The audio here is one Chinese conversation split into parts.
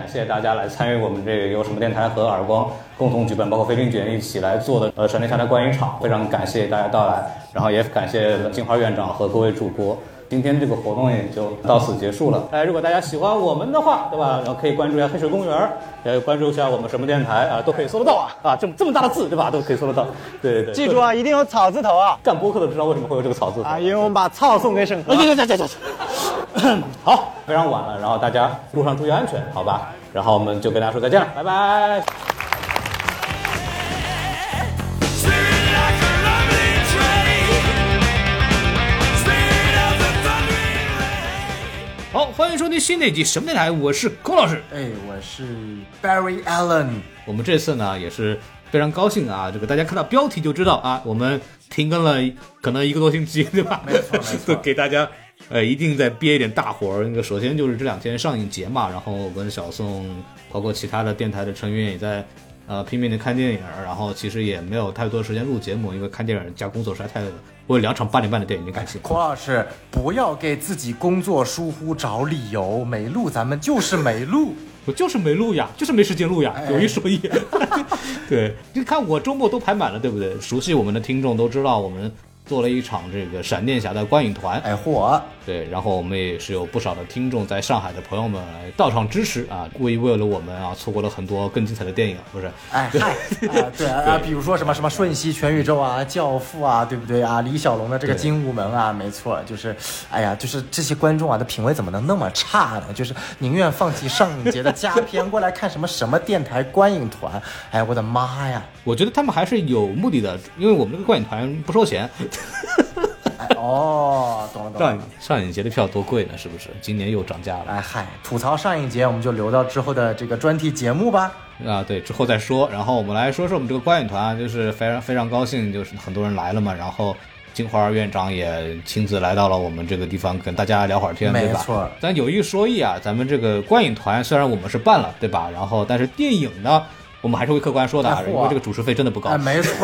谢大家来参与我们这个由什么电台和耳光共同举办，包括飞行卷一起来做的闪电侠的观影场，非常感谢大家到来，然后也感谢金花院长和各位主播。今天这个活动也就到此结束了。如果大家喜欢我们的话，对吧？然后可以关注一下黑水公园，也关注一下我们什么电台啊，都可以搜得到啊。这么大的字，对吧？都可以搜得到。对对对， 记住啊，一定有草字头啊。 干播客都知道为什么会有这个草字头啊，因为我们把草送给审核。 好，非常晚了，然后大家路上注意安全，好吧？然后我们就跟大家说再见了，拜拜。好，欢迎收听新的一集什么电台，我是龚老师。 我是 Barry Allen。 我们这次呢也是非常高兴啊，这个大家看到标题就知道啊，我们停更了可能1个多星期，对吧？ 没错没错， 给大家一定再憋一点大活。那个首先就是这2天上映节嘛，然后我跟小宋包括其他的电台的成员也在拼命的看电影，然后其实也没有太多时间录节目，因为看电影加工作实在太累了。我有2场8点半的电影，你敢信？ 孔老师，不要给自己工作疏忽找理由，没录咱们就是没录。 我就是没录呀，就是没时间录呀，有一说一。对，你看我周末都排满了，对不对？熟悉我们的听众都知道，我们做了一场这个闪电侠的观影团，对，然后我们也是有不少的听众在上海的朋友们来到场支持啊，为了我们啊，错过了很多更精彩的电影，不是？ 对啊，比如说什么瞬息全宇宙啊，教父啊，对不对啊？李小龙的这个精武门啊，没错，就是，就是这些观众啊的品味怎么能那么差呢？就是宁愿放弃上影节的佳片过来看什么电台观影团，我的妈呀！ 我觉得他们还是有目的的，因为我们这个观影团不收钱。 懂了。 上影节的票多贵呢，是不是？今年又涨价了。 吐槽上影节我们就留到之后的这个专题节目吧。 对，之后再说。然后我们来说说我们这个观影团，就是非常高兴，就是很多人来了嘛。然后金花院长也亲自来到了我们这个地方，跟大家聊会儿天，对吧？ 没错。 咱有一说一啊，咱们这个观影团虽然我们是办了，对吧？然后但是电影呢，我们还是会客观说的，因为这个主持费真的不高。 没错。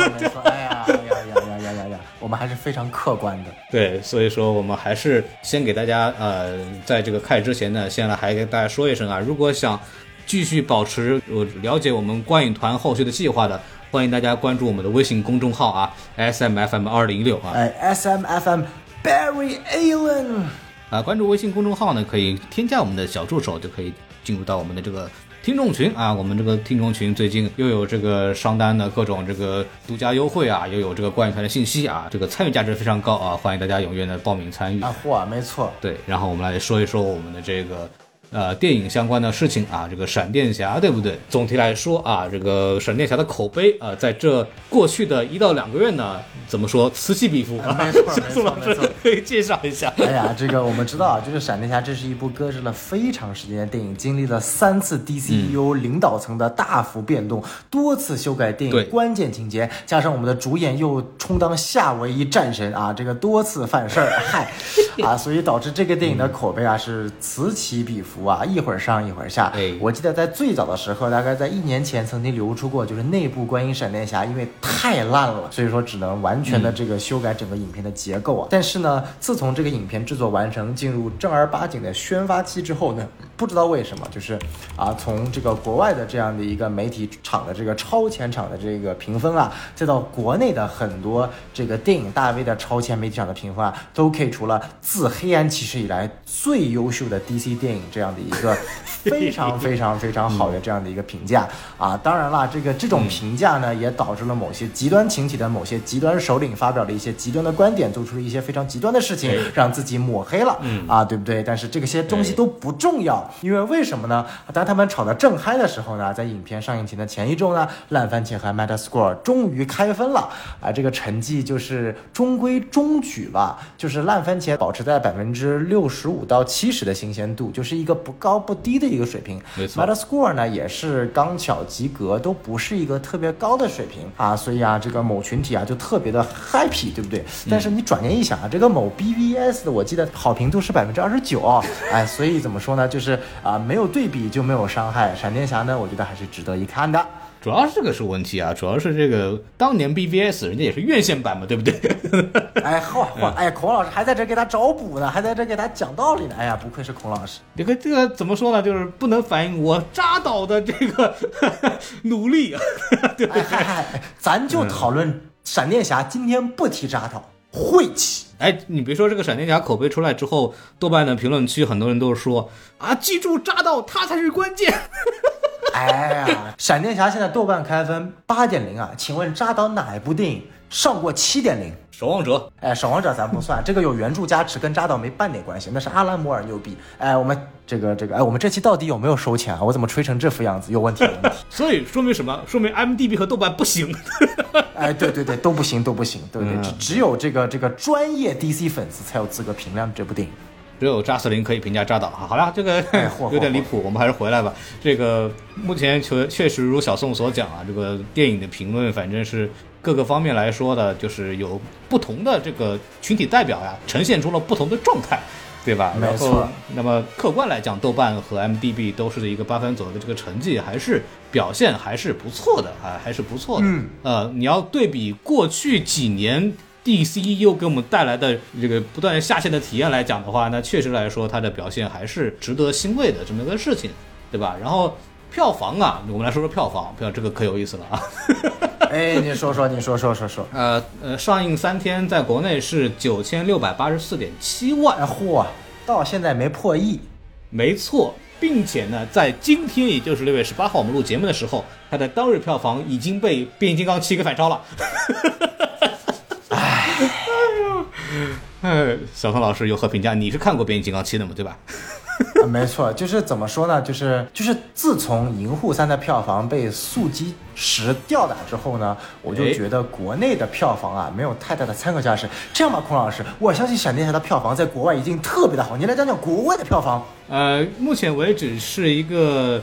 我们还是非常客观的。 对，所以说我们还是先给大家在这个开始之前呢，先来还给大家说一声啊，如果想继续保持了解我们观影团后续的计划的，欢迎大家关注我们的微信公众号啊 ，SMFM2016啊 ，SMFM Barry Allen 关注微信公众号呢，可以添加我们的小助手，就可以进入到我们的这个听众群啊。我们这个听众群最近又有这个商单的各种这个独家优惠啊，又有这个观影团的信息啊，这个参与价值非常高啊，欢迎大家踊跃的报名参与没错。 对，然后我们来说一说我们的这个电影相关的事情啊，这个闪电侠对不对？总体来说啊，这个闪电侠的口碑啊，在这过去的1到2个月呢，怎么说此起彼伏啊？ 没错， 宋老师可以介绍一下。 这个我们知道啊，就是闪电侠，这是一部搁置了非常时间的电影，经历了3次 DCU 领导层的大幅变动，多次修改电影关键情节，加上我们的主演又充当夏威夷战神啊，这个多次犯事儿，所以导致这个电影的口碑啊是此起彼伏啊，一会儿上一会儿下。我记得在最早的时候，大概在1年前曾经流出过，就是内部观影闪电侠因为太烂了，所以说只能完全的这个修改整个影片的结构啊。但是呢，自从这个影片制作完成，进入正儿八经的宣发期之后呢，不知道为什么，就是从这个国外的这样的一个媒体场的这个超前场的这个评分啊，再到国内的很多这个电影大 V 的超前媒体场的评分啊，都给出了自黑暗骑士以来最优秀的 DC 电影这样的一个非常非常非常好的这样的一个评价啊。当然啦，这种评价呢，也导致了某些极端群体的某些极端首领发表了一些极端的观点，做出了一些非常极端的事情，让自己抹黑了对不对？但是这些东西都不重要，因为为什么呢？当他们吵得正嗨的时候呢，在影片上映前的前1周呢，烂番茄和 Metascore 终于开分了这个成绩就是中规中矩了，就是烂番茄保持在65%到70%的新鲜度，就是一个不高不低的一个水平。 没错 Metascore 呢也是刚巧及格，都不是一个特别高的水平所以这个某群体就特别的 happy， 对不对？但是你转念一想这个某 BVS 的我记得好评度是29%所以怎么说呢，就是没有对比就没有伤害。闪电侠呢，我觉得还是值得一看的。 主要是这个是问题啊，主要是这个当年 BVS 人家也是院线版嘛，对不对？ 哎，嚯，哎，孔老师还在这给他找补呢，还在这给他讲道理呢。哎呀，不愧是孔老师。 这个怎么说呢？就是不能反映我扎导的这个努力啊。对不对？ 咱就讨论闪电侠，今天不提扎导，晦气。 哎，你别说这个闪电侠口碑出来之后，豆瓣的评论区很多人都说啊，记住扎导，他才是关键。 哎呀，闪电侠现在豆瓣开分8.0啊，请问扎导哪一部电影上过7.0？ 守望者。 哎，守望者咱不算，这个有原著加持，跟扎导没半点关系，那是阿兰摩尔牛逼。哎，我们这个，哎，我们这期到底有没有收钱啊？我怎么吹成这副样子？有问题，有问题。 所以说明什么？说明 IMDB 和豆瓣不行。 哎，对，都不行，对，只有这个专业 DC 粉丝才有资格评量这部电影。 只有扎斯林可以评价扎导啊！好了，这个有点离谱，我们还是回来吧。这个目前确实如小宋所讲啊，这个电影的评论反正是各个方面来说的，就是有不同的这个群体代表呀，呈现出了不同的状态，对吧？ 没错。 那么客观来讲，豆瓣和 IMDB 都是一个8分左右的这个成绩，还是表现还是不错的啊，还是不错的。你要对比过去几年DCU 给我们带来的这个不断下线的体验来讲的话，那确实来说它的表现还是值得欣慰的这么一个事情，对吧？然后票房啊，我们来说说票房，这个可有意思了啊。 哎，你说。 上映3天在国内是9684.7万， 嚯，到现在没破亿。 没错，并且呢，在今天也就是6月18号我们录节目的时候，它的当日票房已经被变形金刚7给反超了。小宋老师有何评价？你是看过变形金刚7的吗？对吧？ 没错，就是怎么说呢？就是自从《银护3》的票房被速激10吊打之后呢，我就觉得国内的票房啊没有太大的参考价值。这样吧，孔老师，我相信闪电侠的票房在国外已经特别的好，你来讲讲国外的票房。 目前为止是一个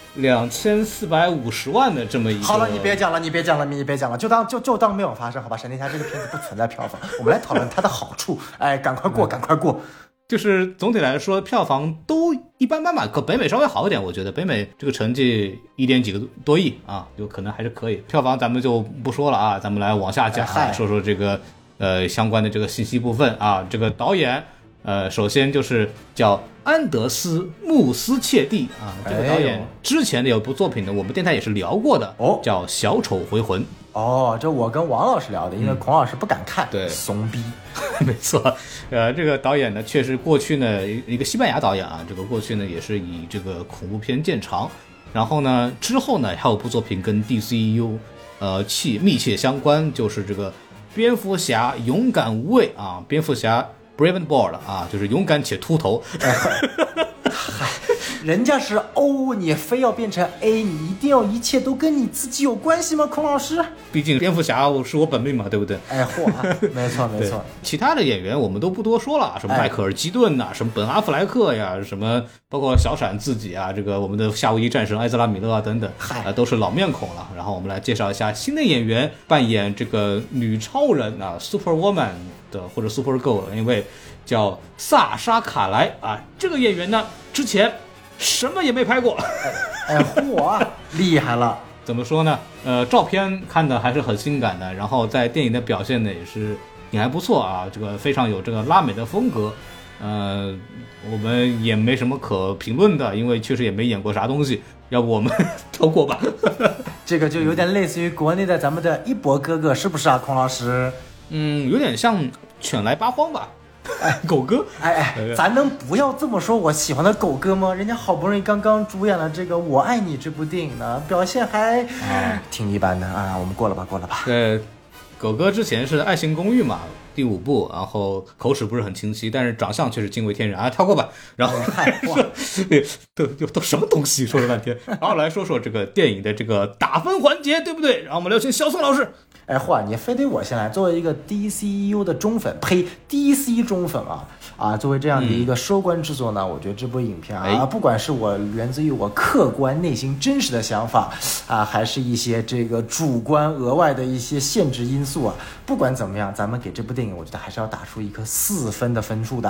2450万的这么一个。 好了，你别讲了，就当没有发生，好吧？闪电侠这个片子不存在票房，我们来讨论它的好处。哎，赶快过。 就是总体来说，票房都一般般吧，北美稍微好一点，我觉得北美这个成绩1点几个多亿啊，就可能还是可以。票房咱们就不说了啊，咱们来往下讲啊，说说这个相关的这个信息部分啊。这个导演首先就是叫安德斯·穆斯切蒂啊，这个导演之前的有部作品呢，我们电台也是聊过的哦，叫《小丑回魂》。 哦，这我跟王老师聊的，因为孔老师不敢看， 对， 怂逼。 没错，这个导演呢，确实过去呢一个西班牙导演啊，这个过去呢也是以这个恐怖片见长，然后呢之后呢还有部作品跟 DCU 密切相关，就是这个蝙蝠侠勇敢无畏啊，蝙蝠侠 Brave and Bold 啊，就是勇敢且秃头。 嗨，人家是 O， 你非要变成 A， 你一定要一切都跟你自己有关系吗？孔老师， 毕竟蝙蝠侠是我本命嘛，对不对？ 哎，嚯、啊，没错。 其他的演员我们都不多说了，什么迈克尔基顿呐、什么本阿弗莱克呀，什么包括小闪自己啊，这个我们的夏威夷战神埃兹拉米勒啊等等，都是老面孔了。然后我们来介绍一下新的演员，扮演这个女超人啊 Superwoman 的或者 Supergirl， 因为叫萨莎卡莱啊，这个演员呢之前什么也没拍过。 哎，嚯，厉害了！ 怎么说呢？照片看的还是很性感的，然后在电影的表现呢也还不错啊，这个非常有这个拉美的风格。我们也没什么可评论的，因为确实也没演过啥东西，要不我们跳过吧。 这个就有点类似于国内的咱们的一博哥哥，是不是啊，孔老师？ 有点像犬来八荒吧。哎，狗哥， 哎，咱能不要这么说我喜欢的狗哥吗？人家好不容易刚刚主演了这个《我爱你》这部电影呢，表现还挺一般的啊。我们过了吧。 对，狗哥之前是《爱情公寓》嘛，第5部，然后口齿不是很清晰，但是长相却是惊为天人啊，跳过吧。然后都什么东西，说了半天。然后来说说这个电影的这个打分环节，对不对？然后我们有请小宋老师。 哎，嚯，你非得我先来。作为一个 DCU 的忠粉，呸 ，DC 忠粉啊，作为这样的一个收官之作呢，我觉得这部影片啊，不管是我源自于我客观内心真实的想法啊，还是一些这个主观额外的一些限制因素啊，不管怎么样，咱们给这部电影，我觉得还是要打出一颗4分的分数的。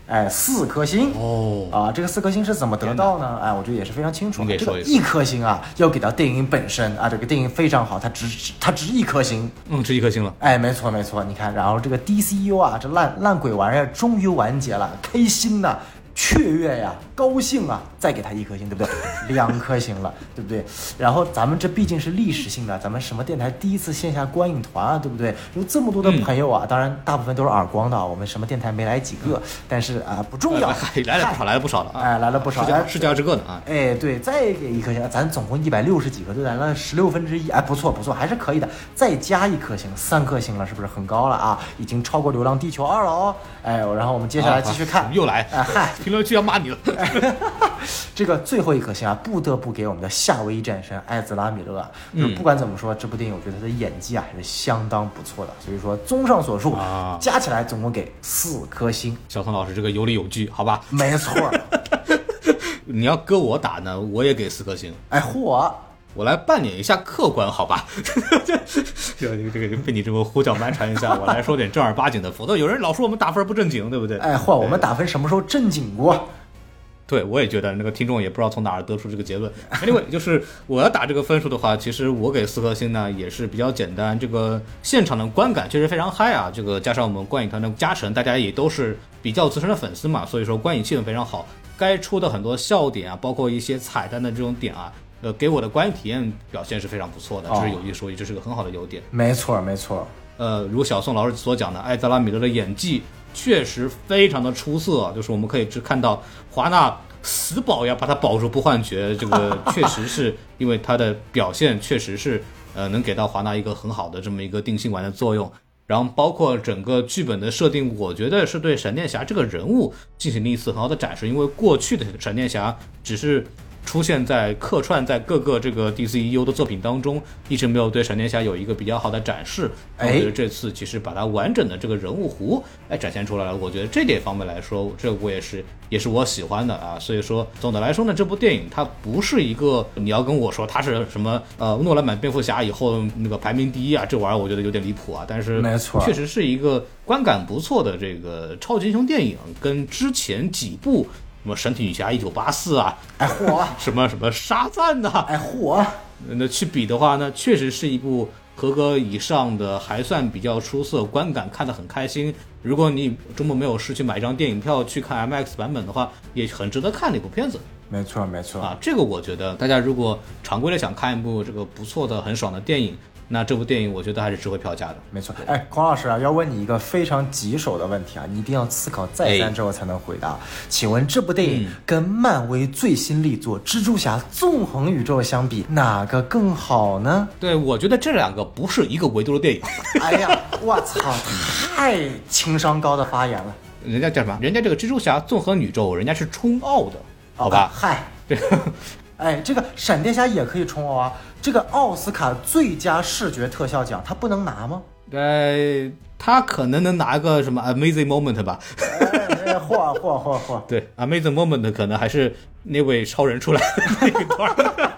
4颗星这个4颗星是怎么得到呢？我觉得也是非常清楚。这个1颗星要给到电影本身这个电影非常好，它值1颗星， 值1颗星了。 没错，你看，然后这个 DCU 这烂鬼玩意儿终于完结了，开心呐！雀跃呀，高兴啊，再给他1颗星，对不对？2颗星了，对不对？然后咱们这毕竟是历史性的，咱们什么电台第一次线下观影团对不对？有这么多的朋友当然大部分都是耳光的，我们什么电台没来几个，但是不重要， 来了不少了来了不少， 是这个呢对，再给1颗星，咱总共160几个，就来了1/16，不错，还是可以的，再加1颗星，3颗星了，是不是很高了已经超过《流浪地球2》了然后我们接下来继续看， 又来评论区要骂你了。 这个最后1颗星不得不给我们的夏威夷战神艾兹拉·米勒就是不管怎么说，这部电影我觉得他的演技还是相当不错的，所以说综上所述加起来总共给4颗星。 小宋老师这个有理有据，好吧？ 没错。 你要搁我打呢，我也给4颗星。 我来扮演一下客观，好吧？这个被你这么胡搅蛮缠一下，我来说点正儿八经的，否则有人老说我们打分不正经，对不对？ 我们打分什么时候正经过？ 对，我也觉得那个听众也不知道从哪儿得出这个结论。Anyway， 就是我要打这个分数的话，其实我给4颗星呢也是比较简单。这个现场的观感确实非常嗨这个加上我们观影团的加成，大家也都是比较资深的粉丝嘛，所以说观影气氛非常好。该出的很多笑点包括一些彩蛋的这种点给我的观影体验表现是非常不错的，这是有一说一，这是个很好的优点。 没错。 如小宋老师所讲的，艾泽拉·米勒的演技确实非常的出色，就是我们可以只看到华纳死保要把他保住不换角，这个确实是因为他的表现确实是能给到华纳一个很好的这么一个定心丸的作用。然后包括整个剧本的设定，我觉得是对闪电侠这个人物进行了一次很好的展示，因为过去的闪电侠只是出现在客串在各个这个 DCEU 的作品当中，一直没有对闪电侠有一个比较好的展示。我觉得这次其实把它完整的这个人物弧展现出来了，我觉得这点方面来说，这我也是我喜欢的所以说总的来说呢，这部电影它不是一个你要跟我说它是什么诺兰版蝙蝠侠以后那个排名第一这玩意儿，我觉得有点离谱但是没错， 确实是一个观感不错的这个超级英雄电影，跟之前几部什么神奇女侠1984什么沙赞那去比的话呢，确实是一部合格以上的，还算比较出色，观感看得很开心。如果你周末没有事去买一张电影票去看 MX 版本的话，也很值得看的一部片子。 没错这个我觉得大家如果常规的想看一部这个不错的很爽的电影，那这部电影我觉得还是值回票价的。 没错。孔老师要问你一个非常棘手的问题你一定要思考再三之后才能回答。请问这部电影跟漫威最新力作《蜘蛛侠：纵横宇宙》相比，哪个更好呢？ 对，我觉得这两个不是一个维度的电影。 我操，太情商高的发言了。 人家叫什么？人家这个蜘蛛侠纵横宇宙，人家是冲奥的，好吧？ 这个闪电侠也可以冲奥这个奥斯卡最佳视觉特效奖他不能拿吗？ 他可能能拿个什么 Amazing Moment 吧。 嚯对 Amazing Moment 可能还是那位超人出来的那一段。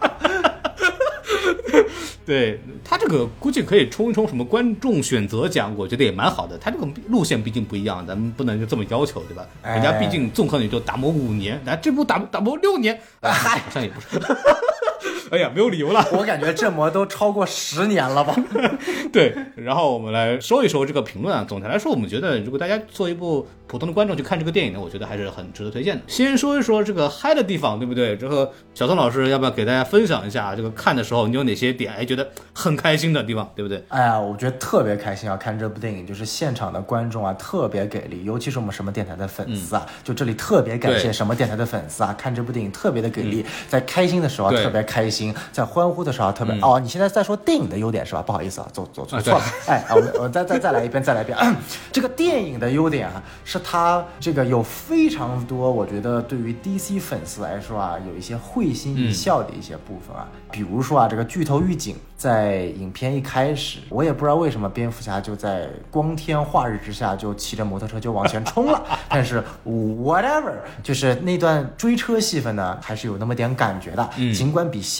对，他这个估计可以冲一冲什么观众选择奖，我觉得也蛮好的。他这个路线毕竟不一样，咱们不能就这么要求，对吧？人家毕竟纵横宇宙打磨5年，这部打磨6年，好像也不是。哎呀，没有理由了。 我感觉这模都超过10年了吧？ 对，然后我们来说一说这个评论总的来说，我们觉得如果大家做一部普通的观众去看这个电影呢，我觉得还是很值得推荐的。先说一说这个嗨的地方，对不对？这个小宋老师要不要给大家分享一下这个看的时候你有哪些点觉得很开心的地方，对不对？ 我觉得特别开心看这部电影，就是现场的观众特别给力，尤其是我们什么电台的粉丝就这里特别感谢什么电台的粉丝看这部电影特别的给力，在开心的时候特别开心，在欢呼的时候特别你现在在说电影的优点是吧？不好意思走错了。我们再来一遍这个电影的优点是它这个有非常多，我觉得对于 DC 粉丝来说有一些会心一笑的一些部分比如说这个剧透预警，在影片一开始，我也不知道为什么蝙蝠侠就在光天化日之下就骑着摩托车就往前冲了，但是 whatever， 就是那段追车戏份呢，还是有那么点感觉的。尽管比新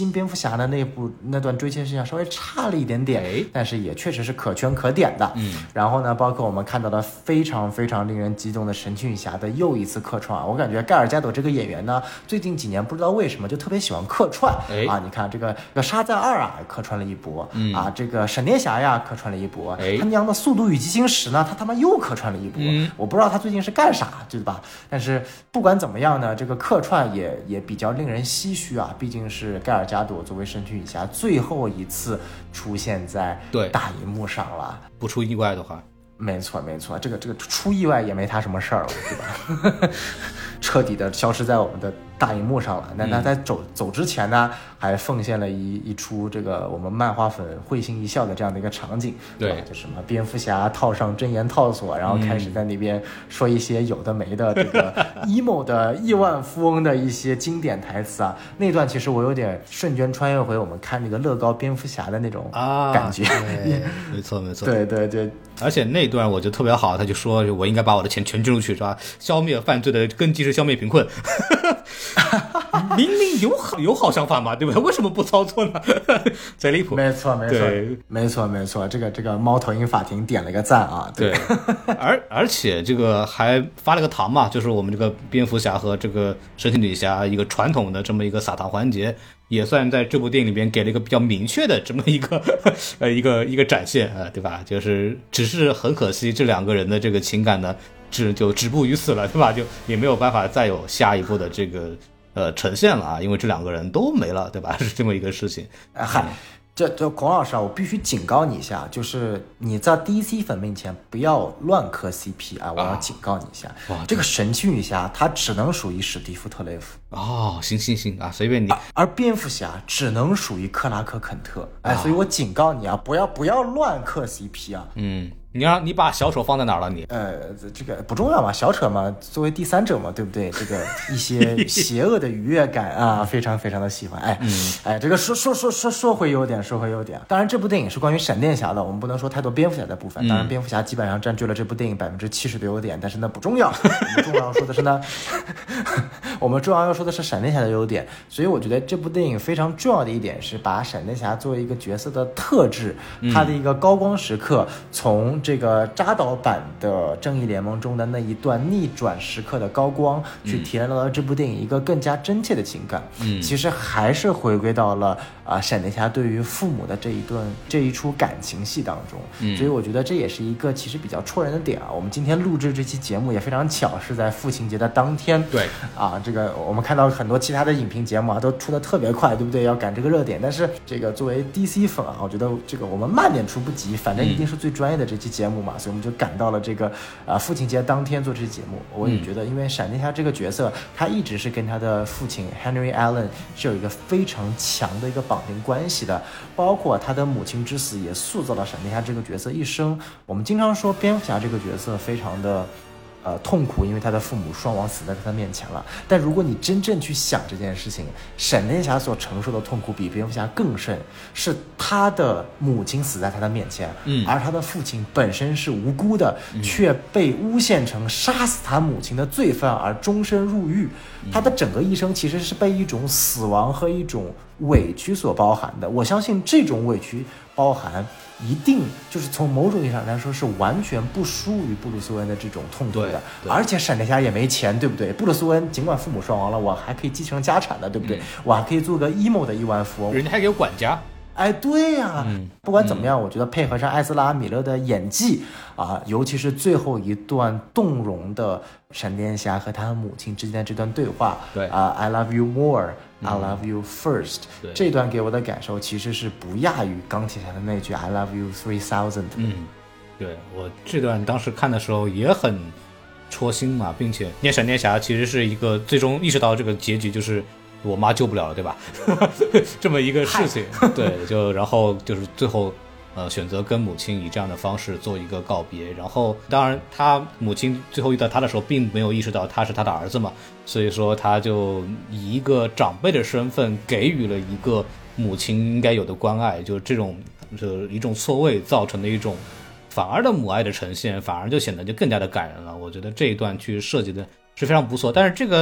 新蝙蝠侠的那段追切事项稍微差了一点点，但是也确实是可圈可点的。然后呢，包括我们看到的非常非常令人激动的神奇女侠的又一次客串啊，我感觉盖尔加朵这个演员呢，最近几年不知道为什么就特别喜欢客串啊。你看这个沙赞2啊客串了一波，啊这个闪电侠呀客串了一波，他娘的速度与激情10呢，他妈又客串了一波，我不知道他最近是干啥，对吧？但是不管怎么样呢，这个客串也比较令人唏嘘啊，毕竟是盖尔加朵作为神奇女侠最后一次出现在大荧幕上了， 不出意外的话。 没错，这个出意外也没他什么事儿了，对吧？彻底的消失在我们的大荧幕上了。那他在走之前呢，还奉献了一出这个我们漫画粉会心一笑的这样的一个场景， 对， 就什么蝙蝠侠套上真言套索，然后开始在那边说一些有的没的这个 emo 的亿万富翁的一些经典台词啊。那段其实我有点瞬间穿越回我们看那个乐高蝙蝠侠的那种感觉。 没错， 对， 而且那段我觉得特别好，他就说我应该把我的钱全捐出去，是吧？消灭犯罪的根基是消灭贫困。明明有好想法嘛，对不对？为什么不操作呢？贼离谱。 没错，这个猫头鹰法庭点了个赞啊。对， 而且这个还发了个糖嘛，就是我们这个蝙蝠侠和这个神奇女侠一个传统的这么一个撒糖环节，也算在这部电影里边给了一个比较明确的这么一个一个展现啊，对吧？就是只是很可惜这两个人的这个情感呢，就止步于此了，对吧？就也没有办法再有下一步的这个呈现了啊，因为这两个人都没了，对吧？是这么一个事情。 这孔老师啊，我必须警告你一下，就是你在 DC 粉面前不要乱磕 CP 啊！我要警告你一下，这个神奇女侠她只能属于史蒂夫特雷弗。 行啊，随便你。 而蝙蝠侠只能属于克拉克肯特，所以我警告你啊，不要乱磕 CP 啊。 你把小丑放在哪儿了你？ 这个不重要嘛，小丑嘛，作为第三者嘛，对不对？这个一些邪恶的愉悦感啊，非常非常的喜欢。这个说回优点。当然，这部电影是关于闪电侠的，我们不能说太多蝙蝠侠的部分。当然，蝙蝠侠基本上占据了这部电影70%的优点，但是那不重要。我们重要要说的是呢，我们重要要说的是闪电侠的优点。所以我觉得这部电影非常重要的一点是把闪电侠作为一个角色的特质，他的一个高光时刻，从这个扎导版的正义联盟中的那一段逆转时刻的高光，去体验到了这部电影一个更加真切的情感。其实还是回归到了闪电侠对于父母的这一出感情戏当中。所以我觉得这也是一个其实比较戳人的点啊。我们今天录制这期节目也非常巧，是在父亲节的当天。 对这个我们看到很多其他的影评节目都出的特别快，对不对？要赶这个热点，但是这个作为 DC 粉我觉得这个我们慢点出不急，反正一定是最专业的这期节目嘛，所以我们就赶到了这个父亲节当天做这期节目。我也觉得，因为闪电侠这个角色，他一直是跟他的父亲 Henry Allen 是有一个非常强的一个绑定关系的，包括他的母亲之死也塑造了闪电侠这个角色一生。我们经常说蝙蝠侠这个角色非常的痛苦，因为他的父母双亡死在他面前了。但如果你真正去想这件事情，闪电侠所承受的痛苦比蝙蝠侠更甚，是他的母亲死在他的面前，而他的父亲本身是无辜的，却被诬陷成杀死他母亲的罪犯而终身入狱。他的整个一生其实是被一种死亡和一种委屈所包含的。我相信这种委屈包含一定就是从某种意义上来说是完全不输于布鲁斯韦恩的这种痛苦的。而且闪电侠也没钱，对不对？布鲁斯韦恩尽管父母双亡了，我还可以继承家产的，对不对？我还可以做个 emo 的亿万富翁， 人家还有管家。 对呀，不管怎么样，我觉得配合上艾斯拉·米勒的演技尤其是最后一段动容的闪电侠和他母亲之间的这段对话，I love you more，I love you first，这段给我的感受其实是不亚于钢铁侠的那句 I love you 3000。 对，我这段当时看的时候也很戳心嘛，并且念闪电侠其实是一个最终意识到这个结局就是我妈救不了了，对吧？这么一个事情，对，然后就是最后选择跟母亲以这样的方式做一个告别。然后当然他母亲最后遇到他的时候并没有意识到他是他的儿子嘛，所以说他就以一个长辈的身份给予了一个母亲应该有的关爱，就这种一种错位造成的一种反而的母爱的呈现，反而就显得就更加的感人了。我觉得这一段去设计的是非常不错。但是这个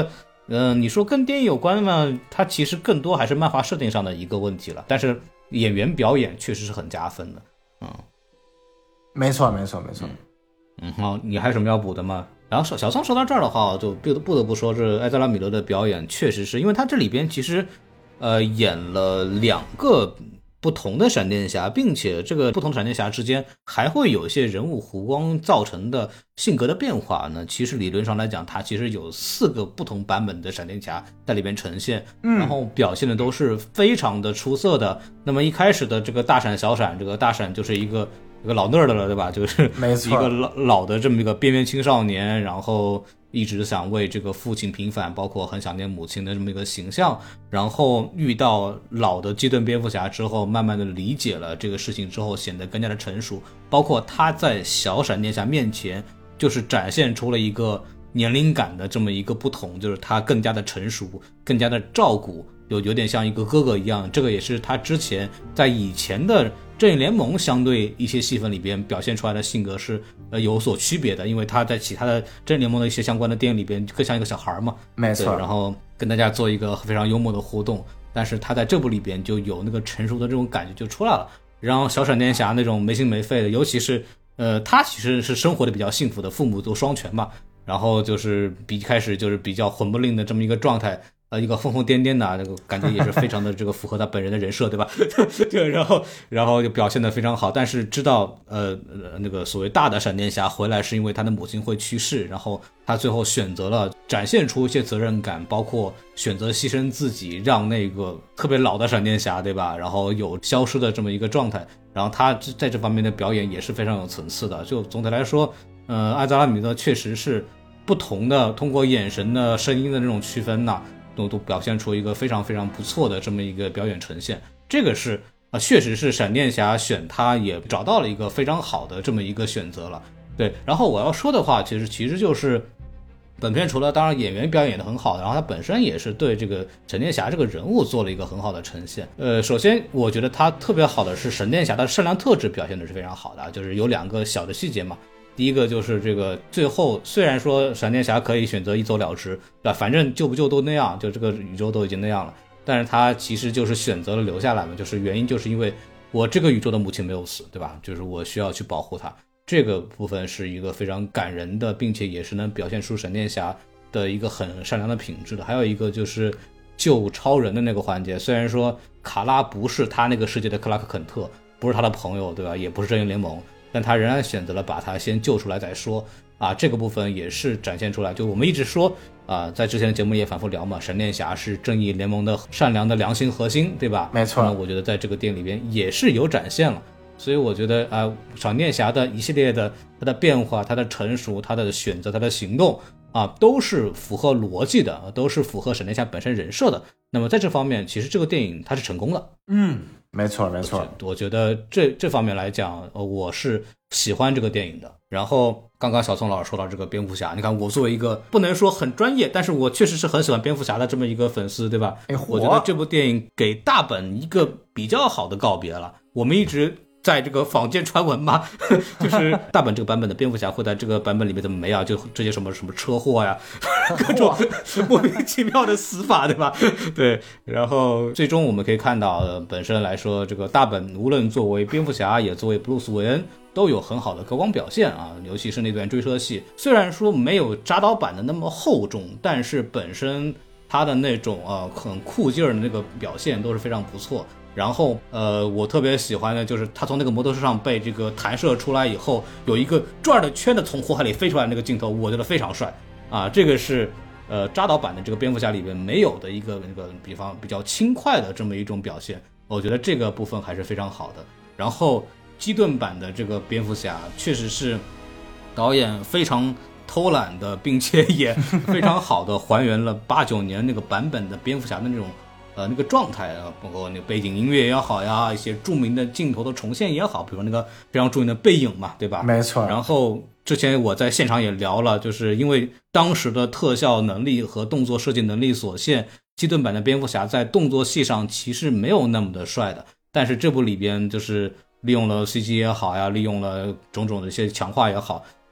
你说跟电影有关吗？它其实更多还是漫画设定上的一个问题了，但是演员表演确实是很加分的。 没错。 好，你还有什么要补的吗？然后小宋说到这儿的话，就不得不说，这埃泽拉·米勒的表演确实是因为他这里边其实演了2个不同的闪电侠，并且这个不同闪电侠之间还会有一些人物弧光造成的性格的变化呢。其实理论上来讲，它其实有4个不同版本的闪电侠在里边呈现，然后表现的都是非常的出色的。那么一开始的这个大闪小闪，这个大闪就是一个老那儿的了，对吧？就是一个老的这么一个边缘青少年，然后一直想为这个父亲平反，包括很想念母亲的这么一个形象，然后遇到老的基顿蝙蝠侠之后，慢慢的理解了这个事情之后，显得更加的成熟，包括他在小闪电侠面前就是展现出了一个年龄感的这么一个不同，就是他更加的成熟，更加的照顾，有点像一个哥哥一样。这个也是他之前在以前的正义联盟相对一些戏份里边表现出来的性格是有所区别的，因为他在其他的正义联盟的一些相关的电影里边更像一个小孩嘛， 没错， 然后跟大家做一个非常幽默的互动，但是他在这部里边就有那个成熟的这种感觉就出来了。然后小闪电侠那种没心没肺的，尤其是他其实是生活的比较幸福的，父母都双全嘛，然后就是开始就是比较混不吝的这么一个状态，一个疯疯癫癫的，这个感觉也是非常的这个符合他本人的人设，对吧？对，然后就表现得非常好。但是知道那个所谓大的闪电侠回来是因为他的母亲会去世，然后他最后选择了展现出一些责任感，包括选择牺牲自己，让那个特别老的闪电侠，对吧？然后有消失的这么一个状态，然后他在这方面的表演也是非常有层次的。就总体来说，艾泽拉米勒确实是不同的，通过眼神的、声音的那种区分呐。都表现出一个非常非常不错的这么一个表演呈现，这个是确实是闪电侠选他也找到了一个非常好的这么一个选择了。对，然后我要说的话，其实就是本片除了当然演员表演的很好，然后他本身也是对这个闪电侠这个人物做了一个很好的呈现。首先我觉得他特别好的是闪电侠的善良特质表现的是非常好的，就是有2个小的细节嘛。第一个就是这个最后虽然说闪电侠可以选择一走了之，对吧？反正救不救都那样，就这个宇宙都已经那样了，但是他其实就是选择了留下来嘛，就是原因就是因为我这个宇宙的母亲没有死，对吧？就是我需要去保护她，这个部分是一个非常感人的，并且也是能表现出闪电侠的一个很善良的品质的。还有一个就是救超人的那个环节，虽然说卡拉不是他那个世界的克拉克肯特，不是他的朋友，对吧？也不是正义联盟，但他仍然选择了把他先救出来再说啊，这个部分也是展现出来。就我们一直说啊，在之前的节目也反复聊嘛，闪电侠是正义联盟的善良的良心核心，对吧？ 没错。 那我觉得在这个电影里边也是有展现了，所以我觉得闪电侠的一系列的他的变化、他的成熟、他的选择、他的行动啊，都是符合逻辑的，都是符合闪电侠本身人设的。那么在这方面，其实这个电影它是成功的。 没错没错。 我觉得这方面来讲，我是喜欢这个电影的。然后刚刚小宋老师说到这个蝙蝠侠，你看我作为一个不能说很专业，但是我确实是很喜欢蝙蝠侠的这么一个粉丝，对吧？我觉得这部电影给大本一个比较好的告别了。我们一直在这个坊间传闻嘛，就是大本这个版本的蝙蝠侠会在这个版本里面怎么没啊？就这些什么车祸呀，各种莫名其妙的死法，对吧？对，然后最终我们可以看到，本身来说，这个大本无论作为蝙蝠侠，也作为布鲁斯·韦恩，都有很好的高光表现啊。尤其是那段追车戏，虽然说没有扎导版的那么厚重，但是本身他的那种很酷劲儿的那个表现都是非常不错。然后我特别喜欢的就是他从那个摩托车上被这个弹射出来以后，有一个转的圈的从火海里飞出来那个镜头，我觉得非常帅啊！这个是扎导版的这个蝙蝠侠里面没有的一个那个比较轻快的这么一种表现，我觉得这个部分还是非常好的。然后基顿版的这个蝙蝠侠确实是导演非常偷懒的，并且也非常好的还原了89年那个版本的蝙蝠侠的那种那个状态啊，包括那个背景音乐也好呀，一些著名的镜头的重现也好，比如那个非常著名的背影嘛，对吧？ 没错。 然后之前我在现场也聊了，就是因为当时的特效能力和动作设计能力所限，基顿版的蝙蝠侠在动作戏上其实没有那么的帅的，但是这部里边就是利用了 CG 也好呀，利用了种种的一些强化也好，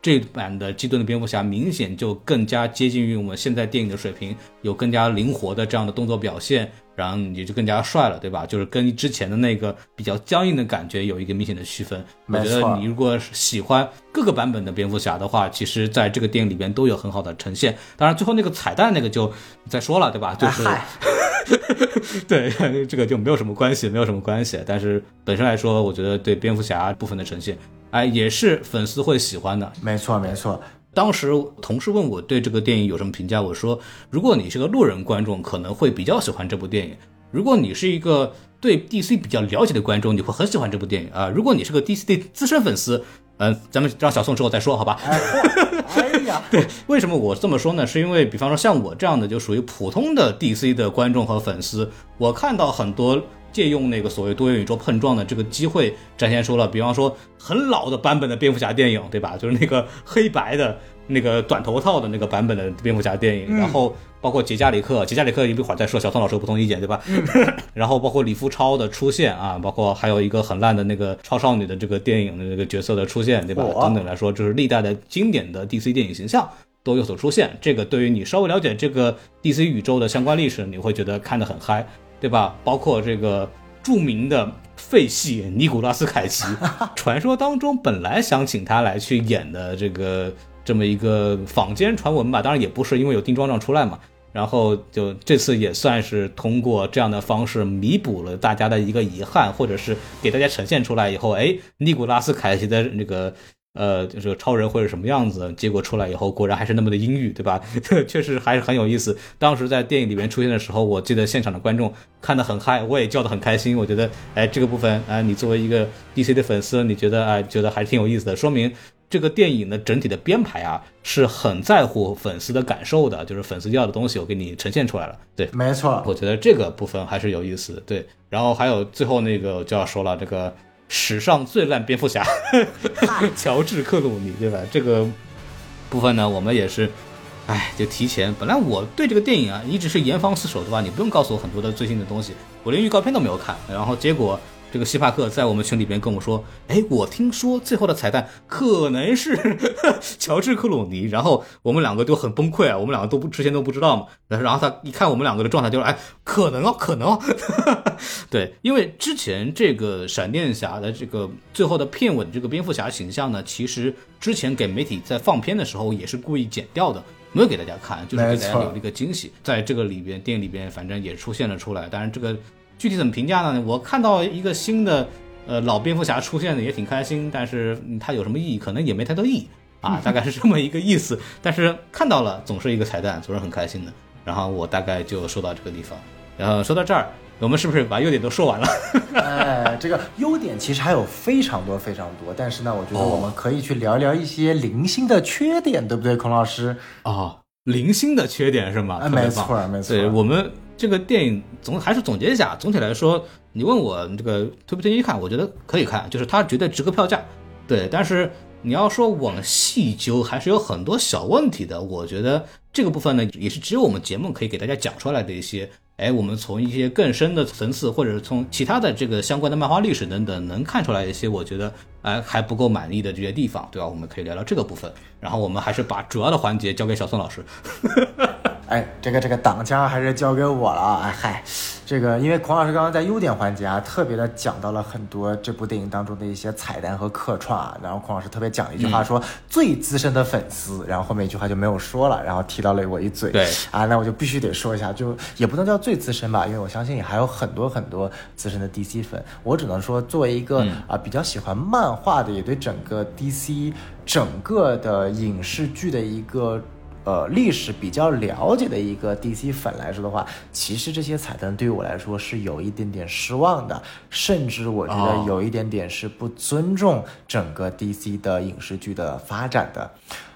这版的基顿的蝙蝠侠明显就更加接近于我们现在电影的水平，有更加灵活的这样的动作表现，然后你就更加帅了，对吧？就是跟之前的那个比较僵硬的感觉有一个明显的区分。我觉得你如果喜欢各个版本的蝙蝠侠的话，其实在这个电影里边都有很好的呈现。当然最后那个彩蛋那个就再说了，对吧？就是对，这个就没有什么关系，但是本身来说我觉得对蝙蝠侠部分的呈现也是粉丝会喜欢的。 没错。 当时同事问我对这个电影有什么评价，我说如果你是个路人观众可能会比较喜欢这部电影，如果你是一个对 DC 比较了解的观众你会很喜欢这部电影如果你是个 DC 的资深粉丝咱们让小宋之后再说好吧。 哎呀， 对，为什么我这么说呢？是因为比方说像我这样的就属于普通的 DC 的观众和粉丝，我看到很多借用那个所谓多元宇宙碰撞的这个机会展现出了比方说很老的版本的蝙蝠侠电影，对吧？就是那个黑白的那个短头套的那个版本的蝙蝠侠电影，然后包括杰加里克一会儿再说，小宋老师有不同意见，对吧？然后包括李富超的出现包括还有一个很烂的那个超少女的这个电影的那个角色的出现，对吧？等等来说，就是历代的经典的 DC 电影形象都有所出现。这个对于你稍微了解这个 DC 宇宙的相关历史，你会觉得看得很嗨，对吧？包括这个著名的废戏尼古拉斯凯奇，传说当中本来想请他来去演的这么一个坊间传闻吧，当然也不是，因为有丁庄长出来嘛。然后就这次也算是通过这样的方式弥补了大家的一个遗憾，或者是给大家呈现出来以后，尼古拉斯凯奇的那个就是超人会是什么样子，结果出来以后果然还是那么的阴郁，对吧？确实还是很有意思。当时在电影里面出现的时候，我记得现场的观众看得很嗨，我也叫得很开心。我觉得这个部分你作为一个 DC 的粉丝，你觉得觉得还挺有意思的，说明这个电影的整体的编排是很在乎粉丝的感受的，就是粉丝要的东西我给你呈现出来了。对， 没错， 我觉得这个部分还是有意思的。对，然后还有最后那个就要说了，这个史上最烂蝙蝠侠乔治克鲁尼，对吧？这个部分呢我们也是就提前，本来我对这个电影一直是严防死守，对吧？你不用告诉我很多的最新的东西，我连预告片都没有看，然后结果这个希帕克在我们群里边跟我说，我听说最后的彩蛋可能是乔治克鲁尼，然后我们两个都很崩溃我们两个之前都不知道嘛，然后他一看我们两个的状态就是可能对，因为之前这个闪电侠的这个最后的片尾这个蝙蝠侠形象呢，其实之前给媒体在放片的时候也是故意剪掉的，没有给大家看，就是给大家留了一个惊喜，在这个里边电影里边反正也出现了出来。当然这个具体怎么评价呢？我看到一个新的老蝙蝠侠出现的也挺开心，但是它有什么意义？可能也没太多意义大概是这么一个意思。但是看到了总是一个彩蛋，总是很开心的。然后我大概就说到这个地方，然后说到这儿，我们是不是把优点都说完了？ 这个优点其实还有非常多，但是呢，我觉得我们可以去聊聊一些零星的缺点，对不对，孔老师？ 零星的缺点是吗？ 没错。 对，我们这个电影还是总结一下，总体来说，你问我这个推不推荐看，我觉得可以看，就是它绝对值个票价。对，但是你要说往细究，还是有很多小问题的。我觉得这个部分呢，也是只有我们节目可以给大家讲出来的一些，我们从一些更深的层次，或者是从其他的这个相关的漫画历史等等，能看出来一些我觉得还不够满意的这些地方，对吧？我们可以聊聊这个部分。然后我们还是把主要的环节交给小宋老师。 这个挡枪还是交给我了这个因为孔老师刚刚在优点环节特别的讲到了很多这部电影当中的一些彩蛋和客串然后孔老师特别讲了一句话说，最资深的粉丝，然后后面一句话就没有说了，然后提到了我一嘴。 对那我就必须得说一下，就也不能叫最资深吧，因为我相信也还有很多资深的 DC 粉，我只能说作为一个比较喜欢漫画的，也对整个 DC 整个的影视剧的一个历史比较了解的一个 DC 粉来说的话，其实这些彩蛋对于我来说是有一点点失望的，甚至我觉得有一点点是不尊重整个 DC 的影视剧的发展的。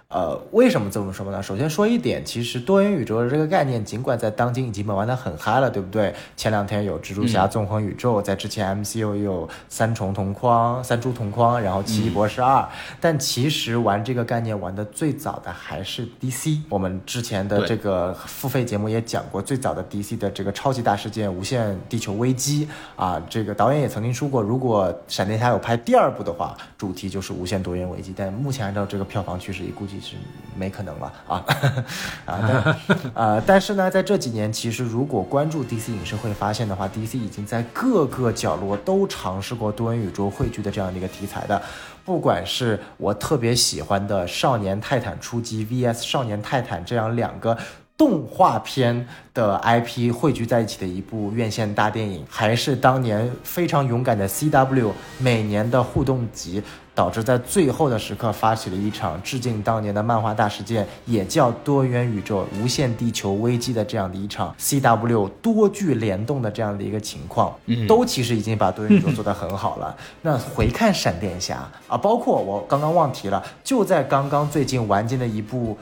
为什么这么说呢？首先说一点，其实多元宇宙的这个概念，尽管在当今已经玩得很嗨了，对不对？前2天有蜘蛛侠纵横宇宙，在之前 MCU 有三蛛同框，然后奇异博士2，但其实玩这个概念玩的最早的还是 DC。我们之前的这个付费节目也讲过，最早的 DC 的这个超级大事件《无限地球危机》啊，这个导演也曾经说过，如果闪电侠有拍第2部的话，主题就是无限多元危机。但目前按照这个票房趋势，估计是没可能了但是呢，在这几年，其实如果关注 DC 影视会发现的话， DC 已经在各个角落都尝试过多元宇宙汇聚的这样的一个题材的。不管是我特别喜欢的少年泰坦出击 vs 少年泰坦这样2个动画片的 IP 汇聚在一起的一部院线大电影，还是当年非常勇敢的 CW 每年的互动集，导致在最后的时刻发起了一场致敬当年的漫画大事件，也叫多元宇宙无限地球危机的这样的一场 CW 多剧联动的这样的一个情况，都其实已经把多元宇宙做得很好了。那回看闪电侠啊，包括我刚刚忘提了，就在刚刚最近完结的一部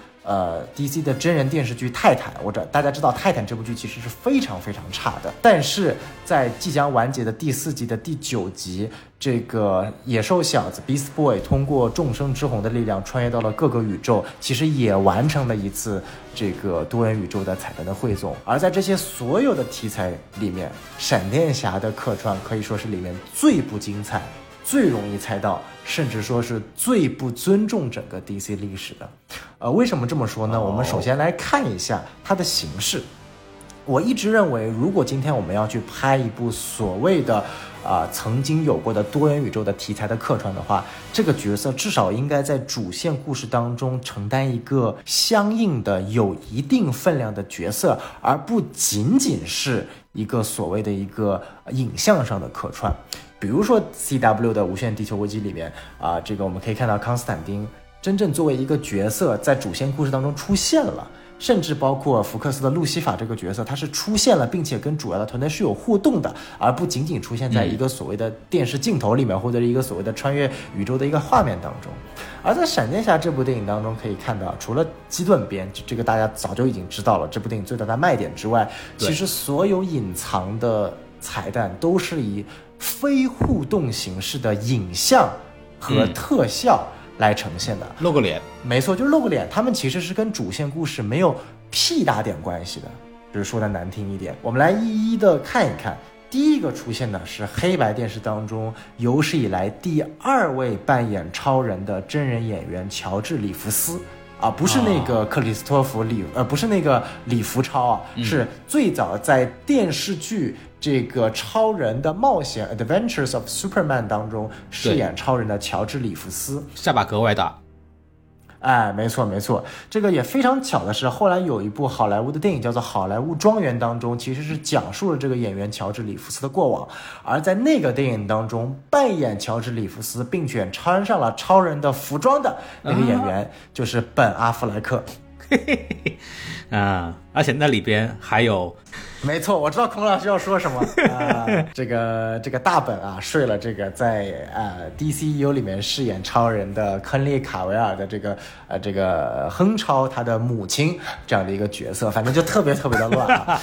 DC 的真人电视剧《泰坦》，大家知道《泰坦》这部剧其实是非常非常差的，但是在即将完结的第4集的第9集，这个野兽小子 Beast Boy 通过众生之虹的力量穿越到了各个宇宙，其实也完成了一次这个多元宇宙的彩蛋的汇总。而在这些所有的题材里面，闪电侠的客串可以说是里面最不精彩，最容易猜到，甚至说是最不尊重整个 DC 历史的。为什么这么说呢？我们首先来看一下它的形式。我一直认为，如果今天我们要去拍一部所谓的曾经有过的多元宇宙的题材的客串的话，这个角色至少应该在主线故事当中承担一个相应的有一定分量的角色，而不仅仅是一个所谓的一个影像上的客串。比如说 CW 的无限地球危机里面这个我们可以看到康斯坦丁真正作为一个角色在主线故事当中出现了，甚至包括福克斯的路西法这个角色，他是出现了并且跟主要的团队是有互动的，而不仅仅出现在一个所谓的电视镜头里面，或者是一个所谓的穿越宇宙的一个画面当中。而在闪电侠这部电影当中可以看到，除了基顿边这个大家早就已经知道了这部电影最大的卖点之外，其实所有隐藏的彩蛋都是以非互动形式的影像和特效来呈现的， 露个脸， 没错，就是露个脸。他们其实是跟主线故事没有屁大点关系的，就是说的难听一点。我们来一一的看一看。第一个出现的是黑白电视当中有史以来第2位扮演超人的真人演员乔治·里弗斯不是那个克里斯托弗不是那个李福超是最早在电视剧这个超人的冒险 Adventures of Superman 当中饰演超人的乔治·里弗斯， 下巴格外大。 没错，这个也非常巧的是，后来有一部好莱坞的电影叫做《好莱坞庄园》当中，其实是讲述了这个演员乔治·里弗斯的过往。而在那个电影当中，扮演乔治·里弗斯并且穿上了超人的服装的那个演员，就是本·阿弗莱克。 而且那里边还有， 没错，我知道孔老师要说什么这个大本睡了这个在DCEU 里面饰演超人的亨利·卡维尔的这个亨超他的母亲这样的一个角色，反正就特别特别的乱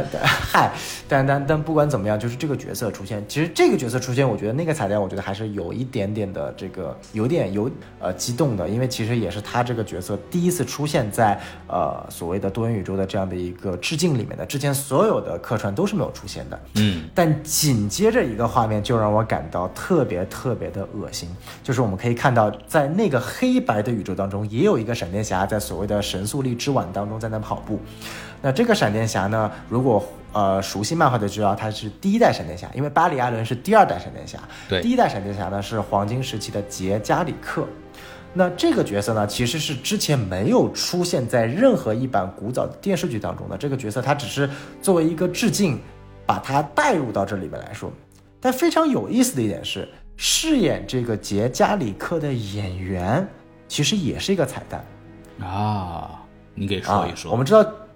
但不管怎么样，就是这个角色出现，其实这个角色出现，我觉得那个彩蛋，我觉得还是有一点点的这个有激动的，因为其实也是他这个角色第一次出现在所谓的多元宇宙的这样的一个致敬里面的，之前所有的客串都是没有出现的。但紧接着一个画面就让我感到特别特别的恶心，就是我们可以看到在那个黑白的宇宙当中也有一个闪电侠在所谓的神速力之碗当中在那跑步。那这个闪电侠呢，如果熟悉漫画的知道他是第1代闪电侠，因为巴里·艾伦是第2代闪电侠。 对， 第1代闪电侠呢是黄金时期的杰·加里克。那这个角色呢，其实是之前没有出现在任何一版古早的电视剧当中的。这个角色他只是作为一个致敬，把他带入到这里面来说。但非常有意思的一点是，饰演这个杰·加里克的演员，其实也是一个彩蛋你给说一说。 我们知道，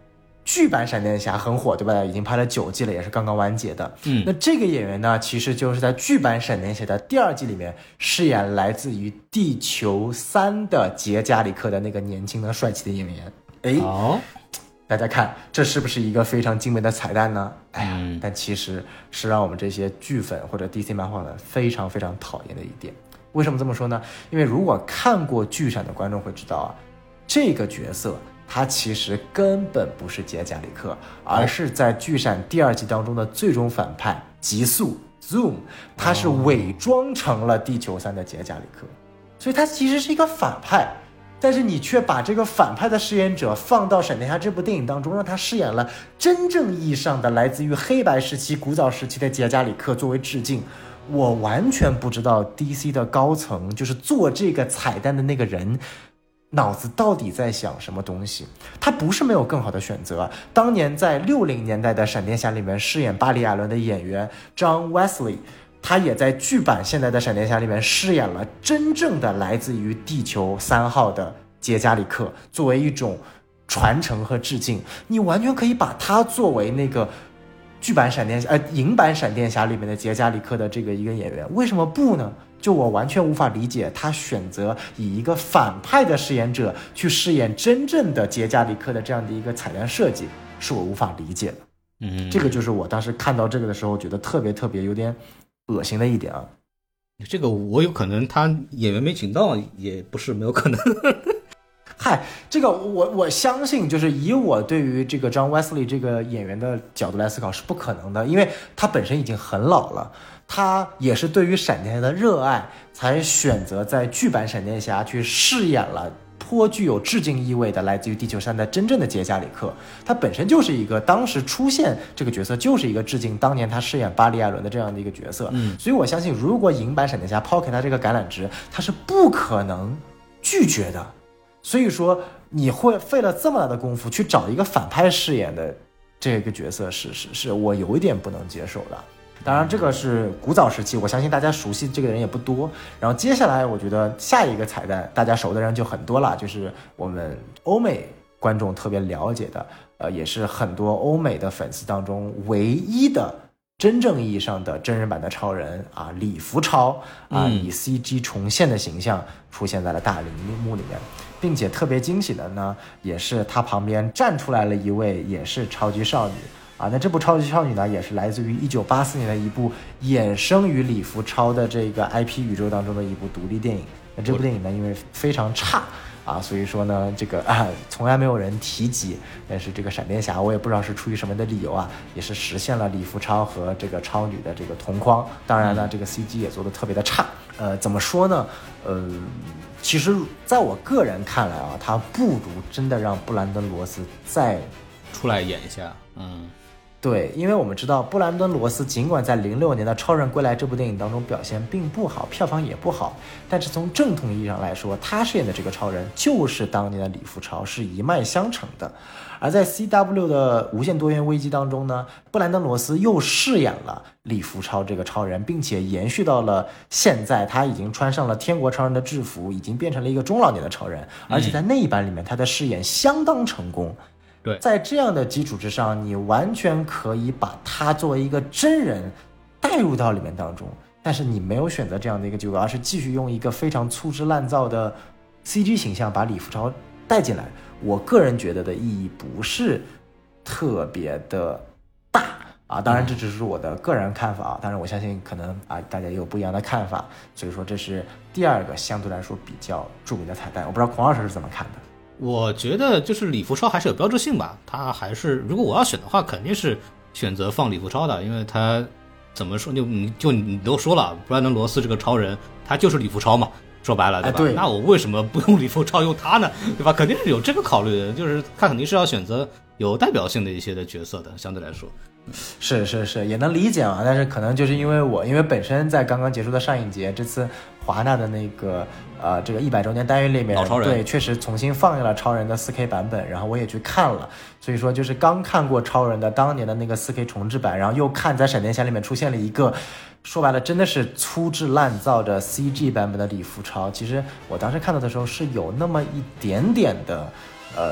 剧版闪电侠很火，对吧？已经拍了9季了，也是刚刚完结的。那这个演员呢，其实就是在剧版闪电侠的第2季里面饰演来自于地球3的杰加里克的那个年轻的帅气的演员。大家看这是不是一个非常精美的彩蛋呢？但其实是让我们这些剧粉或者 DC 漫画粉非常非常讨厌的一点。为什么这么说呢？因为如果看过剧闪的观众会知道这个角色他其实根本不是杰加里克，而是在剧闪第2季当中的最终反派极速 Zoom， 他是伪装成了地球3的杰加里克，所以他其实是一个反派。但是你却把这个反派的饰演者放到闪电侠这部电影当中，让他饰演了真正意义上的来自于黑白时期古早时期的杰加里克作为致敬。我完全不知道 DC 的高层就是做这个彩蛋的那个人脑子到底在想什么东西。他不是没有更好的选择，当年在60年代的闪电侠里面饰演巴里·亚伦的演员 John Wesley，他也在剧版现在的闪电侠里面饰演了真正的来自于地球3号的杰加里克，作为一种传承和致敬。你完全可以把他作为那个剧版闪电侠银版闪电侠里面的杰加里克的这个一个演员，为什么不呢？就我完全无法理解他选择以一个反派的饰演者去饰演真正的杰加里克的这样的一个彩蛋设计，是我无法理解的。这个就是我当时看到这个的时候觉得特别特别有点恶心的一点啊。 这个我有可能他演员没请到，也不是没有可能。 嗨，这个我相信，就是以我对于这个 John Wesley 这个演员的角度来思考是不可能的，因为他本身已经很老了，他也是对于闪电侠的热爱才选择在剧版闪电侠去饰演了颇具有致敬意味的来自于地球3的真正的杰加里克。他本身就是一个当时出现这个角色就是一个致敬当年他饰演巴里·亚伦的这样的一个角色。所以我相信如果银版闪电侠抛给他这个橄榄枝，他是不可能拒绝的。所以说你会费了这么大的功夫去找一个反派饰演的这个角色，是我有一点不能接受的。当然这个是古早时期，我相信大家熟悉这个人也不多。然后接下来我觉得下一个彩蛋大家熟的人就很多了，就是我们欧美观众特别了解的也是很多欧美的粉丝当中唯一的真正意义上的真人版的超人李福超以 CG 重现的形象出现在了大荧幕里面，并且特别惊喜的呢，也是他旁边站出来了一位也是超级少女那这部超级少女呢，也是来自于1984年的一部衍生于李福超的这个 IP 宇宙当中的一部独立电影。那这部电影呢，因为非常差所以说呢，这个从来没有人提及。但是这个闪电侠，我也不知道是出于什么的理由也是实现了李福超和这个超女的这个同框。当然呢，这个 CG 也做得特别的差。怎么说呢？其实在我个人看来他不如真的让布兰登·罗斯再出来演一下。 对，因为我们知道布兰登·罗斯尽管在06年的《超人归来》这部电影当中表现并不好，票房也不好，但是从正统意义上来说，他饰演的这个超人就是当年的李福超，是一脉相承的。而在 CW 的无限多元危机当中呢，布兰登·罗斯又饰演了李福超这个超人，并且延续到了现在，他已经穿上了天国超人的制服，已经变成了一个中老年的超人，而且在那一版里面他的饰演相当成功。 对， 在这样的基础之上，你完全可以把他作为一个真人带入到里面当中，但是你没有选择这样的一个结果，而是继续用一个非常粗制滥造的 CG 形象把李福超带进来。我个人觉得的意义不是特别的大当然这只是我的个人看法当然我相信可能大家也有不一样的看法，所以说这是第二个相对来说比较著名的彩蛋。我不知道孔老师是怎么看的。 我觉得就是李福超还是有标志性吧，他还是如果我要选的话，肯定是选择放李福超的，因为他怎么说你都说了，布兰登·罗斯这个超人他就是李福超嘛，说白了对吧？ 对， 那我为什么不用李福超用他呢？对吧？肯定是有这个考虑的，就是他肯定是要选择有代表性的一些的角色的，相对来说。 是也能理解嘛，但是可能就是因为本身在刚刚结束的上一节，这次华纳的那个这个100周年单元里面，对，确实重新放映了超人的 4K 版本，然后我也去看了，所以说就是刚看过超人的当年的那个 4K 重制版，然后又看在闪电侠里面出现了一个说白了真的是粗制滥造的 CG 版本的李福超。其实我当时看到的时候是有那么一点点的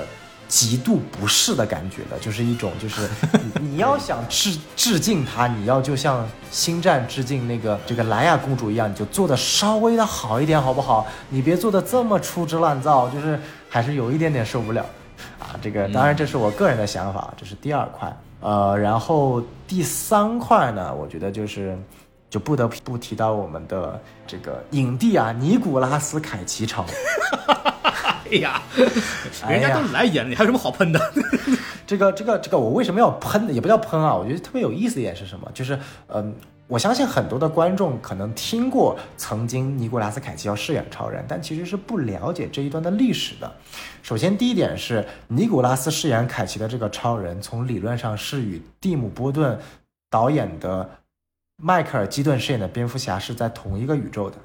极度不适的感觉的，就是一种就是你要想致敬他，你要就像星战致敬这个莱娅公主一样，你就做的稍微的好一点好不好？你别做的这么粗制滥造，就是还是有一点点受不了啊。这个当然这是我个人的想法，这是第二块。然后第三块呢，我觉得就不得不提到我们的这个影帝啊，尼古拉斯凯奇超。 哎呀，人家都来演了，你还有什么好喷的？ 这个，我为什么要喷的？也不叫喷啊，我觉得特别有意思的一点是什么？就是我相信很多的观众可能听过曾经尼古拉斯凯奇要饰演超人，但其实是不了解这一段的历史的。首先第一点是尼古拉斯饰演凯奇的这个超人，从理论上是与蒂姆·波顿导演的迈克尔·基顿饰演的蝙蝠侠是在同一个宇宙的。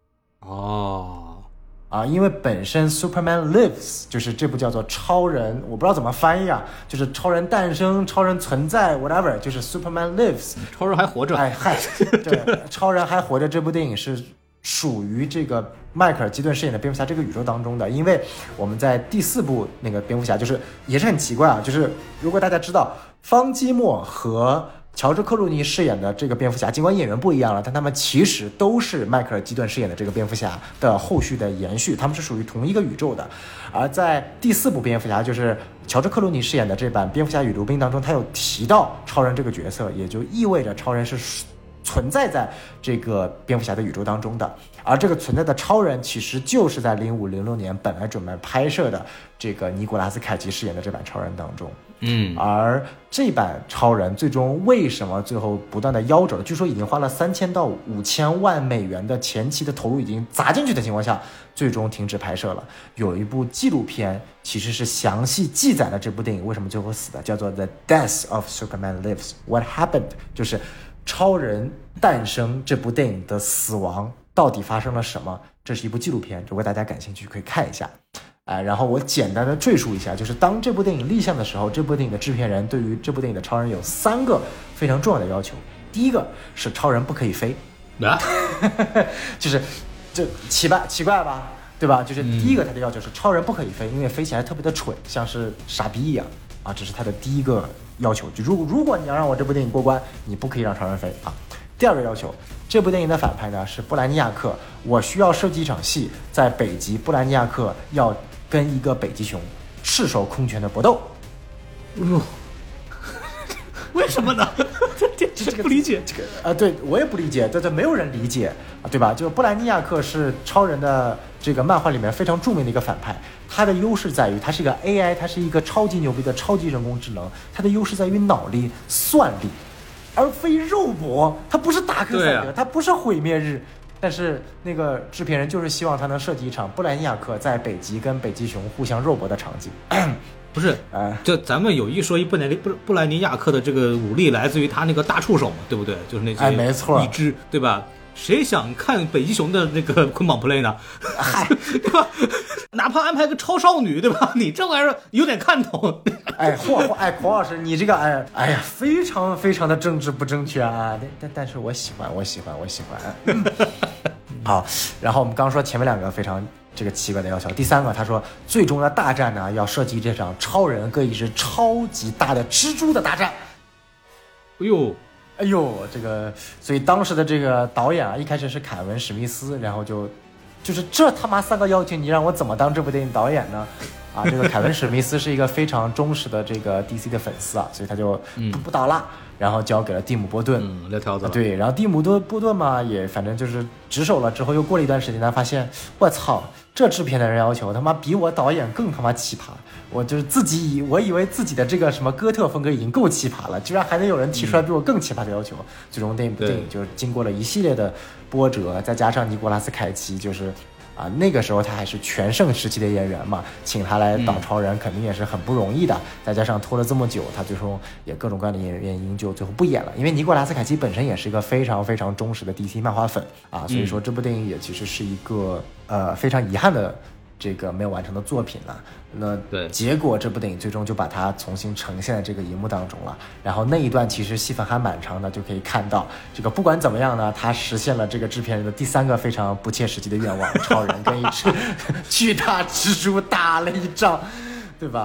因为本身 Superman Lives 就是这部叫做超人，我不知道怎么翻译啊，就是超人诞生、超人存在 whatever， 就是 Superman Lives， 超人还活着。 对，超人还活着这部电影是属于这个迈克尔·基顿饰演的蝙蝠侠这个宇宙当中的。因为我们在第4部那个蝙蝠侠就是也是很奇怪啊，就是如果大家知道方基莫和乔治·克鲁尼饰演的这个蝙蝠侠，尽管演员不一样了，但他们其实都是迈克尔·基顿饰演的这个蝙蝠侠的后续的延续，他们是属于同一个宇宙的。而在第4部蝙蝠侠，就是乔治·克鲁尼饰演的这版《蝙蝠侠与卢宾》当中，他有提到超人这个角色，也就意味着超人是存在在这个蝙蝠侠的宇宙当中的。而这个存在的超人其实就是在05-06年本来准备拍摄的这个尼古拉斯凯奇饰演的这版超人当中。而这版超人最终为什么最后不断的夭折了？据说已经花了3000到5000万美元的前期的投入已经砸进去的情况下，最终停止拍摄了。有一部纪录片其实是详细记载了这部电影为什么最后死的，叫做 The Death of Superman Lives What Happened， 就是超人诞生这部电影的死亡到底发生了什么。这是一部纪录片，如果大家感兴趣可以看一下。然后我简单的赘述一下，就是当这部电影立项的时候，这部电影的制片人对于这部电影的超人有3个非常重要的要求。第一个是超人不可以飞，就奇怪吧，对吧？就是第一个他的要求是超人不可以飞，因为飞起来特别的蠢，像是傻逼一样啊，这是他的第一个要求。就如果你要让我这部电影过关，你不可以让超人飞啊。第二个要求，这部电影的反派呢是布兰尼亚克，我需要设计一场戏，在北极布兰尼亚克要跟一个北极熊赤手空拳的搏斗。 为什么呢？这不理解。 对，我也不理解，这没有人理解啊，对吧？就布兰尼亚克是超人的这个漫画里面非常著名的一个反派，他的优势在于他是一个 AI， 他是一个超级牛逼的超级人工智能，他的优势在于脑力、算力，而非肉搏。他不是达克赛德，他不是毁灭日。但是那个制片人就是希望他能设计一场布兰尼亚克在北极跟北极熊互相肉搏的场景。 不是，就咱们有一说一，布兰尼亚克的这个武力来自于他那个大触手嘛，对不对？就是那些没错， 一只，对吧？谁想看北极熊的那个捆绑 play 呢？对吧？哪怕安排个超少女，对吧？你这玩意儿有点看头。 孔老师，你这个哎呀，非常非常的政治不正确啊！但是我喜欢。好，然后我们刚说前面2个非常这个奇怪的要求，第3个他说最终的大战呢要设计这场超人跟一只超级大的蜘蛛的大战。哎呦，这个，所以当时的这个导演啊，一开始是凯文·史密斯，然后就是这他妈3个要求，你让我怎么当这部电影导演呢？啊，这个凯文·史密斯是一个非常忠实的这个 DC 的粉丝啊，所以他就不导了，然后交给了蒂姆·波顿， 撂挑子了。 对，然后蒂姆·波顿嘛，也反正就是值守了之后，又过了一段时间，他发现我操，这制片的人要求他妈比我导演更他妈奇葩。我就是我以为自己的这个什么哥特风格已经够奇葩了，居然还能有人提出来比我更奇葩的要求。最终电影就是经过了一系列的波折，再加上尼古拉斯凯奇就是那个时候他还是全盛时期的演员嘛，请他来导超人肯定也是很不容易的。再加上拖了这么久，他最终也各种各样的原因就最后不演了。因为尼古拉斯凯奇本身也是一个非常非常忠实的 DC 漫画粉啊，所以说这部电影也其实是一个非常遗憾的这个没有完成的作品了。那结果这部电影最终就把它重新呈现在这个荧幕当中了。然后那一段其实戏份还蛮长的，就可以看到这个不管怎么样呢，他实现了这个制片人的第3个非常不切实际的愿望，超人跟一只巨大蜘蛛打了一仗，对吧？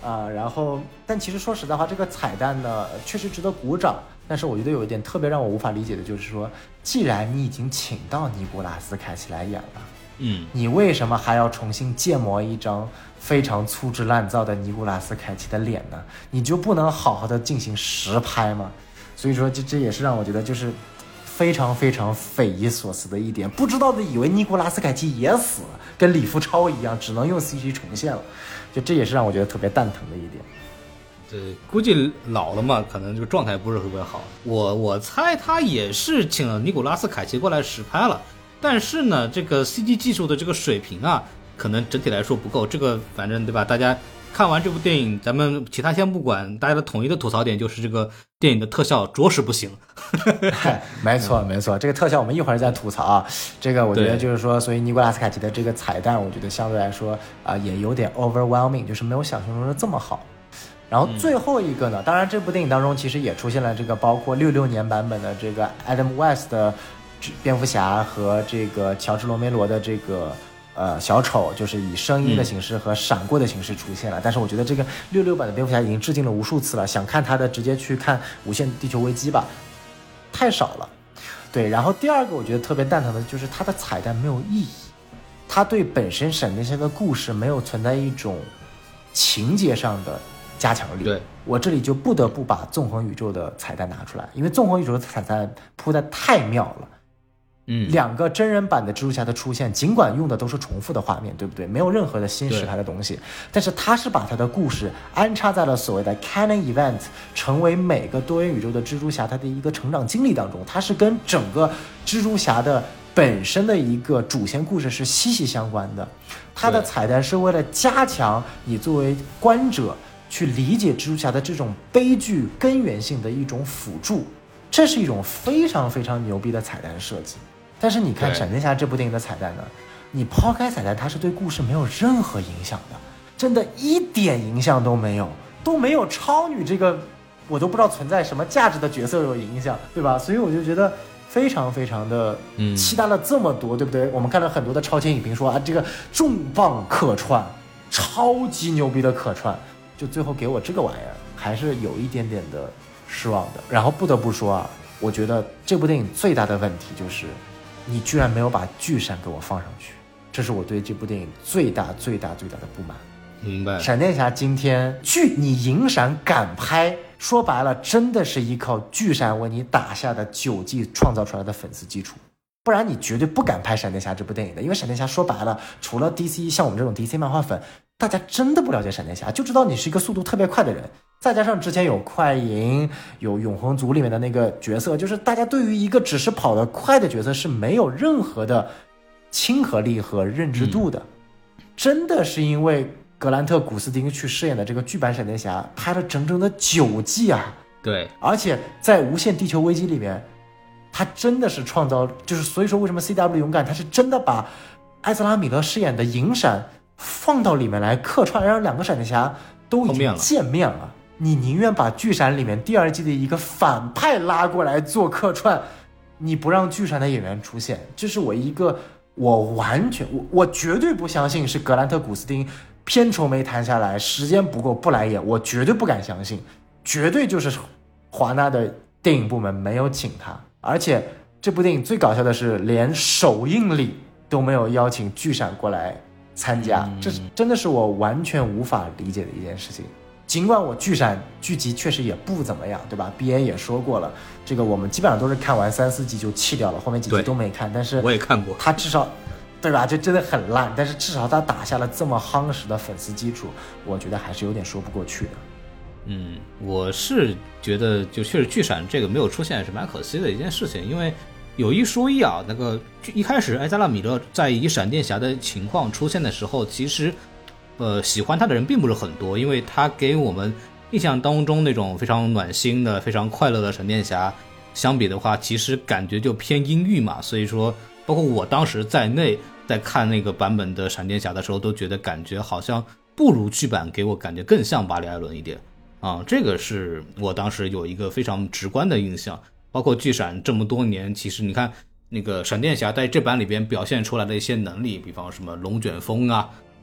然后但其实说实在话，这个彩蛋呢确实值得鼓掌。但是我觉得有一点特别让我无法理解的就是说，既然你已经请到尼古拉斯凯奇来演了，你为什么还要重新建模一张非常粗制滥造的尼古拉斯凯奇的脸呢？你就不能好好的进行实拍吗？所以说这也是让我觉得就是非常非常匪夷所思的一点。不知道的以为尼古拉斯凯奇也死了，跟李富超一样，只能用 CG 重现了。就这也是让我觉得特别蛋疼的一点。 对，估计老了嘛，可能这个状态不是特别好。我猜他也是请了尼古拉斯凯奇过来实拍了，但是呢，这个 CG 技术的这个水平啊，可能整体来说不够。这个反正对吧？大家看完这部电影，咱们其他先不管，大家的统一的吐槽点就是这个电影的特效着实不行。 没错没错，这个特效我们一会儿再吐槽啊。这个我觉得就是说，所以尼古拉斯凯奇的这个彩蛋，我觉得相对来说也有点 overwhelming， 就是没有想象中的这么好。然后最后一个呢，当然这部电影当中其实也出现了这个包括66年版本的这个 Adam West 的蝙蝠侠和这个乔治罗梅罗的这个小丑，就是以声音的形式和闪过的形式出现了。但是我觉得这个66版的蝙蝠侠已经致敬了无数次了，想看他的直接去看无限地球危机吧，太少了。对，然后第二个我觉得特别蛋疼的就是他的彩蛋没有意义，他对本身闪电侠的故事没有存在一种情节上的加强力。 对， 我这里就不得不把纵横宇宙的彩蛋拿出来，因为纵横宇宙的彩蛋铺得太妙了。两个真人版的蜘蛛侠的出现，尽管用的都是重复的画面，对不对？没有任何的新实拍的东西，但是他是把他的故事安插在了所谓的 canon event， 成为每个多元宇宙的蜘蛛侠他的一个成长经历当中，他是跟整个蜘蛛侠的本身的一个主线故事是息息相关的。他的彩蛋是为了加强你作为观者去理解蜘蛛侠的这种悲剧根源性的一种辅助，这是一种非常非常牛逼的彩蛋设计。但是你看闪电侠这部电影的彩蛋呢，你抛开彩蛋，它是对故事没有任何影响的，真的一点影响都没有，都没有超女这个我都不知道存在什么价值的角色有影响，对吧？所以我就觉得非常非常的期待了这么多，对不对？我们看了很多的超前影评说这个重磅客串，超级牛逼的客串，就最后给我这个玩意儿，还是有一点点的失望的。然后不得不说我觉得这部电影最大的问题就是你居然没有把巨闪给我放上去，这是我对这部电影最大最大最大的不满。 明白。 闪电侠今天你银闪敢拍，说白了真的是依靠巨闪为你打下的9季创造出来的粉丝基础，不然你绝对不敢拍闪电侠这部电影的。因为闪电侠说白了，除了 DC 像我们这种 DC 漫画粉，大家真的不了解闪电侠，就知道你是一个速度特别快的人，再加上之前有快银，有永恒族里面的那个角色，就是大家对于一个只是跑得快的角色是没有任何的亲和力和认知度的。真的是因为格兰特·古斯丁去饰演的这个剧版闪电侠拍了整整的9季啊。 对， 而且在无限地球危机里面，他真的是创造，就是所以说为什么 CW 勇敢，他是真的把埃泽拉·米勒饰演的银闪放到里面来客串，让两个闪电侠都已经见面了。你宁愿把巨闪里面第2季的一个反派拉过来做客串，你不让巨闪的演员出现，这是我一个我绝对不相信是格兰特·古斯丁片酬没谈下来，时间不够不来演，我绝对不敢相信，绝对就是华纳的电影部门没有请他。而且这部电影最搞笑的是连首映礼都没有邀请巨闪过来参加，这真的是我完全无法理解的一件事情。尽管我巨闪剧集确实也不怎么样，对吧？ BA 也说过了，这个我们基本上都是看完3、4集就弃掉了，后面几集都没看。但是我也看过， 他至少对吧，这真的很烂，但是至少他打下了这么夯实的粉丝基础，我觉得还是有点说不过去的。 我是觉得就确实巨闪这个没有出现是蛮可惜的一件事情，因为有一说一那个一开始埃扎拉米勒在以闪电侠的情况出现的时候，其实喜欢他的人并不是很多，因为他给我们印象当中那种非常暖心的非常快乐的闪电侠相比的话，其实感觉就偏阴郁嘛。所以说包括我当时在内在看那个版本的闪电侠的时候，都觉得感觉好像不如剧版给我感觉更像巴里艾伦一点这个是我当时有一个非常直观的印象。包括巨闪这么多年，其实你看那个闪电侠在这版里边表现出来的一些能力，比方什么龙卷风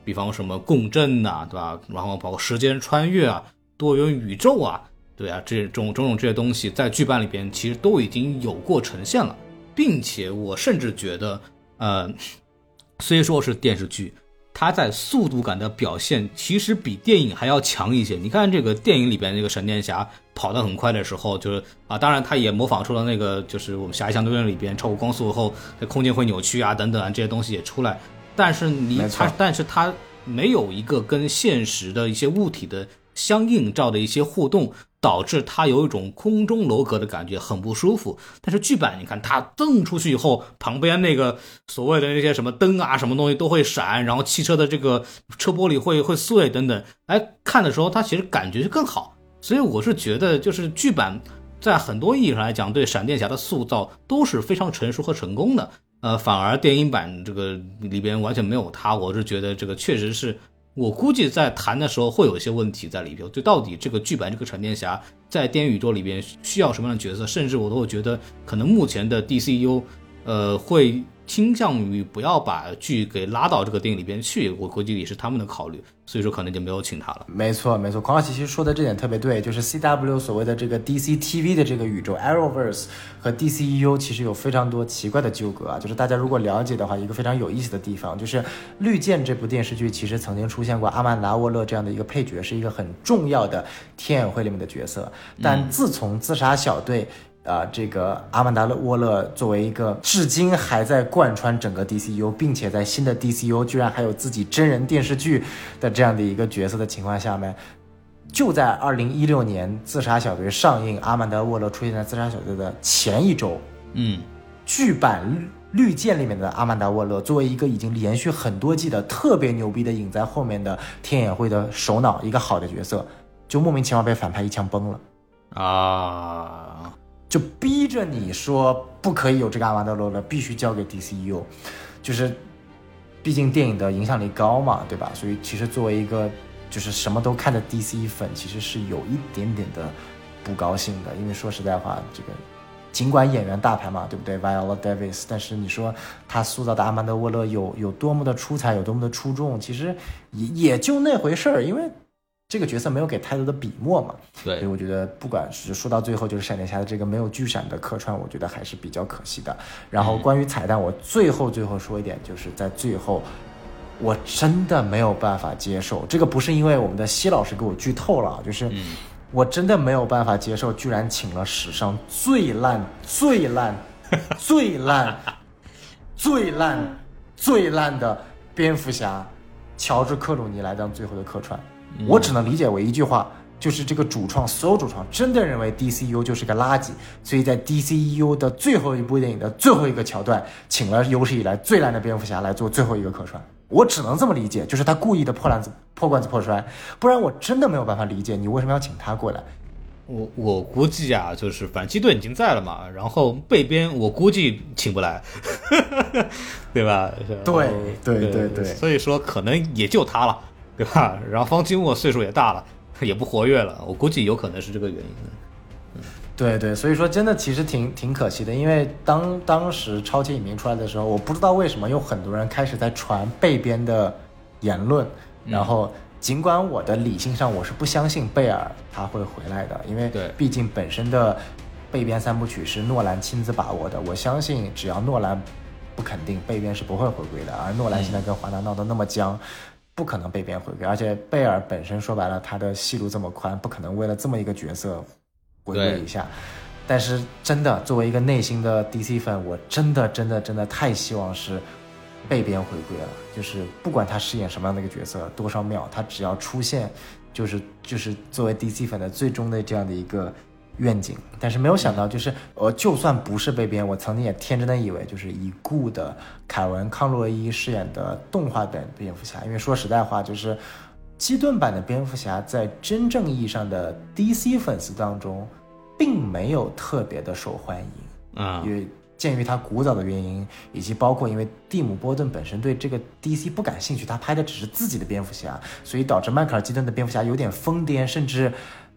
比方什么共振呐，对吧？然后包括时间穿越啊、多元宇宙啊，对啊，这种这些东西在剧版里边其实都已经有过呈现了，并且我甚至觉得，虽说是电视剧，它在速度感的表现其实比电影还要强一些。你看这个电影里边那个闪电侠跑得很快的时候，就是啊，当然他也模仿出了那个就是我们狭义相对论里边超过光速后空间会扭曲啊等等啊这些东西也出来，但是它没有一个跟现实的一些物体的相映照的一些互动，导致它有一种空中楼阁的感觉，很不舒服。但是剧版你看它蹬出去以后，旁边那个所谓的那些什么灯啊什么东西都会闪，然后汽车的这个车玻璃会碎等等，哎，看的时候它其实感觉就更好。所以我是觉得就是剧版在很多意义上来讲对闪电侠的塑造都是非常成熟和成功的，反而电影版这个里边完全没有它，我是觉得这个确实是我估计在谈的时候会有一些问题在里边，就到底这个剧版这个闪电侠在电影宇宙里边需要什么样的角色，甚至我都会觉得可能目前的 DCU 会倾向于不要把剧给拉到这个电影里边去，我估计也是他们的考虑，所以说可能就没有请他了。 没错，孔老师其实说的这点特别对，就是 CW 所谓的这个 DC TV 的这个宇宙 Arrowverse 和 DCEU 其实有非常多奇怪的纠葛啊，就是大家如果了解的话，一个非常有意思的地方就是绿箭这部电视剧其实曾经出现过阿曼达沃勒这样的一个配角，是一个很重要的天眼会里面的角色，但自从自杀小队这个阿曼达沃勒作为一个至今还在贯穿整个 DCU， 并且在新的 DCU 居然还有自己真人电视剧的这样的一个角色的情况下面，就在2016年自杀小队上映，阿曼达沃勒出现在自杀小队的前一周，剧版绿箭里面的阿曼达沃勒作为一个已经连续很多季的特别牛逼的隐在后面的天眼会的首脑，一个好的角色，就莫名其妙被反派一枪崩了啊，就逼着你说不可以有这个阿曼达沃勒，必须交给 DCU， 就是毕竟电影的影响力高嘛，对吧？所以其实作为一个就是什么都看的 DC 粉，其实是有一点点的不高兴的，因为说实在话，这个尽管演员大牌嘛，对不对 ？Viola Davis， 但是你说他塑造的阿曼达沃勒有多么的出彩，有多么的出众，其实也就那回事儿，因为这个角色没有给太多的笔墨嘛， 对， 所以我觉得不管是说到最后，就是闪电侠的这个没有巨闪的客串，我觉得还是比较可惜的。然后关于彩蛋，我最后说一点，就是在最后，我真的没有办法接受，这个不是因为我们的西老师给我剧透了，就是我真的没有办法接受，居然请了史上最烂的蝙蝠侠乔治克鲁尼来当最后的客串。我只能理解为一句话，就是这个所有主创真的认为 DCU 就是个垃圾，所以在 DCU 的最后一部电影的最后一个桥段，请了有史以来最烂的蝙蝠侠来做最后一个客串。我只能这么理解，就是他故意的破罐子破摔，不然我真的没有办法理解你为什么要请他过来。 我估计啊，就是反正基顿已经在了嘛，然后背边我估计请不来，对吧？ 对， 所以说可能也就他了。对吧？然后方基莫岁数也大了，也不活跃了，我估计有可能是这个原因。 对，所以说真的其实挺可惜的，因为当时超级影迷出来的时候，我不知道为什么有很多人开始在传贝边的言论，然后尽管我的理性上我是不相信贝尔他会回来的，因为毕竟本身的贝边三部曲是诺兰亲自把握的，我相信只要诺兰不肯定，贝边是不会回归的，而诺兰现在跟华纳闹得那么僵。不可能贝边回归，而且贝尔本身说白了，他的戏路这么宽，不可能为了这么一个角色回归一下。但是真的，作为一个内心的 DC 粉，我真的太希望是贝边回归了。就是不管他饰演什么样的一个角色，多少秒，他只要出现，就是作为 DC 粉的最终的这样的一个愿景。但是没有想到，就是就算不是贝边，我曾经也天真的以为就是已故的凯文·康洛伊饰演的动画版蝙蝠侠，因为说实在话，就是基顿版的蝙蝠侠在真正意义上的 DC 粉丝当中，并没有特别的受欢迎啊，因为鉴于他古早的原因，以及包括因为蒂姆·波顿本身对这个 DC 不感兴趣，他拍的只是自己的蝙蝠侠，所以导致迈克尔·基顿的蝙蝠侠有点疯癫，甚至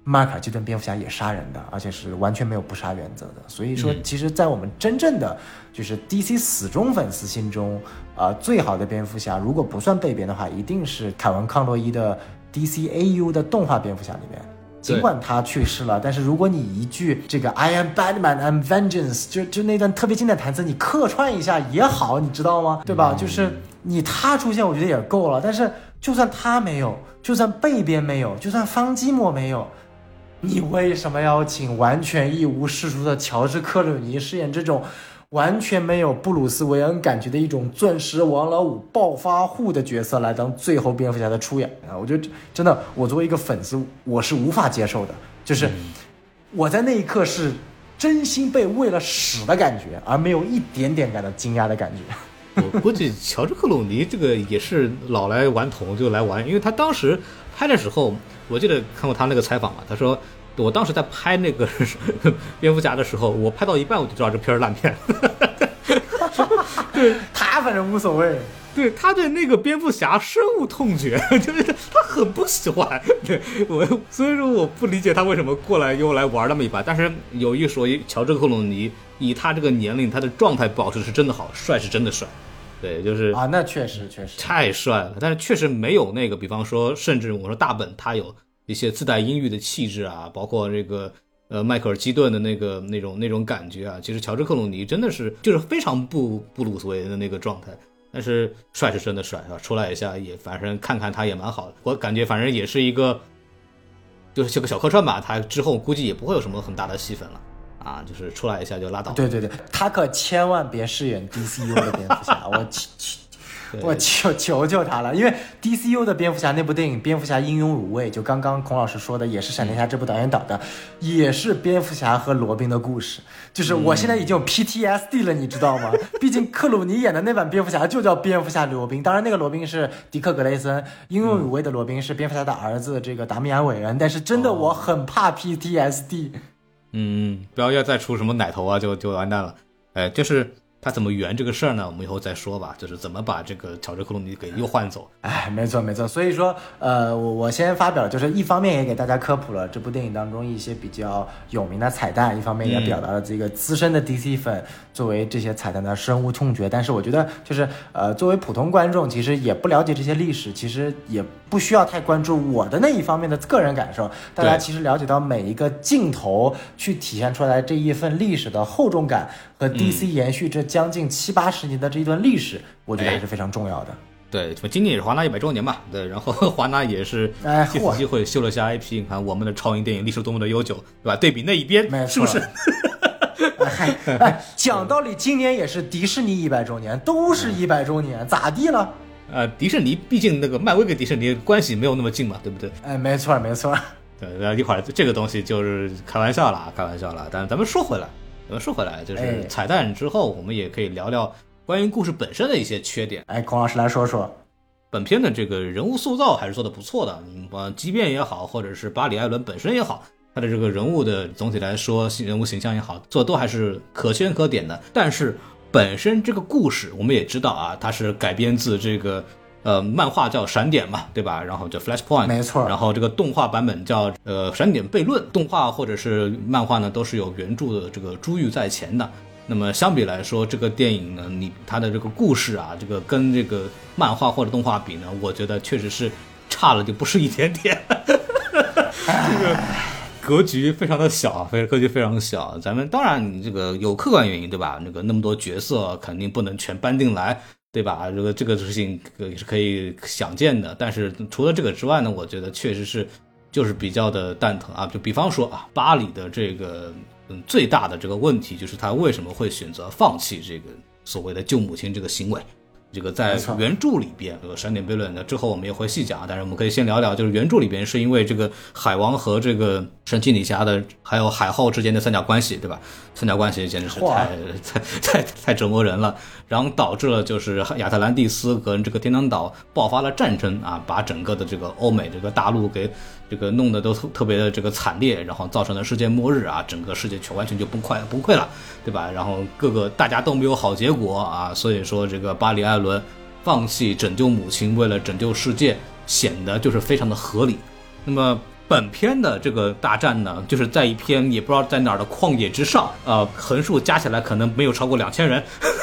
迈克尔基顿蝙蝠侠也杀人的，而且是完全没有不杀原则的。所以说，其实，在我们真正的就是 DC 死忠粉丝心中，最好的蝙蝠侠，如果不算被编的话，一定是凯文·康洛伊的 DCAU 的动画蝙蝠侠里面。尽管他去世了，但是如果你一句这个 I am Batman, I'm Vengeance， 就那段特别经典台词，你客串一下也好，你知道吗？对吧？就是他出现，我觉得也够了。但是就算他没有，就算贝边没有，就算方基莫没有，你为什么要请完全一无是处的乔治·克鲁尼饰演这种完全没有布鲁斯·韦恩感觉的一种钻石王老五暴发户的角色来当最后蝙蝠侠的出演啊？我觉得真的，我作为一个粉丝，我是无法接受的。就是我在那一刻是真心被喂了屎的感觉，而没有一点点感到惊讶的感觉。 我估计乔治·克鲁尼这个也是老来顽童就来玩，因为他当时拍的时候，我记得看过他那个采访嘛，他说我当时在拍那个蝙蝠侠的时候，我拍到一半我就知道这片是烂片。对， 他反正无所谓。 对，他对那个蝙蝠侠深恶痛绝，就是他很不喜欢。对所以说我不理解他为什么过来又来玩那么一把。但是有一说一，乔治·克鲁尼以他这个年龄，他的状态保持是真的好，帅是真的帅。对，就是啊，那确实太帅了，但是确实没有那个，比方说，甚至我说大本他有一些自带阴郁的气质啊，包括这个迈克尔基顿的那种感觉啊，其实乔治克鲁尼真的是就是非常布鲁斯韦恩的那个状态，但是帅是真的帅啊，出来一下也反正看看他也蛮好的，我感觉反正也是一个就是这个小客串吧，他之后估计也不会有什么很大的戏份了。啊，就是出来一下就拉倒。 对，他可千万别饰演 DCU 的蝙蝠侠，我求他了，因为 DCU 的蝙蝠侠那部电影《蝙蝠侠英勇辱卫》，就刚刚孔老师说的，也是闪电侠这部导演导的，也是蝙蝠侠和罗宾的故事。就是我现在已经有 PTSD 了，你知道吗？毕竟克鲁尼演的那版蝙蝠侠就叫蝙蝠侠罗宾，当然那个罗宾是迪克·格雷森，英勇辱卫的罗宾是蝙蝠侠的儿子这个达米安·韦恩，但是真的我很怕 PTSD。 不要再出什么奶头啊，就完蛋了。就是他怎么圆这个事儿呢？我们以后再说吧。就是怎么把这个乔治克鲁尼给又换走。 没错。所以说，我先发表，就是一方面也给大家科普了这部电影当中一些比较有名的彩蛋，一方面也表达了这个资深的 DC 粉作为这些彩蛋的深恶痛绝。但是我觉得，就是作为普通观众，其实也不了解这些历史，其实也不需要太关注我的那一方面的个人感受。大家其实了解到每一个镜头去体现出来这一份历史的厚重感和 DC 延续这将近70-80年的这一段历史，我觉得还是非常重要的。 对，今年也是华纳100周年嘛，对，然后华纳也是借此机会秀了下 IP，你看我们的超英电影历史多么的悠久，对吧？对比那一边，是不是？ 讲道理，今年也是迪士尼100周年，都是100周年，咋地了？ 迪士尼毕竟那个漫威跟迪士尼关系没有那么近嘛，对不对？ 没错。 对，一会儿这个东西就是开玩笑啦。但咱们说回来，就是彩蛋之后，我们也可以聊聊关于故事本身的一些缺点。 孔老师来说说。 本片的这个人物塑造还是做的不错的，即便也好，或者是巴里·艾伦本身也好，他的这个人物的总体来说人物形象也好，做的都还是可圈可点的。但是本身这个故事我们也知道啊，它是改编自这个漫画叫闪点嘛，对吧？然后叫 Flashpoint， 没错。 然后这个动画版本叫闪点悖论。动画或者是漫画呢，都是有原著的这个珠玉在前的。那么相比来说，这个电影呢，它的这个故事啊，这个跟这个漫画或者动画比呢，我觉得确实是差了就不是一点点。这个格局非常的小，格局非常小。咱们当然你这个有客观原因，对吧？那么多角色肯定不能全搬进来，对吧？这个事情也是可以想见的。但是除了这个之外呢，我觉得确实是就是比较的蛋疼啊。就比方说啊，巴里的这个最大的这个问题就是他为什么会选择放弃这个所谓的救母亲这个行为。这个在原著里边，闪点悖论的之后我们也会细讲，但是我们可以先聊聊，就是原著里边是因为这个海王和这个神奇女侠的还有海后之间的三角关系，对吧？三角关系简直是太折磨人了，然后导致了就是亚特兰蒂斯跟这个天堂岛爆发了战争啊，把整个的这个欧美这个大陆给这个弄得都特别的这个惨烈，然后造成了世界末日啊，整个世界完全就崩溃了，对吧？然后大家都没有好结果啊，所以说这个巴里艾伦放弃拯救母亲，为了拯救世界，显得就是非常的合理。那么本片的这个大战呢，就是在一片也不知道在哪儿的旷野之上，横竖加起来可能没有超过2000人。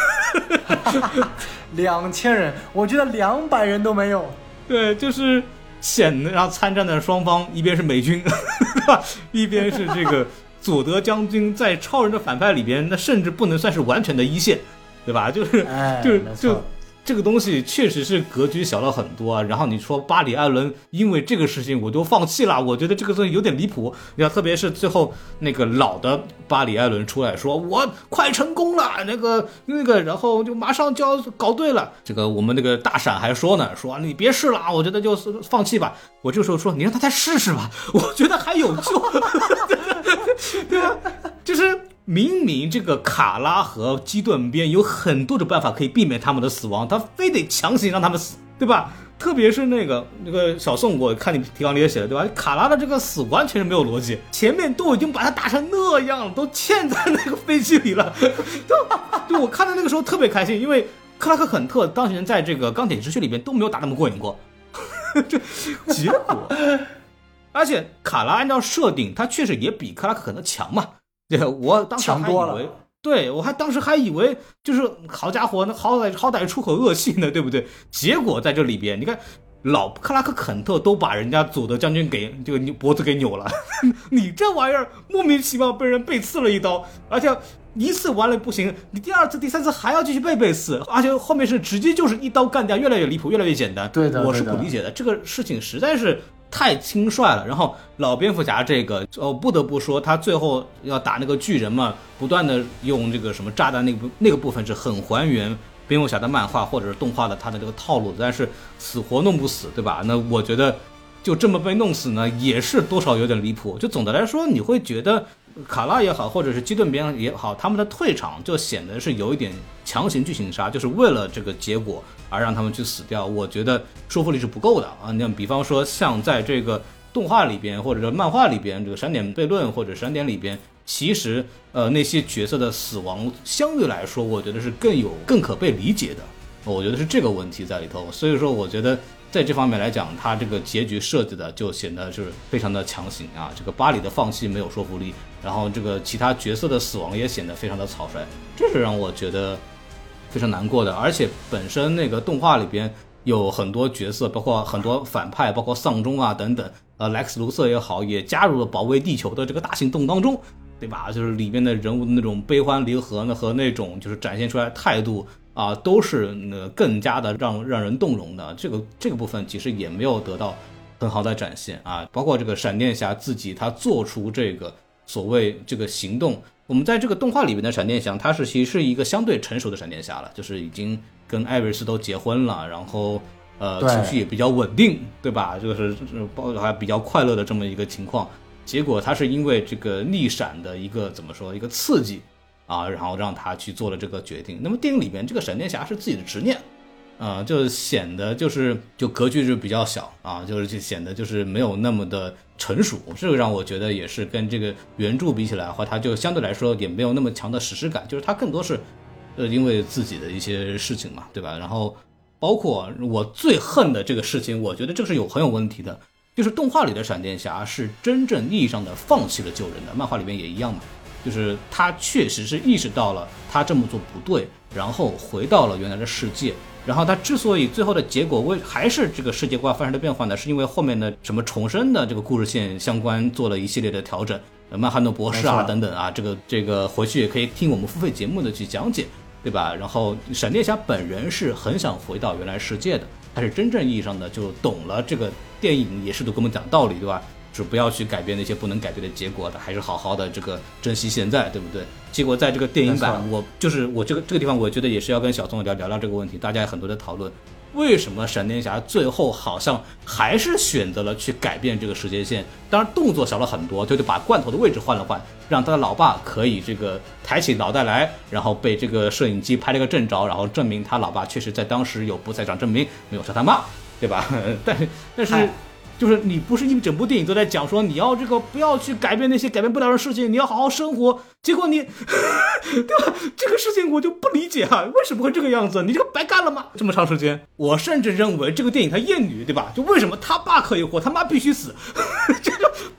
2000人，我觉得200人都没有。 对，就是显得，然后参战的双方一边是美军，对吧？一边是这个佐德将军，在超人的反派里边，那甚至不能算是完全的一线，对吧？就是这个东西确实是格局小了很多啊。然后你说巴里·艾伦因为这个事情我就放弃了，我觉得这个东西有点离谱。你看，特别是最后那个老的巴里·艾伦出来说我快成功了，那个，然后就马上就要搞对了。这个我们那个大闪还说呢，说你别试了，我觉得就放弃吧。我这个时候说你让他再试试吧，我觉得还有救。对吧？就是明明这个卡拉和基顿边有很多的办法可以避免他们的死亡，他非得强行让他们死，对吧？特别是那个小宋，我看你提纲里也写了，对吧？卡拉的这个死完全是没有逻辑，前面都已经把他打成那样了，都嵌在那个飞机里了。对，我看到那个时候特别开心，因为克拉克肯特当年在这个钢铁之躯里边都没有打那么过瘾过。这结果。而且卡拉按照设定，他确实也比克拉克肯特强嘛。对，我当时还以为，对，我当时还以为就是好家伙，那好歹出口恶气呢，对不对？结果在这里边，你看老克拉克肯特都把人家佐德将军给这个脖子给扭了，你这玩意儿莫名其妙被人背刺了一刀，而且一次完了不行，你第二次、第三次还要继续背刺，而且后面是直接就是一刀干掉，越来越离谱，越来越简单。 对的， 我是不理解的，这个事情实在是太轻率了。然后老蝙蝠侠这个，不得不说他最后要打那个巨人嘛，不断的用这个什么炸弹那个部分是很还原蝙蝠侠的漫画或者是动画的他的这个套路，但是死活弄不死，对吧？那我觉得就这么被弄死呢，也是多少有点离谱。就总的来说，你会觉得卡拉也好，或者是基顿边也好，他们的退场就显得是有一点强行剧情杀，就是为了这个结果而让他们去死掉。我觉得说服力是不够的啊。那比方说像在这个动画里边或者漫画里边，这个闪点悖论或者闪点里边，其实那些角色的死亡相对来说，我觉得是更可被理解的。我觉得是这个问题在里头。所以说我觉得在这方面来讲，他这个结局设计的就显得就是非常的强行啊。这个巴里的放弃没有说服力，然后这个其他角色的死亡也显得非常的草率，这是让我觉得非常难过的。而且本身那个动画里边有很多角色，包括很多反派，包括丧钟啊等等，莱克斯卢瑟也好，也加入了保卫地球的这个大行动当中，对吧？就是里面的人物的那种悲欢离合呢，和那种就是展现出来的态度啊，都是更加的让人动容的。这个部分其实也没有得到很好的展现啊。包括这个闪电侠自己他做出这个所谓这个行动，我们在这个动画里面的闪电侠，他是其实是一个相对成熟的闪电侠了，就是已经跟艾瑞斯都结婚了，然后情绪也比较稳定，对吧？就是还比较快乐的这么一个情况。结果他是因为这个逆闪的一个怎么说一个刺激啊，然后让他去做了这个决定。那么电影里面这个闪电侠是自己的执念，就显得就格局是比较小啊，就显得就是没有那么的成熟。这个让我觉得也是跟这个原著比起来的话，他就相对来说也没有那么强的史诗感，就是他更多是因为自己的一些事情嘛，对吧？然后包括我最恨的这个事情，我觉得这是很有问题的，就是动画里的闪电侠是真正意义上的放弃了救人的，漫画里面也一样嘛。就是他确实是意识到了他这么做不对，然后回到了原来的世界。然后他之所以最后的结果还是这个世界观发生的变化呢，是因为后面的什么重生的这个故事线相关做了一系列的调整，曼汉诺博士啊等等啊，这个回去也可以听我们付费节目的去讲解，对吧？然后闪电侠本人是很想回到原来世界的，他是真正意义上的就懂了这个电影也试图跟我们讲道理，对吧？是不要去改变那些不能改变的结果的，还是好好的这个珍惜现在，对不对？结果在这个电影版，我这个地方，我觉得也是要跟小宋聊聊这个问题，大家有很多的讨论，为什么闪电侠最后好像还是选择了去改变这个时间线？当然动作小了很多，就是把罐头的位置换了换，让他的老爸可以这个抬起脑袋来，然后被这个摄影机拍了个正着，然后证明他老爸确实在当时有不在场证明，没有杀他妈，对吧？但是。就是你不是一整部电影都在讲说你要这个不要去改变那些改变不了的事情，你要好好生活，结果你对吧？这个事情我就不理解啊，为什么会这个样子？你这个白干了吗？这么长时间，我甚至认为这个电影它厌女，对吧？就为什么他爸可以活，他妈必须死？这个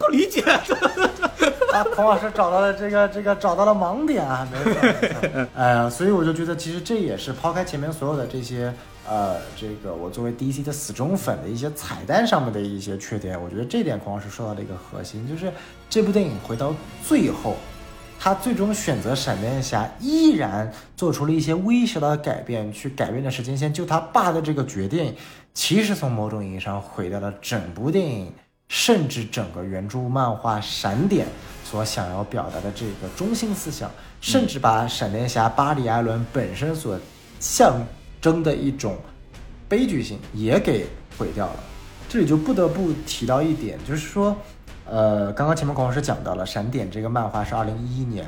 不理解。 啊，孔老师找到了找到了盲点啊，没错。所以我就觉得其实这也是抛开前面所有的这些这个我作为 DC 的死忠粉的一些彩蛋上面的一些缺点，我觉得这点孔老师说到了一个核心，就是这部电影回到最后，他最终选择闪电侠依然做出了一些微小的改变，去改变了时间线救他爸的这个决定，其实从某种意义上毁掉了整部电影，甚至整个原著漫画闪点所想要表达的这个中心思想，甚至把闪电侠巴里·艾伦本身所象征的一种悲剧性也给毁掉了。这里就不得不提到一点，就是说刚刚前面孔老师讲到了闪点这个漫画是2011年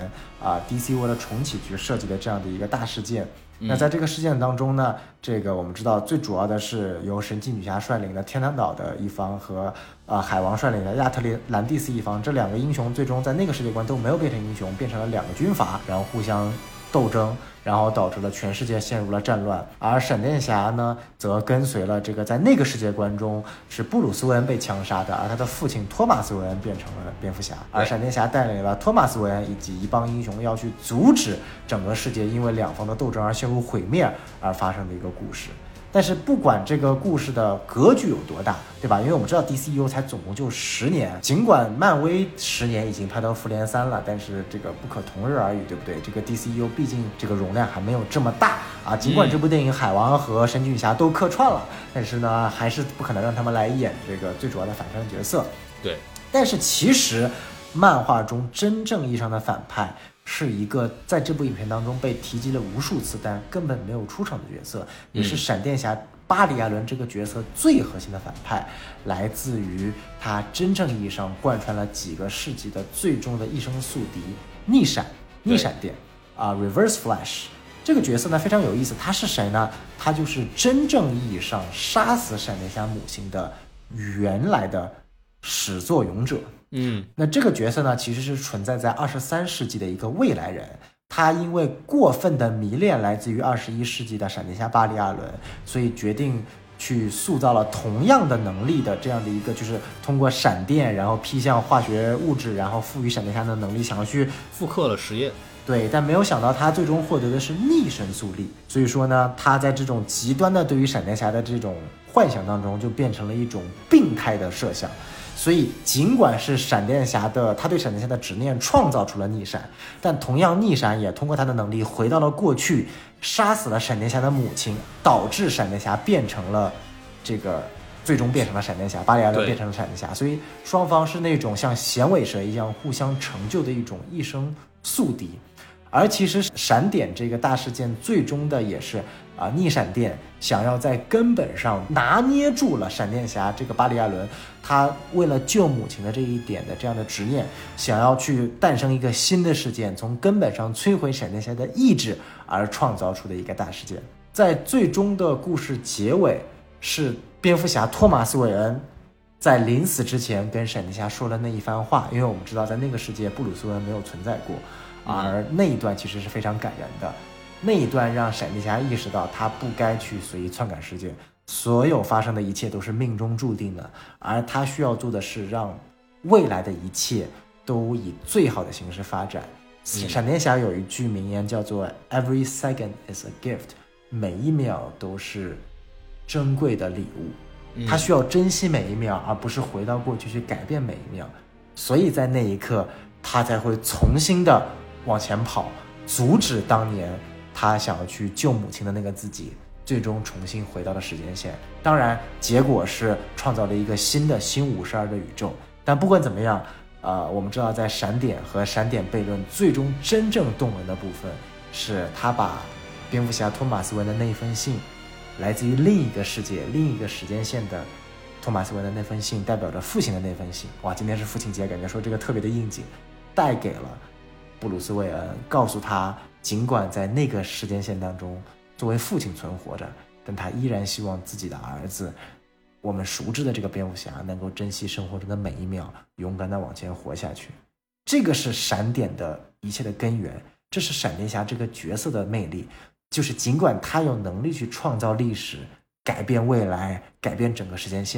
DC 为了重启去设计的这样的一个大事件。那在这个事件当中呢，这个我们知道最主要的是由神奇女侠率领的天堂岛的一方和海王率领的亚特兰蒂斯一方，这两个英雄最终在那个世界观都没有变成英雄，变成了两个军阀，然后互相斗争，然后导致了全世界陷入了战乱。而闪电侠呢，则跟随了这个在那个世界观中是布鲁斯·韦恩被枪杀的，而他的父亲托马斯·韦恩变成了蝙蝠侠，而闪电侠带领了托马斯·韦恩以及一帮英雄要去阻止整个世界因为两方的斗争而陷入毁灭而发生的一个故事。但是不管这个故事的格局有多大，对吧？因为我们知道 DCU 才总共就10年，尽管漫威10年已经拍到复联3了，但是这个不可同日而语，对不对？这个 DCU 毕竟这个容量还没有这么大啊。尽管这部电影海王和神奇女侠都客串了，但是呢，还是不可能让他们来演这个最主要的反派角色。 对， 但是其实漫画中真正意义上的反派是一个在这部影片当中被提及了无数次但根本没有出场的角色，也是闪电侠巴里·艾伦这个角色最核心的反派，来自于他真正意义上贯穿了几个世纪的最终的一生宿敌逆闪电Reverse Flash。这个角色呢非常有意思，他是谁呢？他就是真正意义上杀死闪电侠母亲的原来的始作俑者。那这个角色呢，其实是存在在23世纪的一个未来人，他因为过分的迷恋来自于21世纪的闪电侠巴里·艾伦，所以决定去塑造了同样的能力的这样的一个，就是通过闪电然后劈向化学物质，然后赋予闪电侠的能力，想要去复刻了实验。 对，但没有想到他最终获得的是逆神速力，所以说呢，他在这种极端的对于闪电侠的这种幻想当中，就变成了一种病态的设想。所以尽管是他对闪电侠的执念创造出了逆闪，但同样逆闪也通过他的能力回到了过去，杀死了闪电侠的母亲，导致闪电侠变成了最终变成了闪电侠，巴里·艾伦变成了闪电侠。所以双方是那种像响尾蛇一样互相成就的一种一生宿敌。而其实闪点这个大事件最终的也是逆闪电想要在根本上拿捏住了闪电侠这个巴里·艾伦，他为了救母亲的这一点的这样的执念，想要去诞生一个新的事件，从根本上摧毁闪电侠的意志而创造出的一个大事件。在最终的故事结尾，是蝙蝠侠托马斯·韦恩在临死之前跟闪电侠说了那一番话，因为我们知道在那个世界布鲁斯·韦恩没有存在过，而那一段其实是非常感人的。那一段让闪电侠意识到他不该去随意篡改世界，所有发生的一切都是命中注定的，而他需要做的是让未来的一切都以最好的形式发展。闪电侠有一句名言叫做 Every second is a gift， 每一秒都是珍贵的礼物。他需要珍惜每一秒，而不是回到过去去改变每一秒。所以在那一刻他才会重新的往前跑，阻止当年他想要去救母亲的那个自己最终重新回到了时间线。当然结果是创造了一个新的新52的宇宙。但不管怎么样我们知道在闪点和闪点悖论最终真正动人的部分，是他把蝙蝠侠托马斯·韦恩的那封信，来自于另一个世界另一个时间线的托马斯·韦恩的那封信，代表着父亲的那封信。哇，今天是父亲节，感觉说这个特别的应景，带给了布鲁斯·韦恩，告诉他尽管在那个时间线当中作为父亲存活着，但他依然希望自己的儿子，我们熟知的这个蝙蝠侠，能够珍惜生活中的每一秒，勇敢地往前活下去。这个是闪点的一切的根源，这是闪电侠这个角色的魅力，就是尽管他有能力去创造历史，改变未来，改变整个时间线，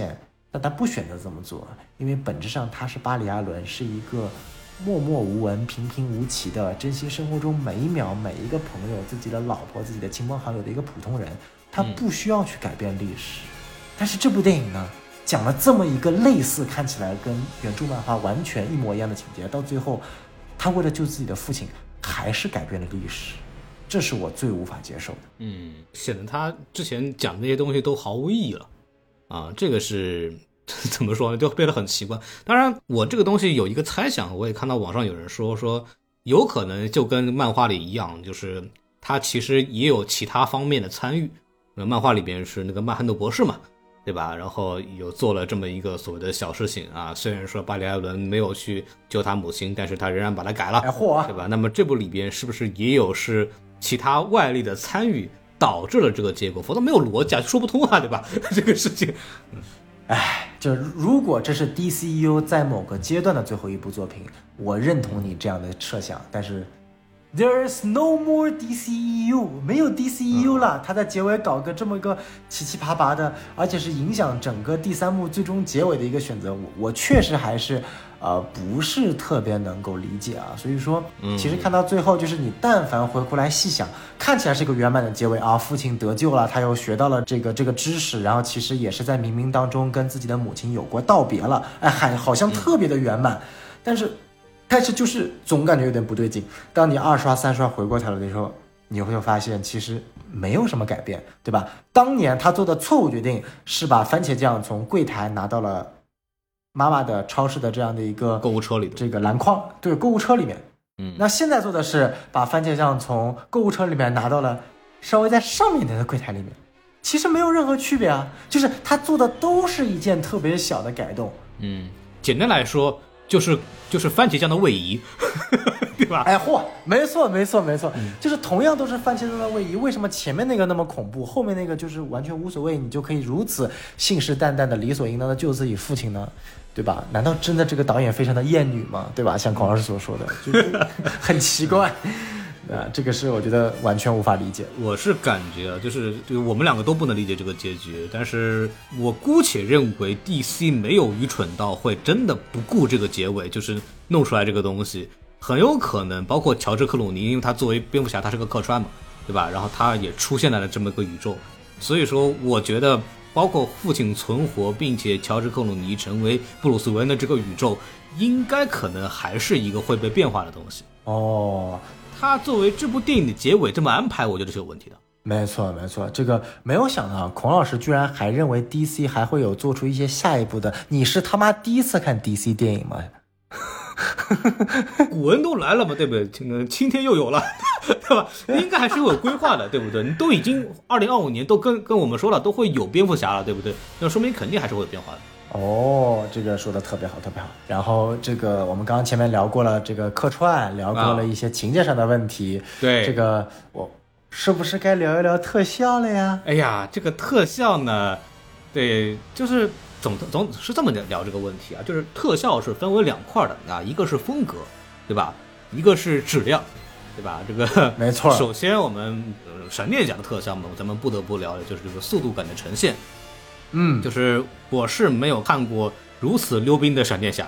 但他不选择这么做，因为本质上他是巴里·艾伦，是一个默默无闻、平平无奇的，珍惜生活中每一秒、每一个朋友、自己的老婆、自己的亲朋好友的一个普通人。他不需要去改变历史。但是这部电影呢，讲了这么一个类似，看起来跟原著漫画完全一模一样的情节，到最后，他为了救自己的父亲，还是改变了历史。这是我最无法接受的。 显得他之前讲的那些东西都毫无意义了啊，这个是怎么说呢，就变得很奇怪。当然我这个东西有一个猜想，我也看到网上有人说有可能就跟漫画里一样，就是他其实也有其他方面的参与。漫画里边是那个曼汉顿博士嘛，对吧？然后有做了这么一个所谓的小事情啊，虽然说巴里·艾伦没有去救他母亲，但是他仍然把它改了，对吧？那么这部里边是不是也有是其他外力的参与导致了这个结果？否则没有逻辑啊，说不通啊，对吧？这个事情， 就如果这是 DCU 在某个阶段的最后一部作品，我认同你这样的设想，但是 There's no more DCEU， 没有 DCEU 了。他在结尾搞个这么个七七八八的，而且是影响整个第三部最终结尾的一个选择，我确实还是不是特别能够理解啊。所以说，其实看到最后，就是你但凡回过来细想，看起来是一个圆满的结尾啊，父亲得救了，他又学到了这个知识，然后其实也是在冥冥当中跟自己的母亲有过道别了，好像特别的圆满，但是就是总感觉有点不对劲。当你2刷3刷回过头来的时候，你会发现其实没有什么改变，对吧？当年他做的错误决定是把番茄酱从柜台拿到了妈妈的超市的这样的一个购物车里， 这个篮筐，对，购物车里面。那现在做的是把番茄酱从购物车里面拿到了稍微在上面的柜台里面，其实没有任何区别啊，就是他做的都是一件特别小的改动。 简单来说就是番茄酱的位移对吧？ 没错，就是同样都是番茄酱的位移，为什么前面那个那么恐怖，后面那个就是完全无所谓，你就可以如此信誓旦旦的理所应当的救自己父亲呢？对吧？难道真的这个导演非常的厌女吗？对吧？像孔老师所说的，就是很奇怪。这个是我觉得完全无法理解。 我是感觉啊，就是我们两个都不能理解这个结局，但是我姑且认为 DC 没有愚蠢到会真的不顾这个结尾，就是弄出来这个东西，很有可能包括乔治克鲁尼，因为他作为蝙蝠侠他是个客串嘛，对吧？然后他也出现在了这么个宇宙，所以说我觉得包括父亲存活，并且乔治克鲁尼成为布鲁斯韦恩的这个宇宙，应该可能还是一个会被变化的东西。他作为这部电影的结尾这么安排，我觉得是有问题的。 没错，这个没有想到孔老师居然还认为 DC 还会有做出一些下一步的。你是他妈第一次看 DC 电影吗？ 古恩都来了嘛，对不对？青天又有了，对吧？应该还是有规划的，对不对？你都已经2025年都跟我们说了，都会有蝙蝠侠了，对不对？那说明肯定还是会有变化的。 这个说的特别好。然后这个我们刚刚前面聊过了这个客串，聊过了一些情节上的问题。 对， 这个我是不是该聊一聊特效了呀？ 哎呀，这个特效呢，对，就是总是这么聊这个问题啊，就是特效是分为2块的啊，一个是风格，对吧？一个是质量，对吧？这个没错。 首先我们闪电侠的特效嘛，咱们不得不聊的就是这个速度感的呈现。就是我是没有看过如此溜冰的闪电侠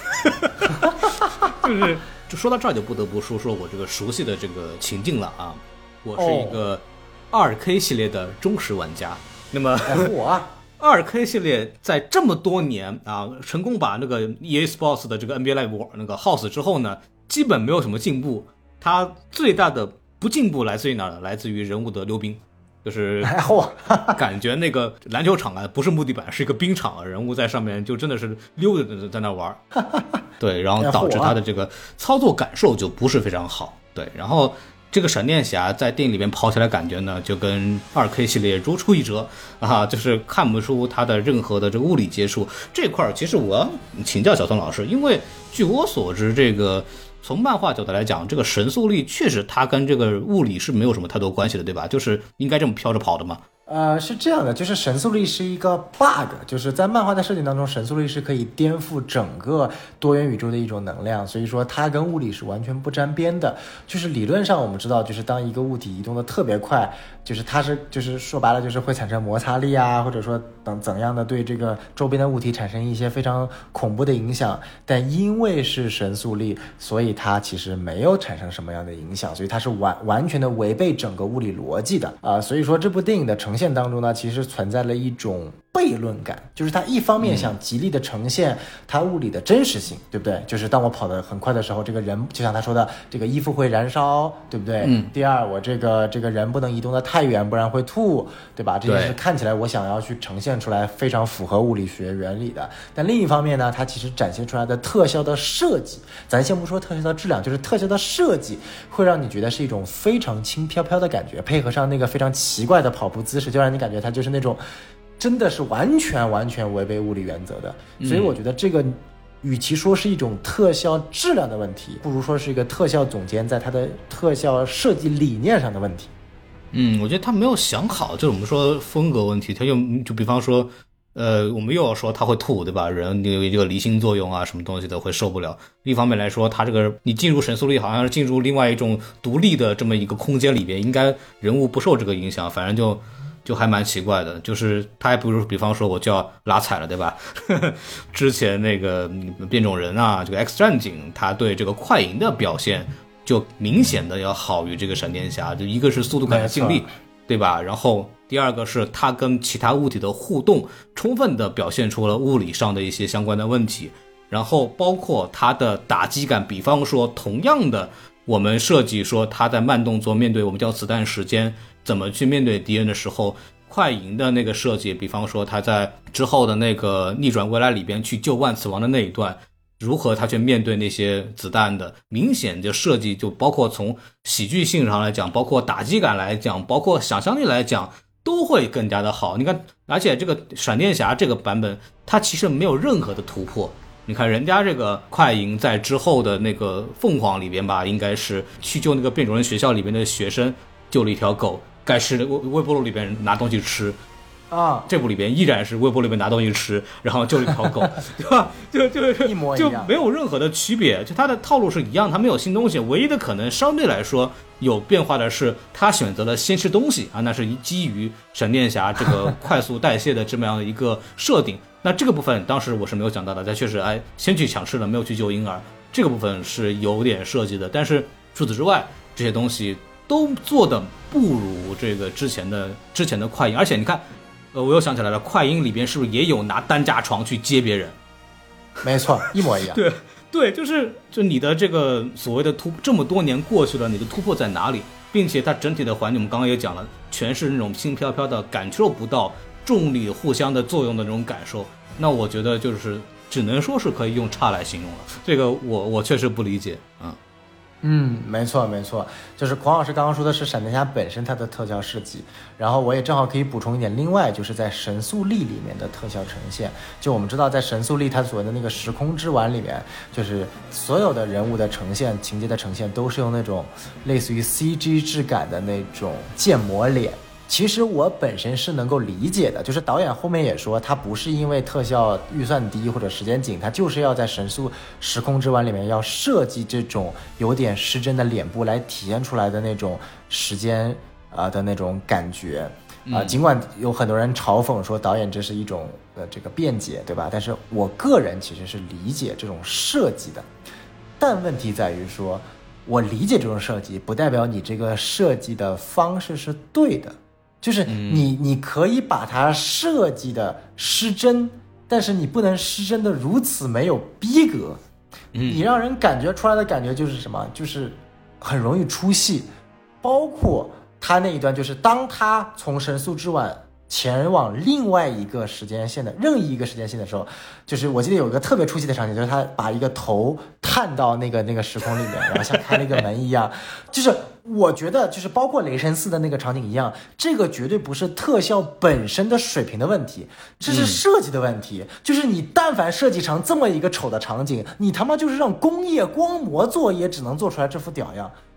就说到这儿就不得不说我这个熟悉的这个情境了啊。我是一个2K 系列的忠实玩家，那么2K 系列在这么多年啊，成功把那个 EA Sports 的这个 NBA Live 那个耗死之后呢，基本没有什么进步。它最大的不进步来自于哪儿？来自于人物的溜冰。就是感觉那个篮球场啊，不是木地板，是一个冰场啊，人物在上面就真的是溜着在那玩，对，然后导致他的这个操作感受就不是非常好，对，然后这个闪电侠在电影里面跑起来感觉呢，就跟2K 系列如出一辙啊，就是看不出他的任何的这个物理接触这块。其实我要请教小宋老师，因为据我所知，这个从漫画角度来讲，这个神速力确实它跟这个物理是没有什么太多关系的，对吧？就是应该这么飘着跑的嘛。 是这样的，就是神速力是一个 bug， 就是在漫画的设定当中，神速力是可以颠覆整个多元宇宙的一种能量，所以说它跟物理是完全不沾边的。就是理论上我们知道，就是当一个物体移动的特别快，就是它是就是说白了就是会产生摩擦力啊，或者说怎样的对这个周边的物体产生一些非常恐怖的影响。但因为是神速力，所以它其实没有产生什么样的影响，所以它是完全的违背整个物理逻辑的所以说这部电影的呈现当中呢，其实存在了一种悖论感，就是它一方面想极力的呈现它物理的真实性，对不对？就是当我跑得很快的时候，这个人就像他说的，这个衣服会燃烧，对不对？第二，我这个人不能移动得太远，不然会吐，对吧？这些是看起来我想要去呈现出来非常符合物理学原理的。但另一方面呢，它其实展现出来的特效的设计，咱先不说特效的质量，就是特效的设计会让你觉得是一种非常轻飘飘的感觉，配合上那个非常奇怪的跑步姿势，就让你感觉它就是那种真的是完全违背物理原则的。所以我觉得这个与其说是一种特效质量的问题，不如说是一个特效总监在他的特效设计理念上的问题。 我觉得他没有想好，就是我们说风格问题，他就比方说我们又要说他会吐，对吧？人有一个离心作用啊，什么东西的会受不了。另一方面来说，他这个你进入神速力好像是进入另外一种独立的这么一个空间里边，应该人物不受这个影响，反正就还蛮奇怪的。就是他还不如比方说我就要拉踩了，对吧？之前那个变种人啊，这个 X 战警，他对这个快银的表现就明显的要好于这个闪电侠，就一个是速度感的尽力，对吧？然后第二个是它跟其他物体的互动充分的表现出了物理上的一些相关的问题，然后包括它的打击感，比方说同样的我们设计说它在慢动作面对我们叫子弹时间怎么去面对敌人的时候，快银的那个设计，比方说他在之后的那个逆转未来里边去救万磁王的那一段，如何他去面对那些子弹的，明显就设计就包括从喜剧性上来讲，包括打击感来讲，包括想象力来讲，都会更加的好。你看，而且这个闪电侠这个版本它其实没有任何的突破。你看人家这个快银在之后的那个凤凰里边吧，应该是去救那个变种人学校里边的学生，救了一条狗，该是微波炉里边拿东西吃啊，这部里边依然是微波里边拿东西吃，然后救了一条狗，对吧？就一模一样， 就没有任何的区别，就它的套路是一样，它没有新东西，唯一的可能相对来说有变化的是，他选择了先吃东西啊，那是基于闪电侠这个快速代谢的这么样的一个设定。那这个部分当时我是没有讲到的，他确实先去抢吃了，没有去救婴儿，这个部分是有点设计的，但是除此之外，这些东西都做的不如这个之前的快银，而且你看。我又想起来了，快银里边是不是也有拿担架床去接别人？ 没错，一模一样。 对，就你的这个所谓的这么多年过去了，你的突破在哪里？并且它整体的环境，我们刚刚也讲了，全是那种轻飘飘的，感受不到重力互相的作用的那种感受。那我觉得就是只能说是可以用差来形容了。这个我确实不理解啊。 没错，就是孔老师刚刚说的是闪电侠本身它的特效设计，然后我也正好可以补充一点，另外就是在神速力里面的特效呈现。就我们知道在神速力它所谓的那个时空之丸里面，就是所有的人物的呈现、情节的呈现都是用那种类似于 CG 质感的那种建模脸。其实我本身是能够理解的，就是导演后面也说他不是因为特效预算低或者时间紧，他就是要在神速时空之丸里面要设计这种有点失真的脸部来体现出来的那种时间的那种感觉尽管有很多人嘲讽说导演这是一种这个辩解，对吧？但是我个人其实是理解这种设计的，但问题在于说我理解这种设计不代表你这个设计的方式是对的，就是你可以把它设计的失真，但是你不能失真的如此没有逼格。你让人感觉出来的感觉就是什么？就是很容易出戏。包括他那一段，就是当他从神速之丸前往另外一个时间线的任意一个时间线的时候，就是我记得有一个特别出戏的场景，就是他把一个头探到那个时空里面，然后像开了一个门一样。就是我觉得就是包括雷神4的那个场景一样，这个绝对不是特效本身的水平的问题，这是设计的问题。就是你但凡设计成这么一个丑的场景，你他妈就是让工业光魔做也只能做出来这副屌样。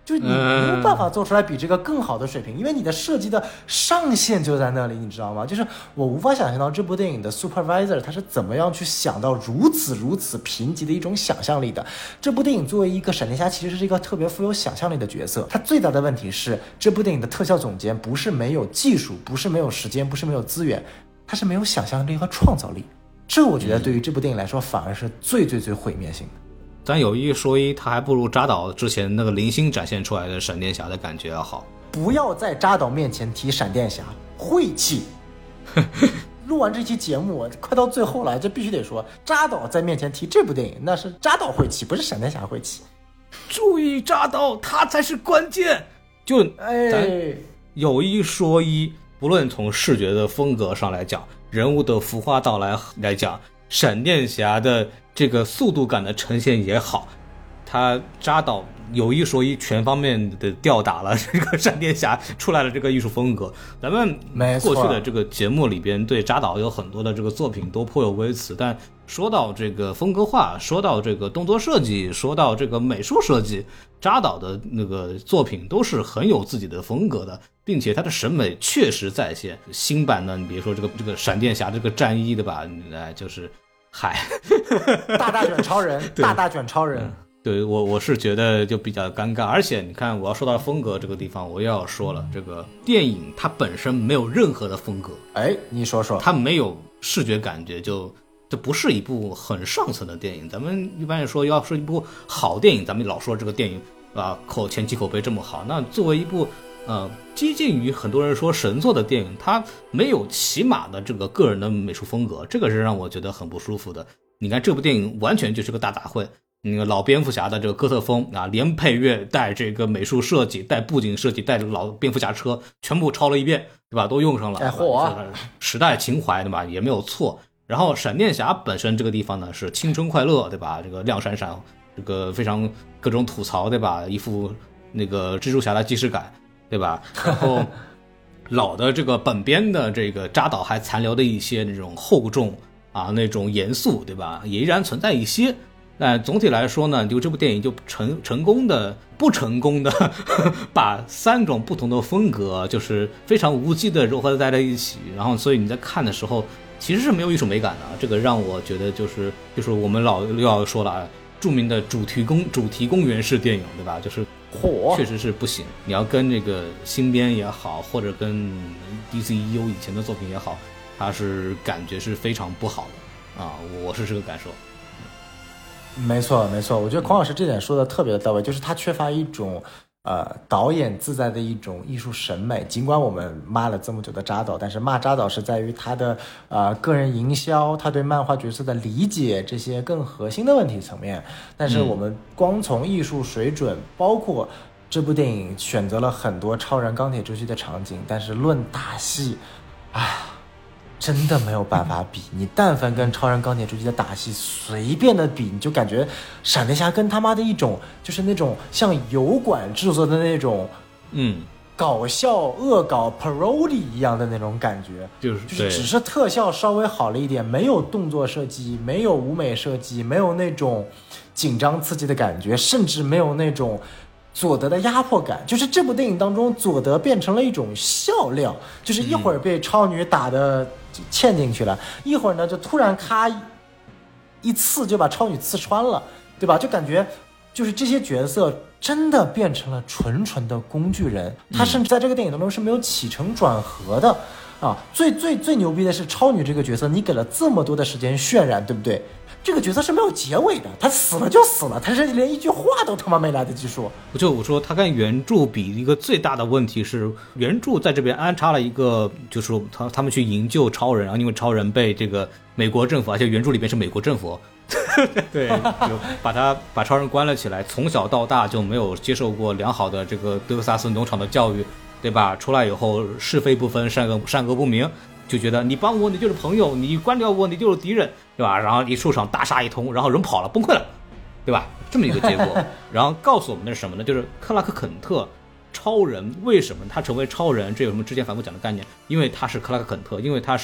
就是你没有办法做出来比这个更好的水平，因为你的设计的上限就在那里，你知道吗？就是我无法想象到这部电影的 supervisor 他是怎么样去想到如此贫瘠的一种想象力的。这部电影作为一个闪电侠，其实是一个特别富有想象力的角色。他最大的问题是，这部电影的特效总监不是没有技术，不是没有时间，不是没有资源，他是没有想象力和创造力。这我觉得对于这部电影来说，反而是最毁灭性的。 咱有一说一，他还不如扎导之前那个零星展现出来的闪电侠的感觉要好。 不要在扎导面前提闪电侠，晦气。录完这期节目，快到最后了，这必须得说，扎导在面前提这部电影，那是扎导晦气，不是闪电侠晦气。 注意扎导，他才是关键。就咱有一说一，不论从视觉的风格上来讲，人物的服化道来讲，闪电侠的这个速度感的呈现也好，他扎导有一说一，全方面的吊打了这个闪电侠出来的这个艺术风格。咱们过去的这个节目里边对扎导有很多的这个作品都颇有微词，但说到这个风格化，说到这个动作设计，说到这个美术设计，扎导的那个作品都是很有自己的风格的，并且他的审美确实在线。新版的你比如说这个闪电侠这个战衣，对吧？就是大卷超人，大卷超人。 对，我是觉得就比较尴尬。而且你看，我要说到风格这个地方，我又要说了，这个电影它本身没有任何的风格。 哎，你说说， 它没有视觉感觉，这不是一部很上层的电影。咱们一般说要说一部好电影，咱们老说这个电影啊前期口碑这么好，那作为一部接近于很多人说神作的电影，它没有起码的这个个人的美术风格，这个是让我觉得很不舒服的。你看这部电影完全就是个大杂烩，那个老蝙蝠侠的这个哥特风啊，连配乐带这个美术设计带布景设计带老蝙蝠侠车全部抄了一遍，对吧？都用上了。时代情怀，对吧？也没有错。然后闪电侠本身这个地方呢是青春快乐，对吧？这个亮闪闪，这个非常各种吐槽，对吧？一副那个蜘蛛侠的既视感，对吧？然后老的这个本编的这个扎导还残留的一些那种厚重啊，那种严肃，对吧？也依然存在一些。但总体来说呢，就这部电影就成功的不成功的把三种不同的风格就是非常无稽的糅合在了一起，然后所以你在看的时候其实是没有艺术美感的。这个让我觉得就是我们又要说了，著名的主题公园式电影，对吧？就是确实是不行。你要跟这个新编也好，或者跟 DCEU 以前的作品也好，它是感觉是非常不好的啊，我是这个感受。 没错，我觉得孔老师这点说的特别的到位，就是他缺乏一种导演自在的一种艺术审美。尽管我们骂了这么久的扎导，但是骂扎导是在于他的个人营销，他对漫画角色的理解这些更核心的问题层面。但是我们光从艺术水准，包括这部电影选择了很多超人钢铁之躯的场景，但是论打戏，真的没有办法比。你但凡跟超人钢铁之躯的打戏随便的比，你就感觉闪电侠跟他妈的一种就是那种像油管制作的那种搞笑恶搞 parody 一样的那种感觉，就是只是特效稍微好了一点，没有动作设计，没有舞美设计，没有那种紧张刺激的感觉，甚至没有那种佐德的压迫感。就是这部电影当中，佐德变成了一种笑料，就是一会儿被超女打的嵌进去了，一会儿呢就突然咔一刺就把超女刺穿了，对吧？就感觉就是这些角色真的变成了纯的工具人，他甚至在这个电影当中是没有起承转合的啊。最牛逼的是超女这个角色，你给了这么多的时间渲染，对不对？这个角色是没有结尾的，他死了就死了，他是连一句话都他妈没来得及说。 我说他跟原著比，一个最大的问题是原著在这边安插了一个，就是他们去营救超人，然后因为超人被这个美国政府，而且原著里边是美国政府对，就把超人关了起来，从小到大就没有接受过良好的这个德克萨斯农场的教育，对吧？出来以后是非不分，善恶不明，就觉得你帮我你就是朋友，你关掉我你就是敌人，对吧？然后一出场大杀一通，然后人跑了，崩溃了，对吧？这么一个结果。然后告诉我们的是什么呢？就是克拉克肯特超人为什么他成为超人，这有什么之前反复讲的概念？因为他是克拉克肯特，因为他是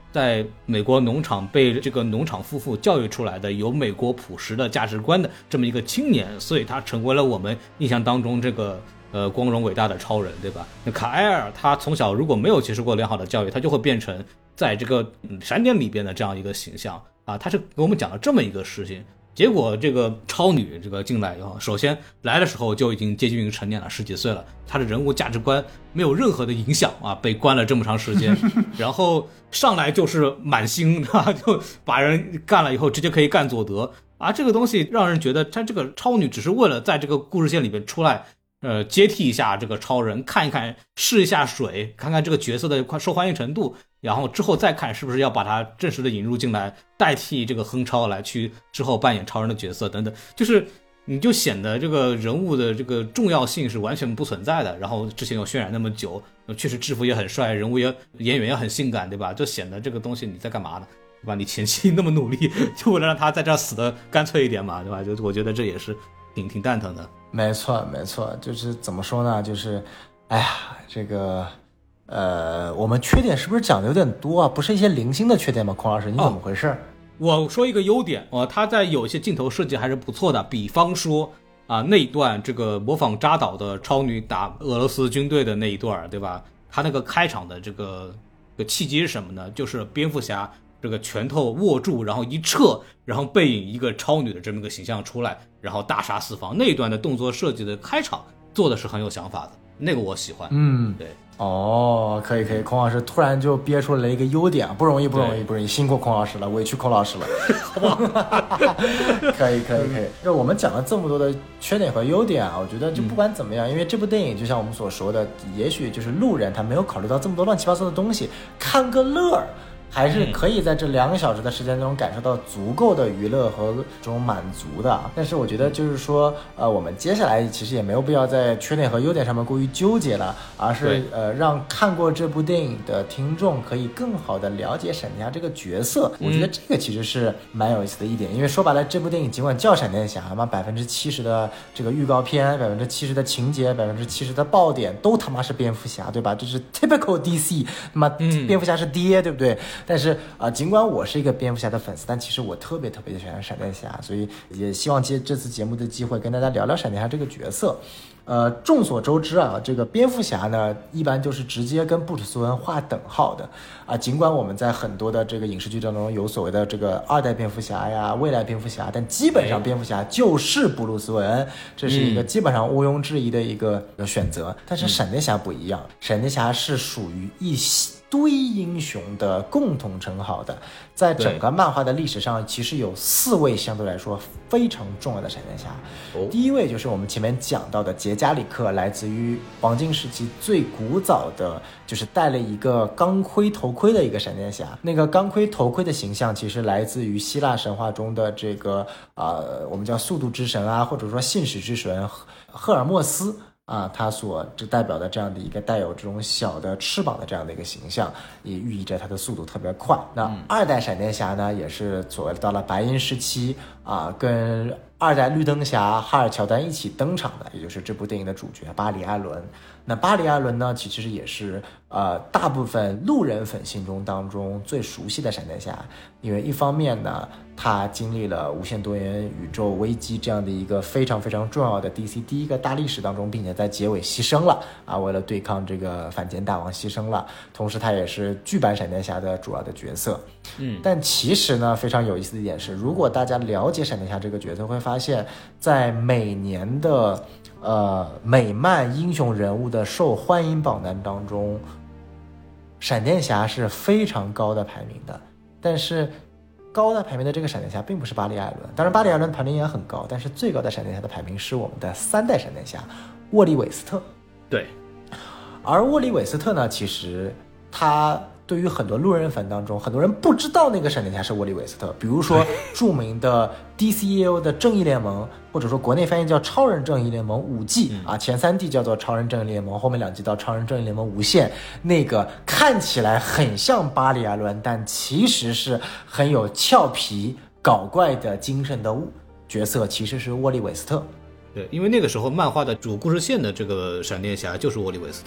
在美国农场被这个农场夫妇教育出来的有美国朴实的价值观的这么一个青年，所以他成为了我们印象当中这个光荣伟大的超人，对吧？那卡埃尔他从小如果没有接受过良好的教育，他就会变成在这个闪点里边的这样一个形象啊。他是给我们讲了这么一个事情。结果这个超女这个进来以后，首先来的时候就已经接近于成年了，10几岁了，她的人物价值观没有任何的影响啊，被关了这么长时间，然后上来就是满星啊，就把人干了以后直接可以干佐德啊，这个东西让人觉得她这个超女只是为了在这个故事线里面出来。接替一下这个超人，看一看试一下水，看看这个角色的受欢迎程度，然后之后再看是不是要把他正式的引入进来，代替这个亨超来去之后扮演超人的角色等等，就是你就显得这个人物的这个重要性是完全不存在的。然后之前有渲染那么久，确实制服也很帅，人物也演员也很性感，对吧？就显得这个东西你在干嘛呢？对吧？你前期那么努力，就为了让他在这儿死的干脆一点嘛，对吧？就我觉得这也是挺蛋疼的。 没错，就是怎么说呢？就是，哎呀，这个，我们缺点是不是讲的有点多啊？不是一些零星的缺点吗？孔老师，你怎么回事？ 我说一个优点，他在有一些镜头设计还是不错的，比方说啊那一段这个模仿扎导的超女打俄罗斯军队的那一段，对吧？他那个开场的这个契机是什么呢？就是蝙蝠侠这个拳头握住，然后一撤，然后背影一个超女的这么一个形象出来，然后大杀四方，那一段的动作设计的开场做的是很有想法的，那个我喜欢。对。 哦，可以，孔老师突然就憋出了一个优点，不容易，辛苦孔老师了，委屈孔老师了，好吧？可以。就我们讲了这么多的缺点和优点啊，我觉得就不管怎么样，因为这部电影就像我们所说的，也许就是路人他没有考虑到这么多乱七八糟的东西，看个乐儿。还是可以在这2个小时的时间中感受到足够的娱乐和这种满足的。但是我觉得就是说，我们接下来其实也没有必要在缺点和优点上面过于纠结了，而是让看过这部电影的听众可以更好的了解闪电侠这个角色。我觉得这个其实是蛮有意思的一点，因为说白了，这部电影尽管叫闪电侠嘛，70%的这个预告片，70%的情节，70%的爆点都他妈是蝙蝠侠，对吧？这是 typical DC， 那么蝙蝠侠是爹，对不对？但是尽管我是一个蝙蝠侠的粉丝，但其实我特别喜欢闪电侠，所以也希望借这次节目的机会跟大家聊聊闪电侠这个角色。众所周知啊，这个蝙蝠侠呢，一般就是直接跟布鲁斯·韦恩划等号的啊。尽管我们在很多的这个影视剧当中有所谓的这个2代蝙蝠侠呀、未来蝙蝠侠，但基本上蝙蝠侠就是布鲁斯·韦恩，这是一个基本上毋庸置疑的一个选择。但是闪电侠不一样，闪电侠是属于一堆英雄的共同称号的，在整个漫画的历史上，其实有4位相对来说非常重要的闪电侠。第一位就是我们前面讲到的杰加里克，来自于黄金时期最古早的，就是戴了一个钢盔头盔的一个闪电侠。那个钢盔头盔的形象其实来自于希腊神话中的这个我们叫速度之神啊，或者说信使之神赫尔墨斯。他所代表的这样的一个带有这种小的翅膀的这样的一个形象，也寓意着他的速度特别快。那2代闪电侠呢，也是所谓到了白银时期跟2代绿灯侠哈尔乔丹一起登场的，也就是这部电影的主角巴里·艾伦。那巴里·艾伦呢，其实也是大部分路人粉心中当中最熟悉的闪电侠，因为一方面呢，他经历了无限多元宇宙危机这样的一个非常非常重要的 DC 第一个大历史当中，并且在结尾牺牲了为了对抗这个反间大王牺牲了。同时，他也是剧版闪电侠的主要的角色。但其实呢，非常有意思的一点是，如果大家了解闪电侠这个角色，会发现，在每年的美漫英雄人物的受欢迎榜单当中，闪电侠是非常高的排名的。但是高的排名的这个闪电侠并不是巴里·艾伦，当然巴里·艾伦排名也很高，但是最高的闪电侠的排名是我们的3代闪电侠沃利·韦斯特。 对，而沃利·韦斯特呢，其实他对于很多路人粉当中，很多人不知道那个闪电侠是沃利·韦斯特。比如说著名的 DCEU 的正义联盟，或者说国内翻译叫超人正义联盟5季前3季叫做超人正义联盟，后面2季到超人正义联盟无限，那个看起来很像巴里·艾伦，但其实是很有俏皮搞怪的精神的角色，其实是沃利·韦斯特。 对，因为那个时候漫画的主故事线的这个闪电侠就是沃利·韦斯特。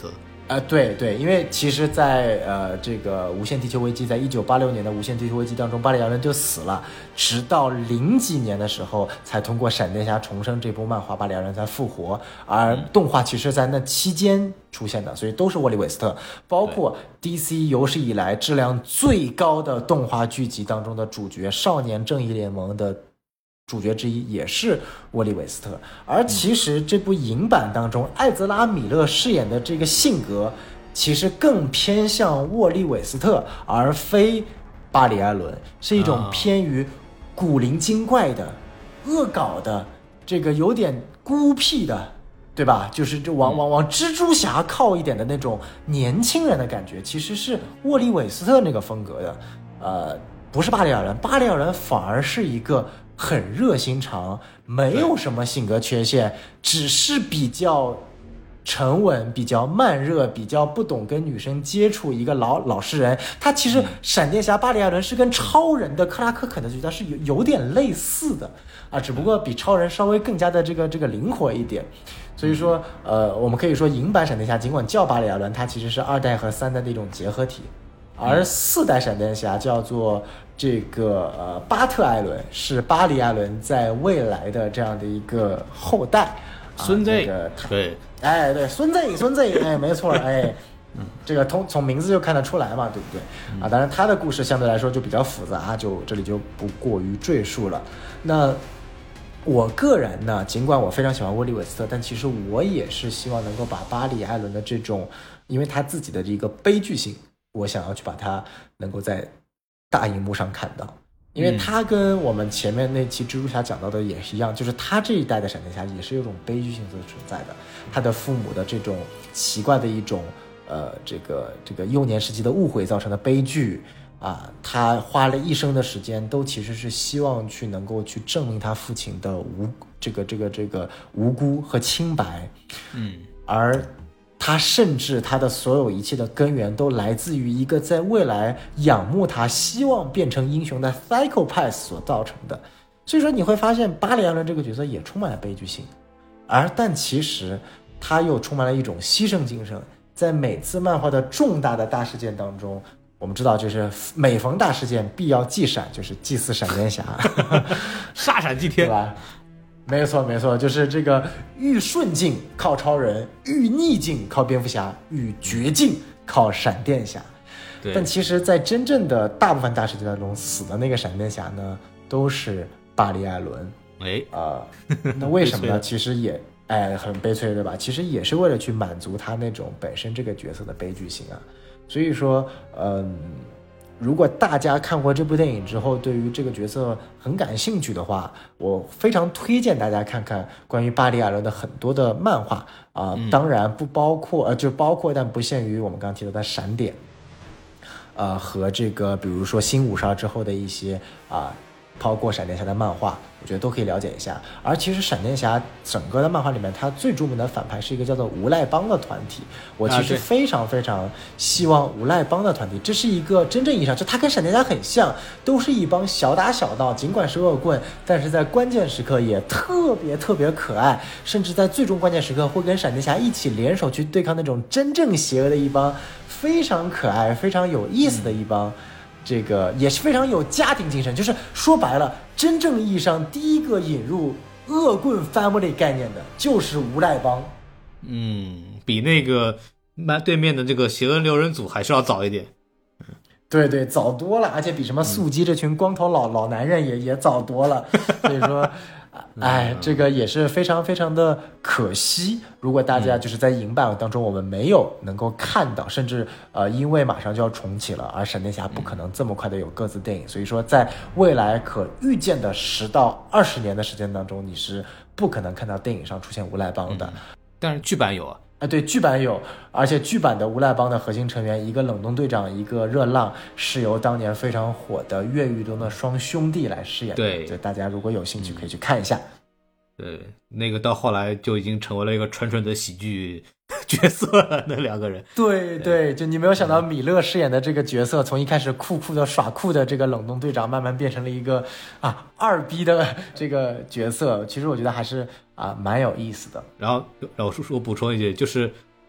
对，因为其实在，这个无限地球危机，在1986年的无限地球危机当中，巴里·亚伦就死了，直到零几年的时候，才通过闪电侠重生这部漫画，巴里·亚伦才复活。而动画其实在那期间出现的，所以都是沃利·韦斯特，包括 DC 有史以来质量最高的动画剧集当中的主角，少年正义联盟的主角之一也是沃利·韦斯特。而其实这部影版当中，艾泽拉·米勒饰演的这个性格其实更偏向沃利·韦斯特，而非巴里·艾伦，是一种偏于古灵精怪的、恶搞的，这个有点孤僻的，对吧？就是往蜘蛛侠靠一点的那种年轻人的感觉，其实是沃利·韦斯特那个风格的。不是巴里·艾伦，巴里·艾伦反而是一个很热心肠，没有什么性格缺陷，只是比较沉稳，比较慢热，比较不懂跟女生接触，一个老实人。他其实闪电侠巴里·艾伦是跟超人的克拉克肯的角色是有点类似的啊，只不过比超人稍微更加的这个灵活一点。所以说我们可以说影版闪电侠尽管叫巴里·艾伦，它其实是2代和3代的一种结合体。而4代闪电侠叫做这个巴特艾伦，是巴里艾伦在未来的这样的一个后代， 孙子、 对，对，孙子，没错，这个从名字就看得出来嘛，对不对？当然他的故事相对来说就比较复杂，这里就不过于赘述了。那我个人呢，尽管我非常喜欢沃利·韦斯特，但其实我也是希望能够把巴里艾伦的这种，因为他自己的一个悲剧性，我想要去把它能够在大荧幕上看到，因为他跟我们前面那期蜘蛛侠讲到的也是一样，就是他这一代的闪电侠也是有种悲剧性所存在的，他的父母的这种奇怪的一种这个幼年时期的误会造成的悲剧啊，他花了一生的时间都其实是希望去能够去证明他父亲的这个无辜和清白，而他甚至他的所有一切的根源都来自于一个在未来仰慕他、希望变成英雄的 psychopath 所造成的。所以说你会发现巴里·艾伦这个角色也充满了悲剧性，但其实他又充满了一种牺牲精神。在每次漫画的重大的大事件当中，我们知道就是每逢大事件必要祭闪，就是祭祀闪电侠煞闪祭天， 对吧？没错，就是这个遇顺境靠超人，遇逆境靠蝙蝠侠，遇绝境靠闪电侠。但其实在真正的大部分大事件当中，死的那个闪电侠呢都是巴里·艾伦。那为什么呢？其实也很悲催，对吧？其实也是为了去满足他那种本身这个角色的悲剧性啊。所以说如果大家看过这部电影之后对于这个角色很感兴趣的话，我非常推荐大家看看关于巴里·艾伦的很多的漫画当然不包括就包括但不限于我们刚刚提到的闪点和这个比如说新52之后的一些包括闪电侠的漫画，我觉得都可以了解一下。而其实闪电侠整个的漫画里面，它最著名的反派是一个叫做无赖帮的团体。我其实非常非常希望无赖帮的团体，这是一个真正意义上，就它跟闪电侠很像，都是一帮小打小闹，尽管是恶棍，但是在关键时刻也特别特别可爱，甚至在最终关键时刻会跟闪电侠一起联手去对抗那种真正邪恶的一帮非常可爱、非常有意思的一帮。这个也是非常有家庭精神，就是说白了，真正意义上第一个引入恶棍 family 概念的就是无赖帮。 比那个对面的这个邪恶六人组还是要早一点。 对，早多了，而且比什么素鸡这群光头老男人也早多了。所以说这个也是非常非常的可惜，如果大家就是在影版当中我们没有能够看到，甚至因为马上就要重启了，而闪电侠不可能这么快的有各自电影，所以说在未来可预见的10到20年的时间当中，你是不可能看到电影上出现无赖帮的。 但是剧版有对，剧版有，而且剧版的无赖帮的核心成员，一个冷冻队长，一个热浪，是由当年非常火的越狱中的双兄弟来饰演的。 对， 就大家如果有兴趣可以去看一下。 对，那个到后来就已经成为了一个纯纯的喜剧角色了，那两个人。 对，就你没有想到米勒饰演的这个角色，从一开始酷的耍酷的这个冷冻队长，慢慢变成了一个二逼的这个角色。其实我觉得还是蛮有意思的。 然后我补充一句，就是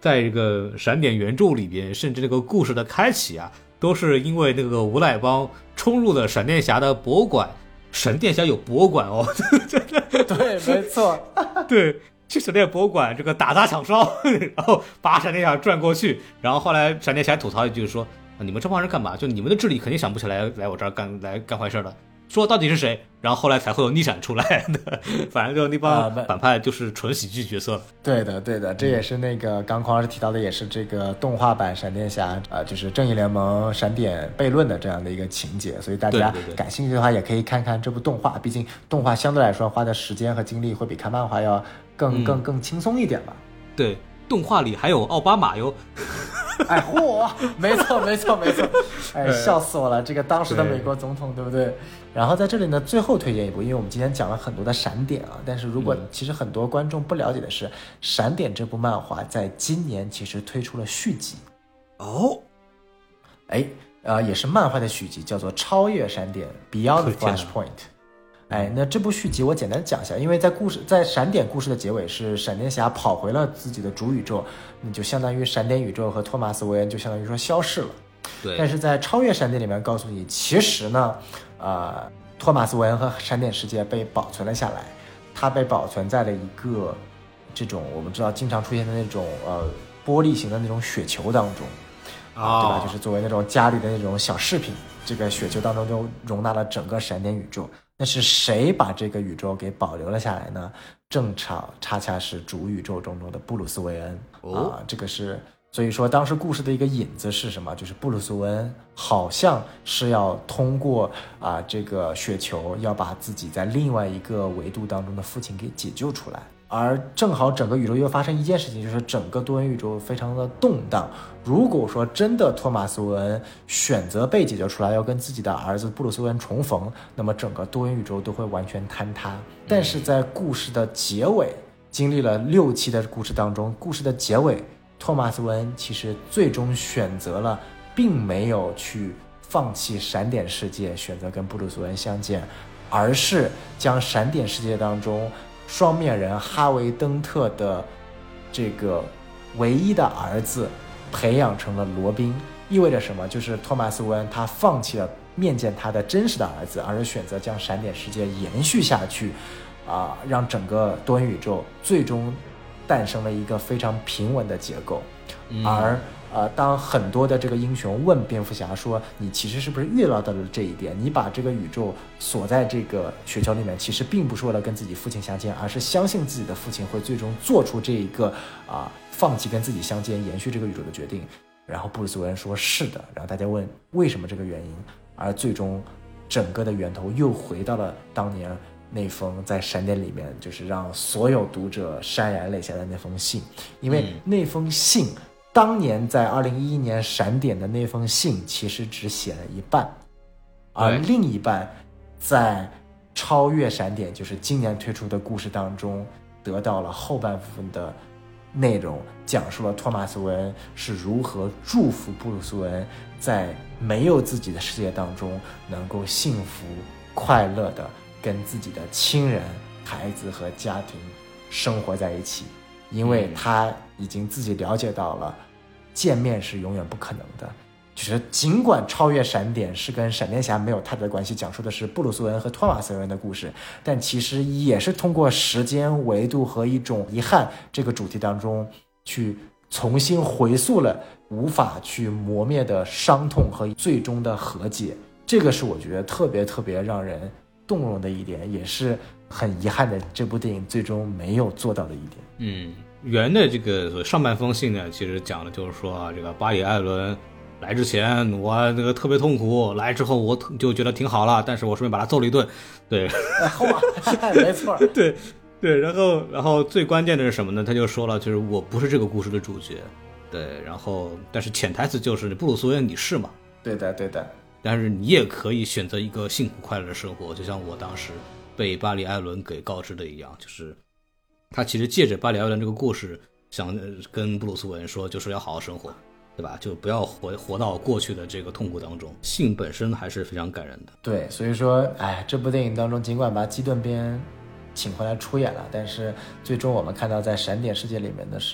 在这个闪点原著里边，甚至这个故事的开启啊，都是因为那个无赖帮冲入了闪电侠的博物馆。闪电侠有博物馆哦， 对，没错， 对，去闪电博物馆这个打砸抢烧，然后把闪电侠转过去，然后后来闪电侠吐槽一句说：“你们这帮人干嘛？就你们的智力肯定想不起来来我这儿干坏事的。”说到底是谁，然后后来才会有逆闪出来的。反正就那帮反派就是纯喜剧角色。 对的，对的，这也是那个刚孔老师提到的，也是这个动画版闪电侠就是正义联盟闪点悖论的这样的一个情节，所以大家感兴趣的话也可以看看这部动画，毕竟动画相对来说花的时间和精力会比看漫画要更轻松一点吧。 对，动画里还有奥巴马哟。 哎，嚯，没错，哎，笑死我了！这个当时的美国总统，对不对？然后在这里呢，最后推荐一部，因为我们今天讲了很多的闪点啊，但是如果其实很多观众不了解的是，闪点这部漫画在今年其实推出了续集。 哦， 哎，也是漫画的续集，叫做《超越闪点》（Beyond Flashpoint）。哎，那这部续集我简单讲一下，因为在闪点故事的结尾是闪电侠跑回了自己的主宇宙，你就相当于闪点宇宙和托马斯·韦恩就相当于说消失了。 对。 但是在超越闪点里面告诉你，其实呢，托马斯·韦恩和闪点世界被保存了下来，它被保存在了一个这种我们知道经常出现的那种玻璃型的那种雪球当中，对吧？就是作为那种家里的那种小饰品，这个雪球当中就容纳了整个闪点宇宙。那是谁把这个宇宙给保留了下来呢？恰恰是主宇宙中的布鲁斯·韦恩这个是，所以说当时故事的一个引子是什么？就是布鲁斯·韦恩好像是要通过这个雪球，要把自己在另外一个维度当中的父亲给解救出来。而正好整个宇宙又发生一件事情，就是整个多元宇宙非常的动荡。如果说真的托马斯·韦恩选择被解救出来，要跟自己的儿子布鲁斯·韦恩重逢，那么整个多元宇宙都会完全坍塌。但是在故事的结尾，经历了6期的故事当中，故事的结尾，托马斯·韦恩其实最终选择了，并没有去放弃闪点世界，选择跟布鲁斯·韦恩相见，而是将闪点世界当中双面人哈维·登特的这个唯一的儿子培养成了罗宾。意味着什么？就是托马斯·韦恩他放弃了面见他的真实的儿子，而是选择将闪点世界延续下去，让整个多元宇宙最终诞生了一个非常平稳的结构。而当很多的这个英雄问蝙蝠侠说，你其实是不是预料到了这一点？你把这个宇宙锁在这个雪球里面，其实并不是为了跟自己父亲相见，而是相信自己的父亲会最终做出这一个放弃跟自己相见，延续这个宇宙的决定。然后布鲁斯·韦恩说是的，然后大家问为什么这个原因，而最终整个的源头又回到了当年那封在闪点里面，就是让所有读者潸然泪下的那封信。因为那封信当年在2011年闪点的那封信其实只写了一半，而另一半在超越闪点，就是今年推出的故事当中得到了后半部分的内容，讲述了托马斯·韦恩是如何祝福布鲁斯·韦恩在没有自己的世界当中能够幸福快乐的跟自己的亲人、孩子和家庭生活在一起。因为他已经自己了解到了见面是永远不可能的，就是尽管超越闪点是跟闪电侠没有太大的关系，讲述的是布鲁斯·韦恩和托马斯·韦恩的故事，但其实也是通过时间维度和一种遗憾这个主题当中去重新回溯了无法去磨灭的伤痛和最终的和解。这个是我觉得特别让人动容的一点，也是很遗憾的这部电影最终没有做到的一点。 原的这个上半封信呢，其实讲的就是说这个巴里·艾伦来之前我那个特别痛苦，来之后我就觉得挺好了，但是我顺便把他揍了一顿。对， 没错， 对，然后最关键的是什么呢？他就说了，就是我不是这个故事的主角。对，然后但是潜台词就是布鲁斯·韦恩你是嘛？ 对的。 但是你也可以选择一个幸福快乐的生活，就像我当时被巴里·艾伦给告知的一样，就是他其实借着巴里·艾伦这个故事，想跟布鲁斯·韦恩说，就是要好好生活，对吧？就不要活到过去的这个痛苦当中。信本身还是非常感人的。 对，所以说，这部电影当中，尽管把基顿边请回来出演了，但是最终我们看到在闪点世界里面的是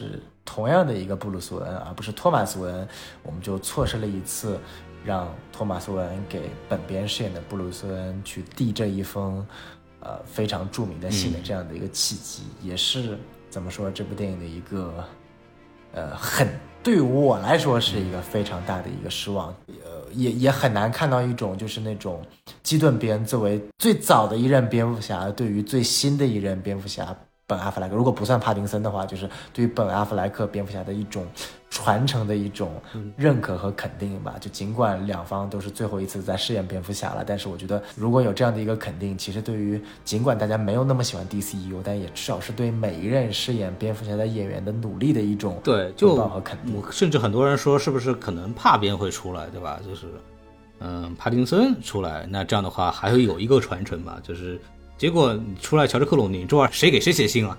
同样的一个布鲁斯·韦恩，而不是托马斯·韦恩，我们就错失了一次让托马斯·韦恩给本边饰演的布鲁斯·韦恩去递这一封非常著名的信的这样的一个契机，也是怎么说这部电影的一个对于我来说是一个非常大的一个失望，也很难看到一种就是那种基顿边作为最早的一任蝙蝠侠对于最新的一任蝙蝠侠本阿弗莱克，如果不算帕丁森的话，就是对于本阿弗莱克蝙蝠侠的一种传承的一种认可和肯定吧。就尽管两方都是最后一次在饰演蝙蝠侠了，但是我觉得如果有这样的一个肯定，其实对于尽管大家没有那么喜欢 DCEU， 但也至少是对每一任饰演蝙蝠侠的演员的努力的一种对就和肯定。 甚至很多人说是不是可能帕边会出来，对吧？就是帕丁森出来，那这样的话还会有一个传承吧，就是结果出来乔治克鲁尼，这玩意谁给谁写信啊？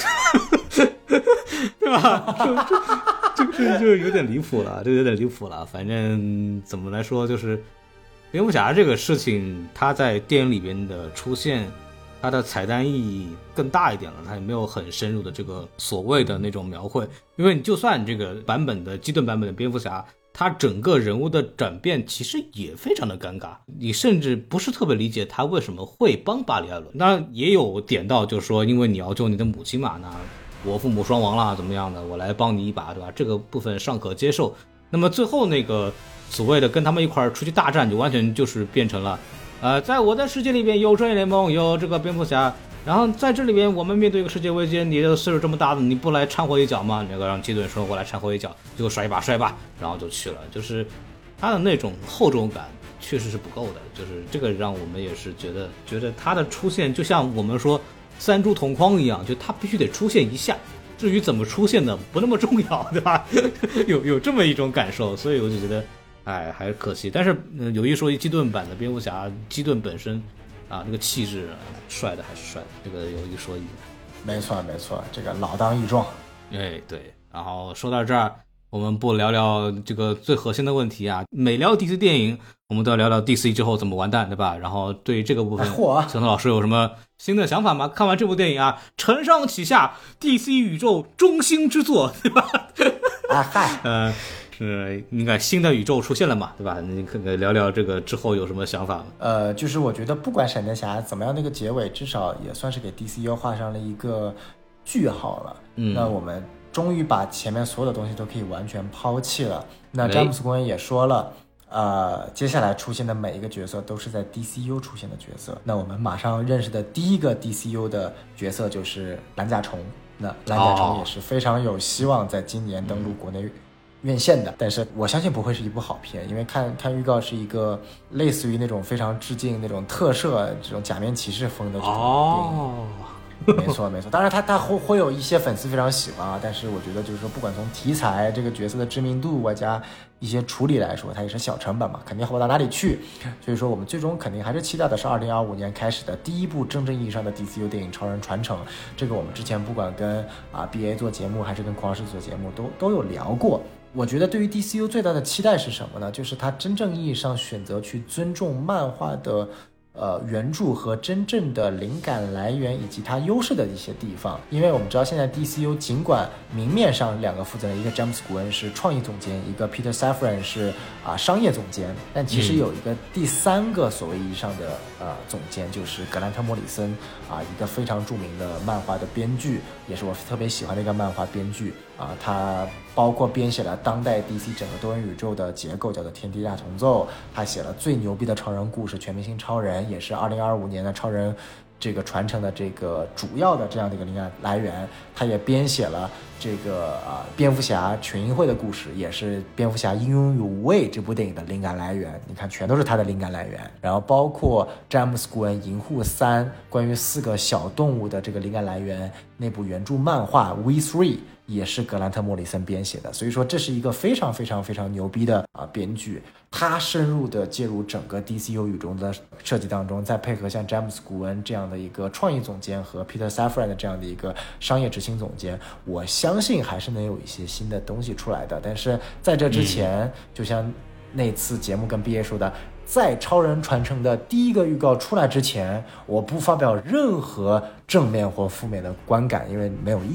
对吧？就有点离谱了，就有点离谱了。反正怎么来说，就是蝙蝠侠这个事情，它在电影里边的出现，它的彩蛋意义更大一点了，它也没有很深入的这个所谓的那种描绘。因为你就算这个版本的基顿版本的蝙蝠侠，他整个人物的转变其实也非常的尴尬，你甚至不是特别理解他为什么会帮巴里·艾伦。当然也有点到就是说，因为你要救你的母亲嘛，那我父母双亡了怎么样的，我来帮你一把，对吧？这个部分尚可接受。那么最后那个所谓的跟他们一块儿出去大战，就完全就是变成了在我的世界里边有正义联盟，有这个蝙蝠侠，然后在这里边我们面对一个世界危机，你的岁数这么大的，你不来掺和一脚吗？那个让基顿说我来掺和一脚，结果甩一把，然后就去了。就是他的那种厚重感确实是不够的，就是这个让我们也是觉得他的出现就像我们说三株同框一样，就他必须得出现一下，至于怎么出现的不那么重要，对吧？有这么一种感受，所以我就觉得还是可惜。但是有一说一，基顿版的蝙蝠侠，基顿本身这个气质帅的还是帅的，这个有一说一。 没错，这个老当益壮。 哎，对。然后说到这儿，我们不聊聊这个最核心的问题啊。每聊 DC 电影，我们都要聊聊 DC 之后怎么完蛋，对吧？然后对这个部分，陈老师有什么新的想法吗？看完这部电影啊，承上启下 DC 宇宙中兴之作，对吧？是应该新的宇宙出现了嘛，对吧？你可以聊聊这个之后有什么想法吗？ 就是我觉得不管闪电侠怎么样，那个结尾至少也算是给 DCU 画上了一个句号了。那我们终于把前面所有的东西都可以完全抛弃了。那詹姆斯·古恩也说了，接下来出现的每一个角色都是在 DCU 出现的角色。那我们马上认识的第一个 DCU 的角色就是蓝甲虫。那蓝甲虫也是非常有希望在今年登陆国内院线的，但是我相信不会是一部好片，因为看预告是一个类似于那种非常致敬那种特摄这种假面骑士风的这种电影。没错，当然他会有一些粉丝非常喜欢啊，但是我觉得就是说，不管从题材、这个角色的知名度外加一些处理来说，它也是小成本嘛，肯定好不到哪里去。所以说，我们最终肯定还是期待的是2025年开始的第一部真正意义上的 DCU 电影《超人传承》。这个我们之前不管跟BA 做节目，还是跟狂狮做节目，都有聊过。我觉得对于 DCU 最大的期待是什么呢？就是它真正意义上选择去尊重漫画的原著和真正的灵感来源以及它优势的一些地方。因为我们知道现在 DCU 尽管明面上两个负责人，一个詹姆斯·古恩是创意总监，一个 Peter Safran 是商业总监，但其实有一个第三个所谓意义上的总监，就是格兰特·莫里森一个非常著名的漫画的编剧，也是我特别喜欢的一个漫画编剧他包括编写了当代 DC 整个多元宇宙的结构，叫做天地大重奏。他写了最牛逼的超人故事《全明星超人》，也是2025年的超人这个传承的这个主要的这样的一个灵感来源。他也编写了这个蝙蝠侠全运会的故事，也是蝙蝠侠英勇与无畏这部电影的灵感来源。你看，全都是他的灵感来源。然后包括詹姆斯·古恩《银护3》关于4个小动物的这个灵感来源，那部原著漫画 V3 也是格兰特·莫里森编写的。所以说这是一个非常非常非常牛逼的编剧，他深入的介入整个 DCU 宇宙的设计当中，再配合像詹姆斯·古恩这样的一个创意总监和 Peter Safran 的这样的一个商业执行总监，我相信还是能有一些新的东西出来的。但是在这之前，就像那次节目跟 BA 说的，在超人传承的第一个预告出来之前，我不发表任何正面或负面的观感，因为没有意义。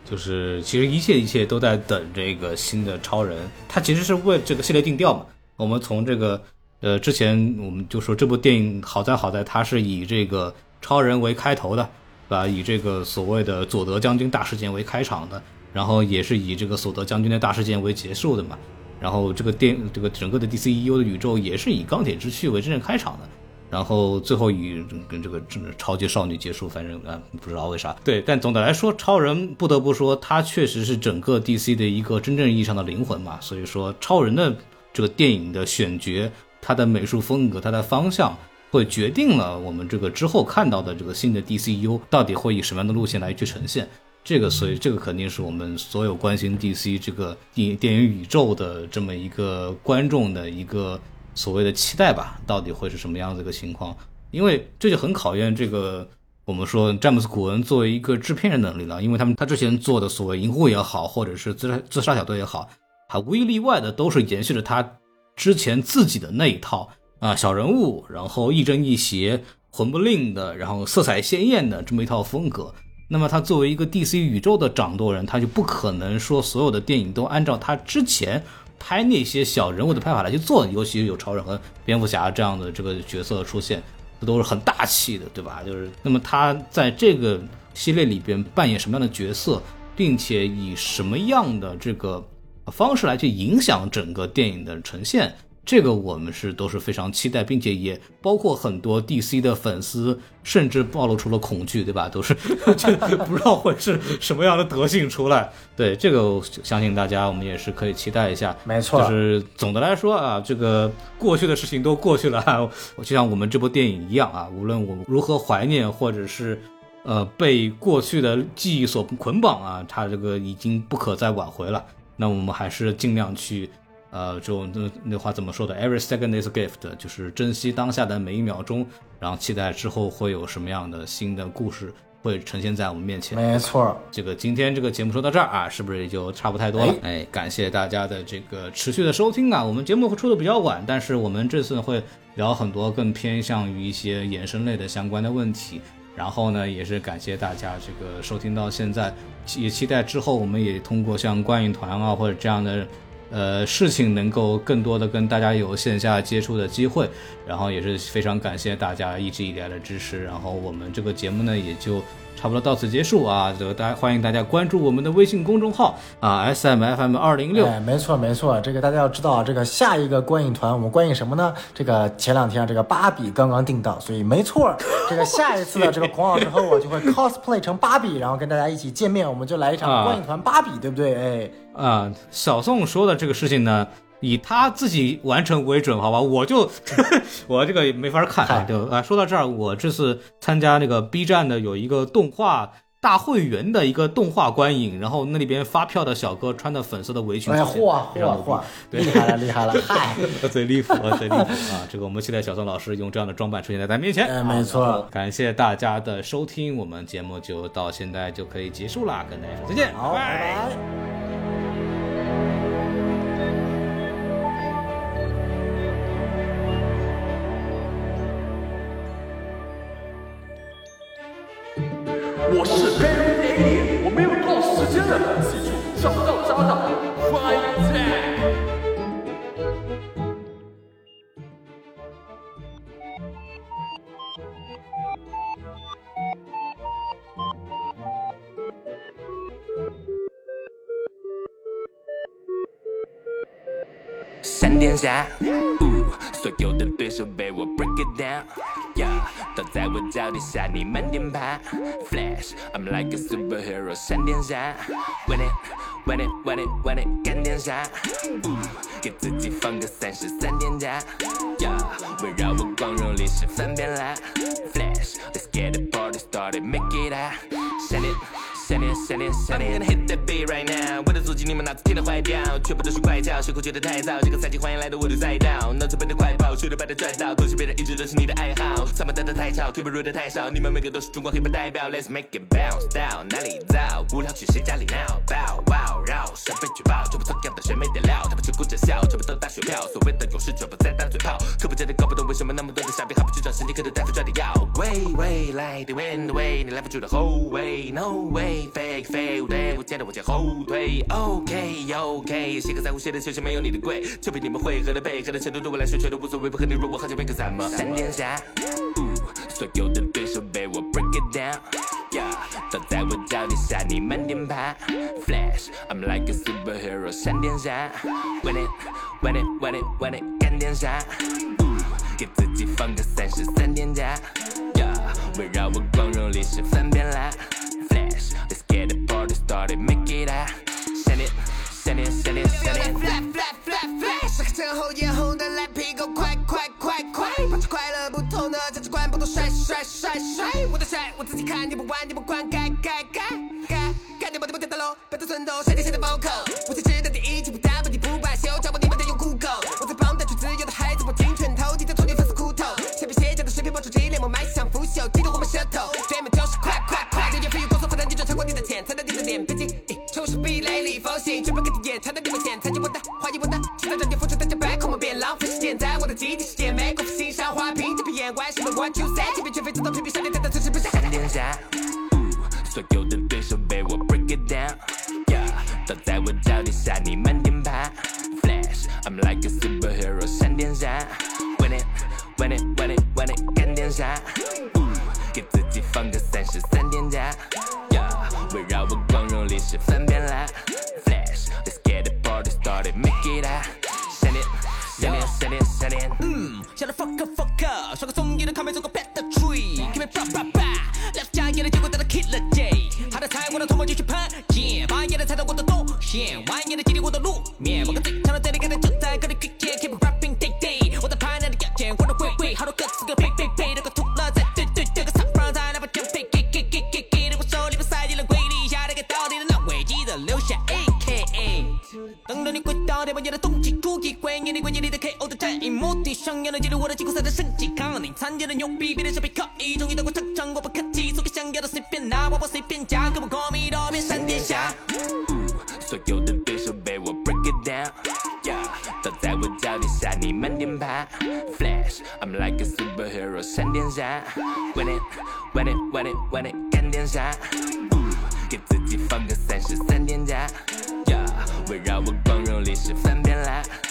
就是其实一切都在等这个新的超人，他其实是为这个系列定调嘛。我们从这个之前我们就说这部电影好在它是以这个超人为开头的，对吧？以这个所谓的佐德将军大事件为开场的，然后也是以这个佐德将军的大事件为结束的嘛。然后这个整个的 DCEU 的宇宙也是以钢铁之躯为真正开场的。然后最后以跟这个超级少女结束，反正不知道为啥。对，但总的来说，超人不得不说，他确实是整个 DC 的一个真正意义上的灵魂嘛。所以说，超人的这个电影的选角，他的美术风格，他的方向，会决定了我们这个之后看到的这个新的 DCU 到底会以什么样的路线来去呈现。所以这个肯定是我们所有关心 DC 这个电影宇宙的这么一个观众的一个所谓的期待吧，到底会是什么样子一个情况？因为这就很考验这个我们说詹姆斯·古恩作为一个制片人能力了，因为他之前做的所谓银护也好，或者是自杀小队也好，他无一例外的都是延续着他之前自己的那一套小人物，然后亦正亦邪、魂不吝的，然后色彩鲜艳的这么一套风格。那么他作为一个 DC 宇宙的掌舵人，他就不可能说所有的电影都按照他之前拍那些小人物的拍法来去做，尤其是有超人和蝙蝠侠这样的这个角色出现，这都是很大气的，对吧？就是那么他在这个系列里边扮演什么样的角色，并且以什么样的这个方式来去影响整个电影的呈现，这个我们都是非常期待，并且也包括很多 DC 的粉丝甚至暴露出了恐惧，对吧？都是不知道会是什么样的德性出来。对，这个我相信大家我们也是可以期待一下。 没错， 就是总的来说这个过去的事情都过去了就像我们这部电影一样无论我们如何怀念，或者是被过去的记忆所捆绑它这个已经不可再挽回了。那我们还是尽量去就那话怎么说的 ，every second is a gift， 就是珍惜当下的每一秒钟，然后期待之后会有什么样的新的故事会呈现在我们面前。 没错， 这个今天这个节目说到这儿是不是也就差不太多了？感谢大家的这个持续的收听我们节目会出的比较晚，但是我们这次会聊很多更偏向于一些衍生类的相关的问题。然后呢，也是感谢大家这个收听到现在，也期待之后我们也通过像观影团或者这样的事情能够更多的跟大家有线下接触的机会，然后也是非常感谢大家一直以来的支持，然后我们这个节目呢也就差不多到此结束这个欢迎大家关注我们的微信公众号SMFM206。 没错没错，这个大家要知道这个下一个观影团我们观影什么呢？这个前两天这个芭比刚刚定档，所以没错，这个下一次的这个孔老师和我就会 cosplay 成芭比，然后跟大家一起见面，我们就来一场观影团芭比，对不对？ 小宋说的这个事情呢，以他自己完成为准，好吧？我这个没法看对说到这儿，我这次参加那个 B 站的有一个动画大会员的一个动画观影，然后那里边发票的小哥穿的粉色的围裙， 嚯，厉害了，嗨， 最离谱这个我们期待小宋老师用这样的装扮出现在咱面前。 没错， 感谢大家的收听，我们节目就到现在就可以结束了，跟大家说再见， 好，拜拜。 我是 Barry， 我没有多少时间了，记住找到渣打 Fire Attack。闪电侠，所有的对手被我 break it down， 都在我脚底下，你慢点爬。Flash， I'm like a superhero， 闪电侠 ，Win it， 干电侠，给自己放个33点加，围绕我光荣历史翻遍啦。Flash，Let's get the party started，make it hot， 闪电。I'm gonna hit that beat right now， 我的足迹你们脑子听得坏掉，全部都是怪叫，血口觉得太燥，这个赛季欢迎来到我的赛道，脑子背的快跑，学的把它赚到，恭喜别人一直都是你的爱好，他们打得太吵，推不入的太少，你们每个都是中国黑帮代表 ，Let's make it bounce down， 哪里造？无聊去谁家里闹？爆wow绕，闪被举报，全部错掉的谁没点料，他们只顾着笑，全部都打水漂，所谓的勇士全部在打嘴炮，可不真的搞不懂为什么那么多的傻逼还不去找神经科的大夫抓的药。喂， way，来的 win 的 way， 你来不住的后卫 ，no way，fake，对我见到我前后退 ，OK，写个在乎写的球鞋没有你的贵，就比你们会喝的配合的程度对我来说全都无所谓，不和你弱我好像没个什么。闪电侠，所有的对手被我 break it down，yeah， 都在我脚底下，你慢点爬 ，Flash，I'm like a superhero， 闪电侠 ，Win it，干电侠。给自己放个33天假 ，Yeah， 围绕我光荣历史翻遍啦 ，Flash，Let's get the party started，make it hot， 闪电，Flash，上车后眼红的蓝皮狗，快，保持快乐不同的价值观，不都帅，我的帅，我自己看，你不玩，该，你不点到喽，别做寸头，闪电侠的暴口，我才知道第一季不打不你不罢休，找我你们得用酷狗，我在帮带去自由的孩子，我听拳头，记得童年粉丝苦头，前面写着的视频爆出激烈，我迈向腐朽，记得我们舌头，对面就是快，人员飞鱼工作发展，你转超过你的钱，踩到你的脸，毕竟出手壁垒里风行，全部给你演，传到你们前，参与我的，怀疑我的，期待着你付出代价白空，我别浪费时间，在我的基地世界，美国欣赏花瓶，这边眼歪，什么 what you say， 这边绝非自动屏蔽闪电弹的存世不下，闪电侠，所有的对手被我 break it down，yeah， 都在我脚底下，你慢点爬 ，Flash，I'm like a superhero， 闪电侠 ，Win it，干电侠，给自己放个33天假 ，yeah， 围绕我光荣历史翻遍啦 ，Flash，Let's get the party started，make it hot， 闪电。shut the fuck up， 说个综艺的卡梅做个 better tree，give me left 加野的结果得到 killer J， 他的菜我的头毛继续喷溅，把野的踩到我的动线，蜿蜒的基地我的路面，我跟最强的这里干的就在跟你 quick keep rapping day， 我在拍那的眼前，我的会，好多歌词个呸，那个秃了在对这个 surprise 在那把枪配给我手里边塞进了柜里，下来给到底的那位记得留下 AKA， 等着你回到电波野的冬季突击，回应你轨迹里的 KO 的战役目的，想要能记录我的季后赛的升级，抗你参加的牛逼，别的设备可以，终于到过场场我不客气，所以想要的随便拿，我随便加，跟我 call me 都变闪电侠，所有的对手被我 break it down，yeah， 都在我脚底下，你慢点爬 ，Flash，I'm like a superhero， 闪电侠 ，Win it，干电侠，给自己放个33天假，yeah， 围绕我光荣历史翻遍啦。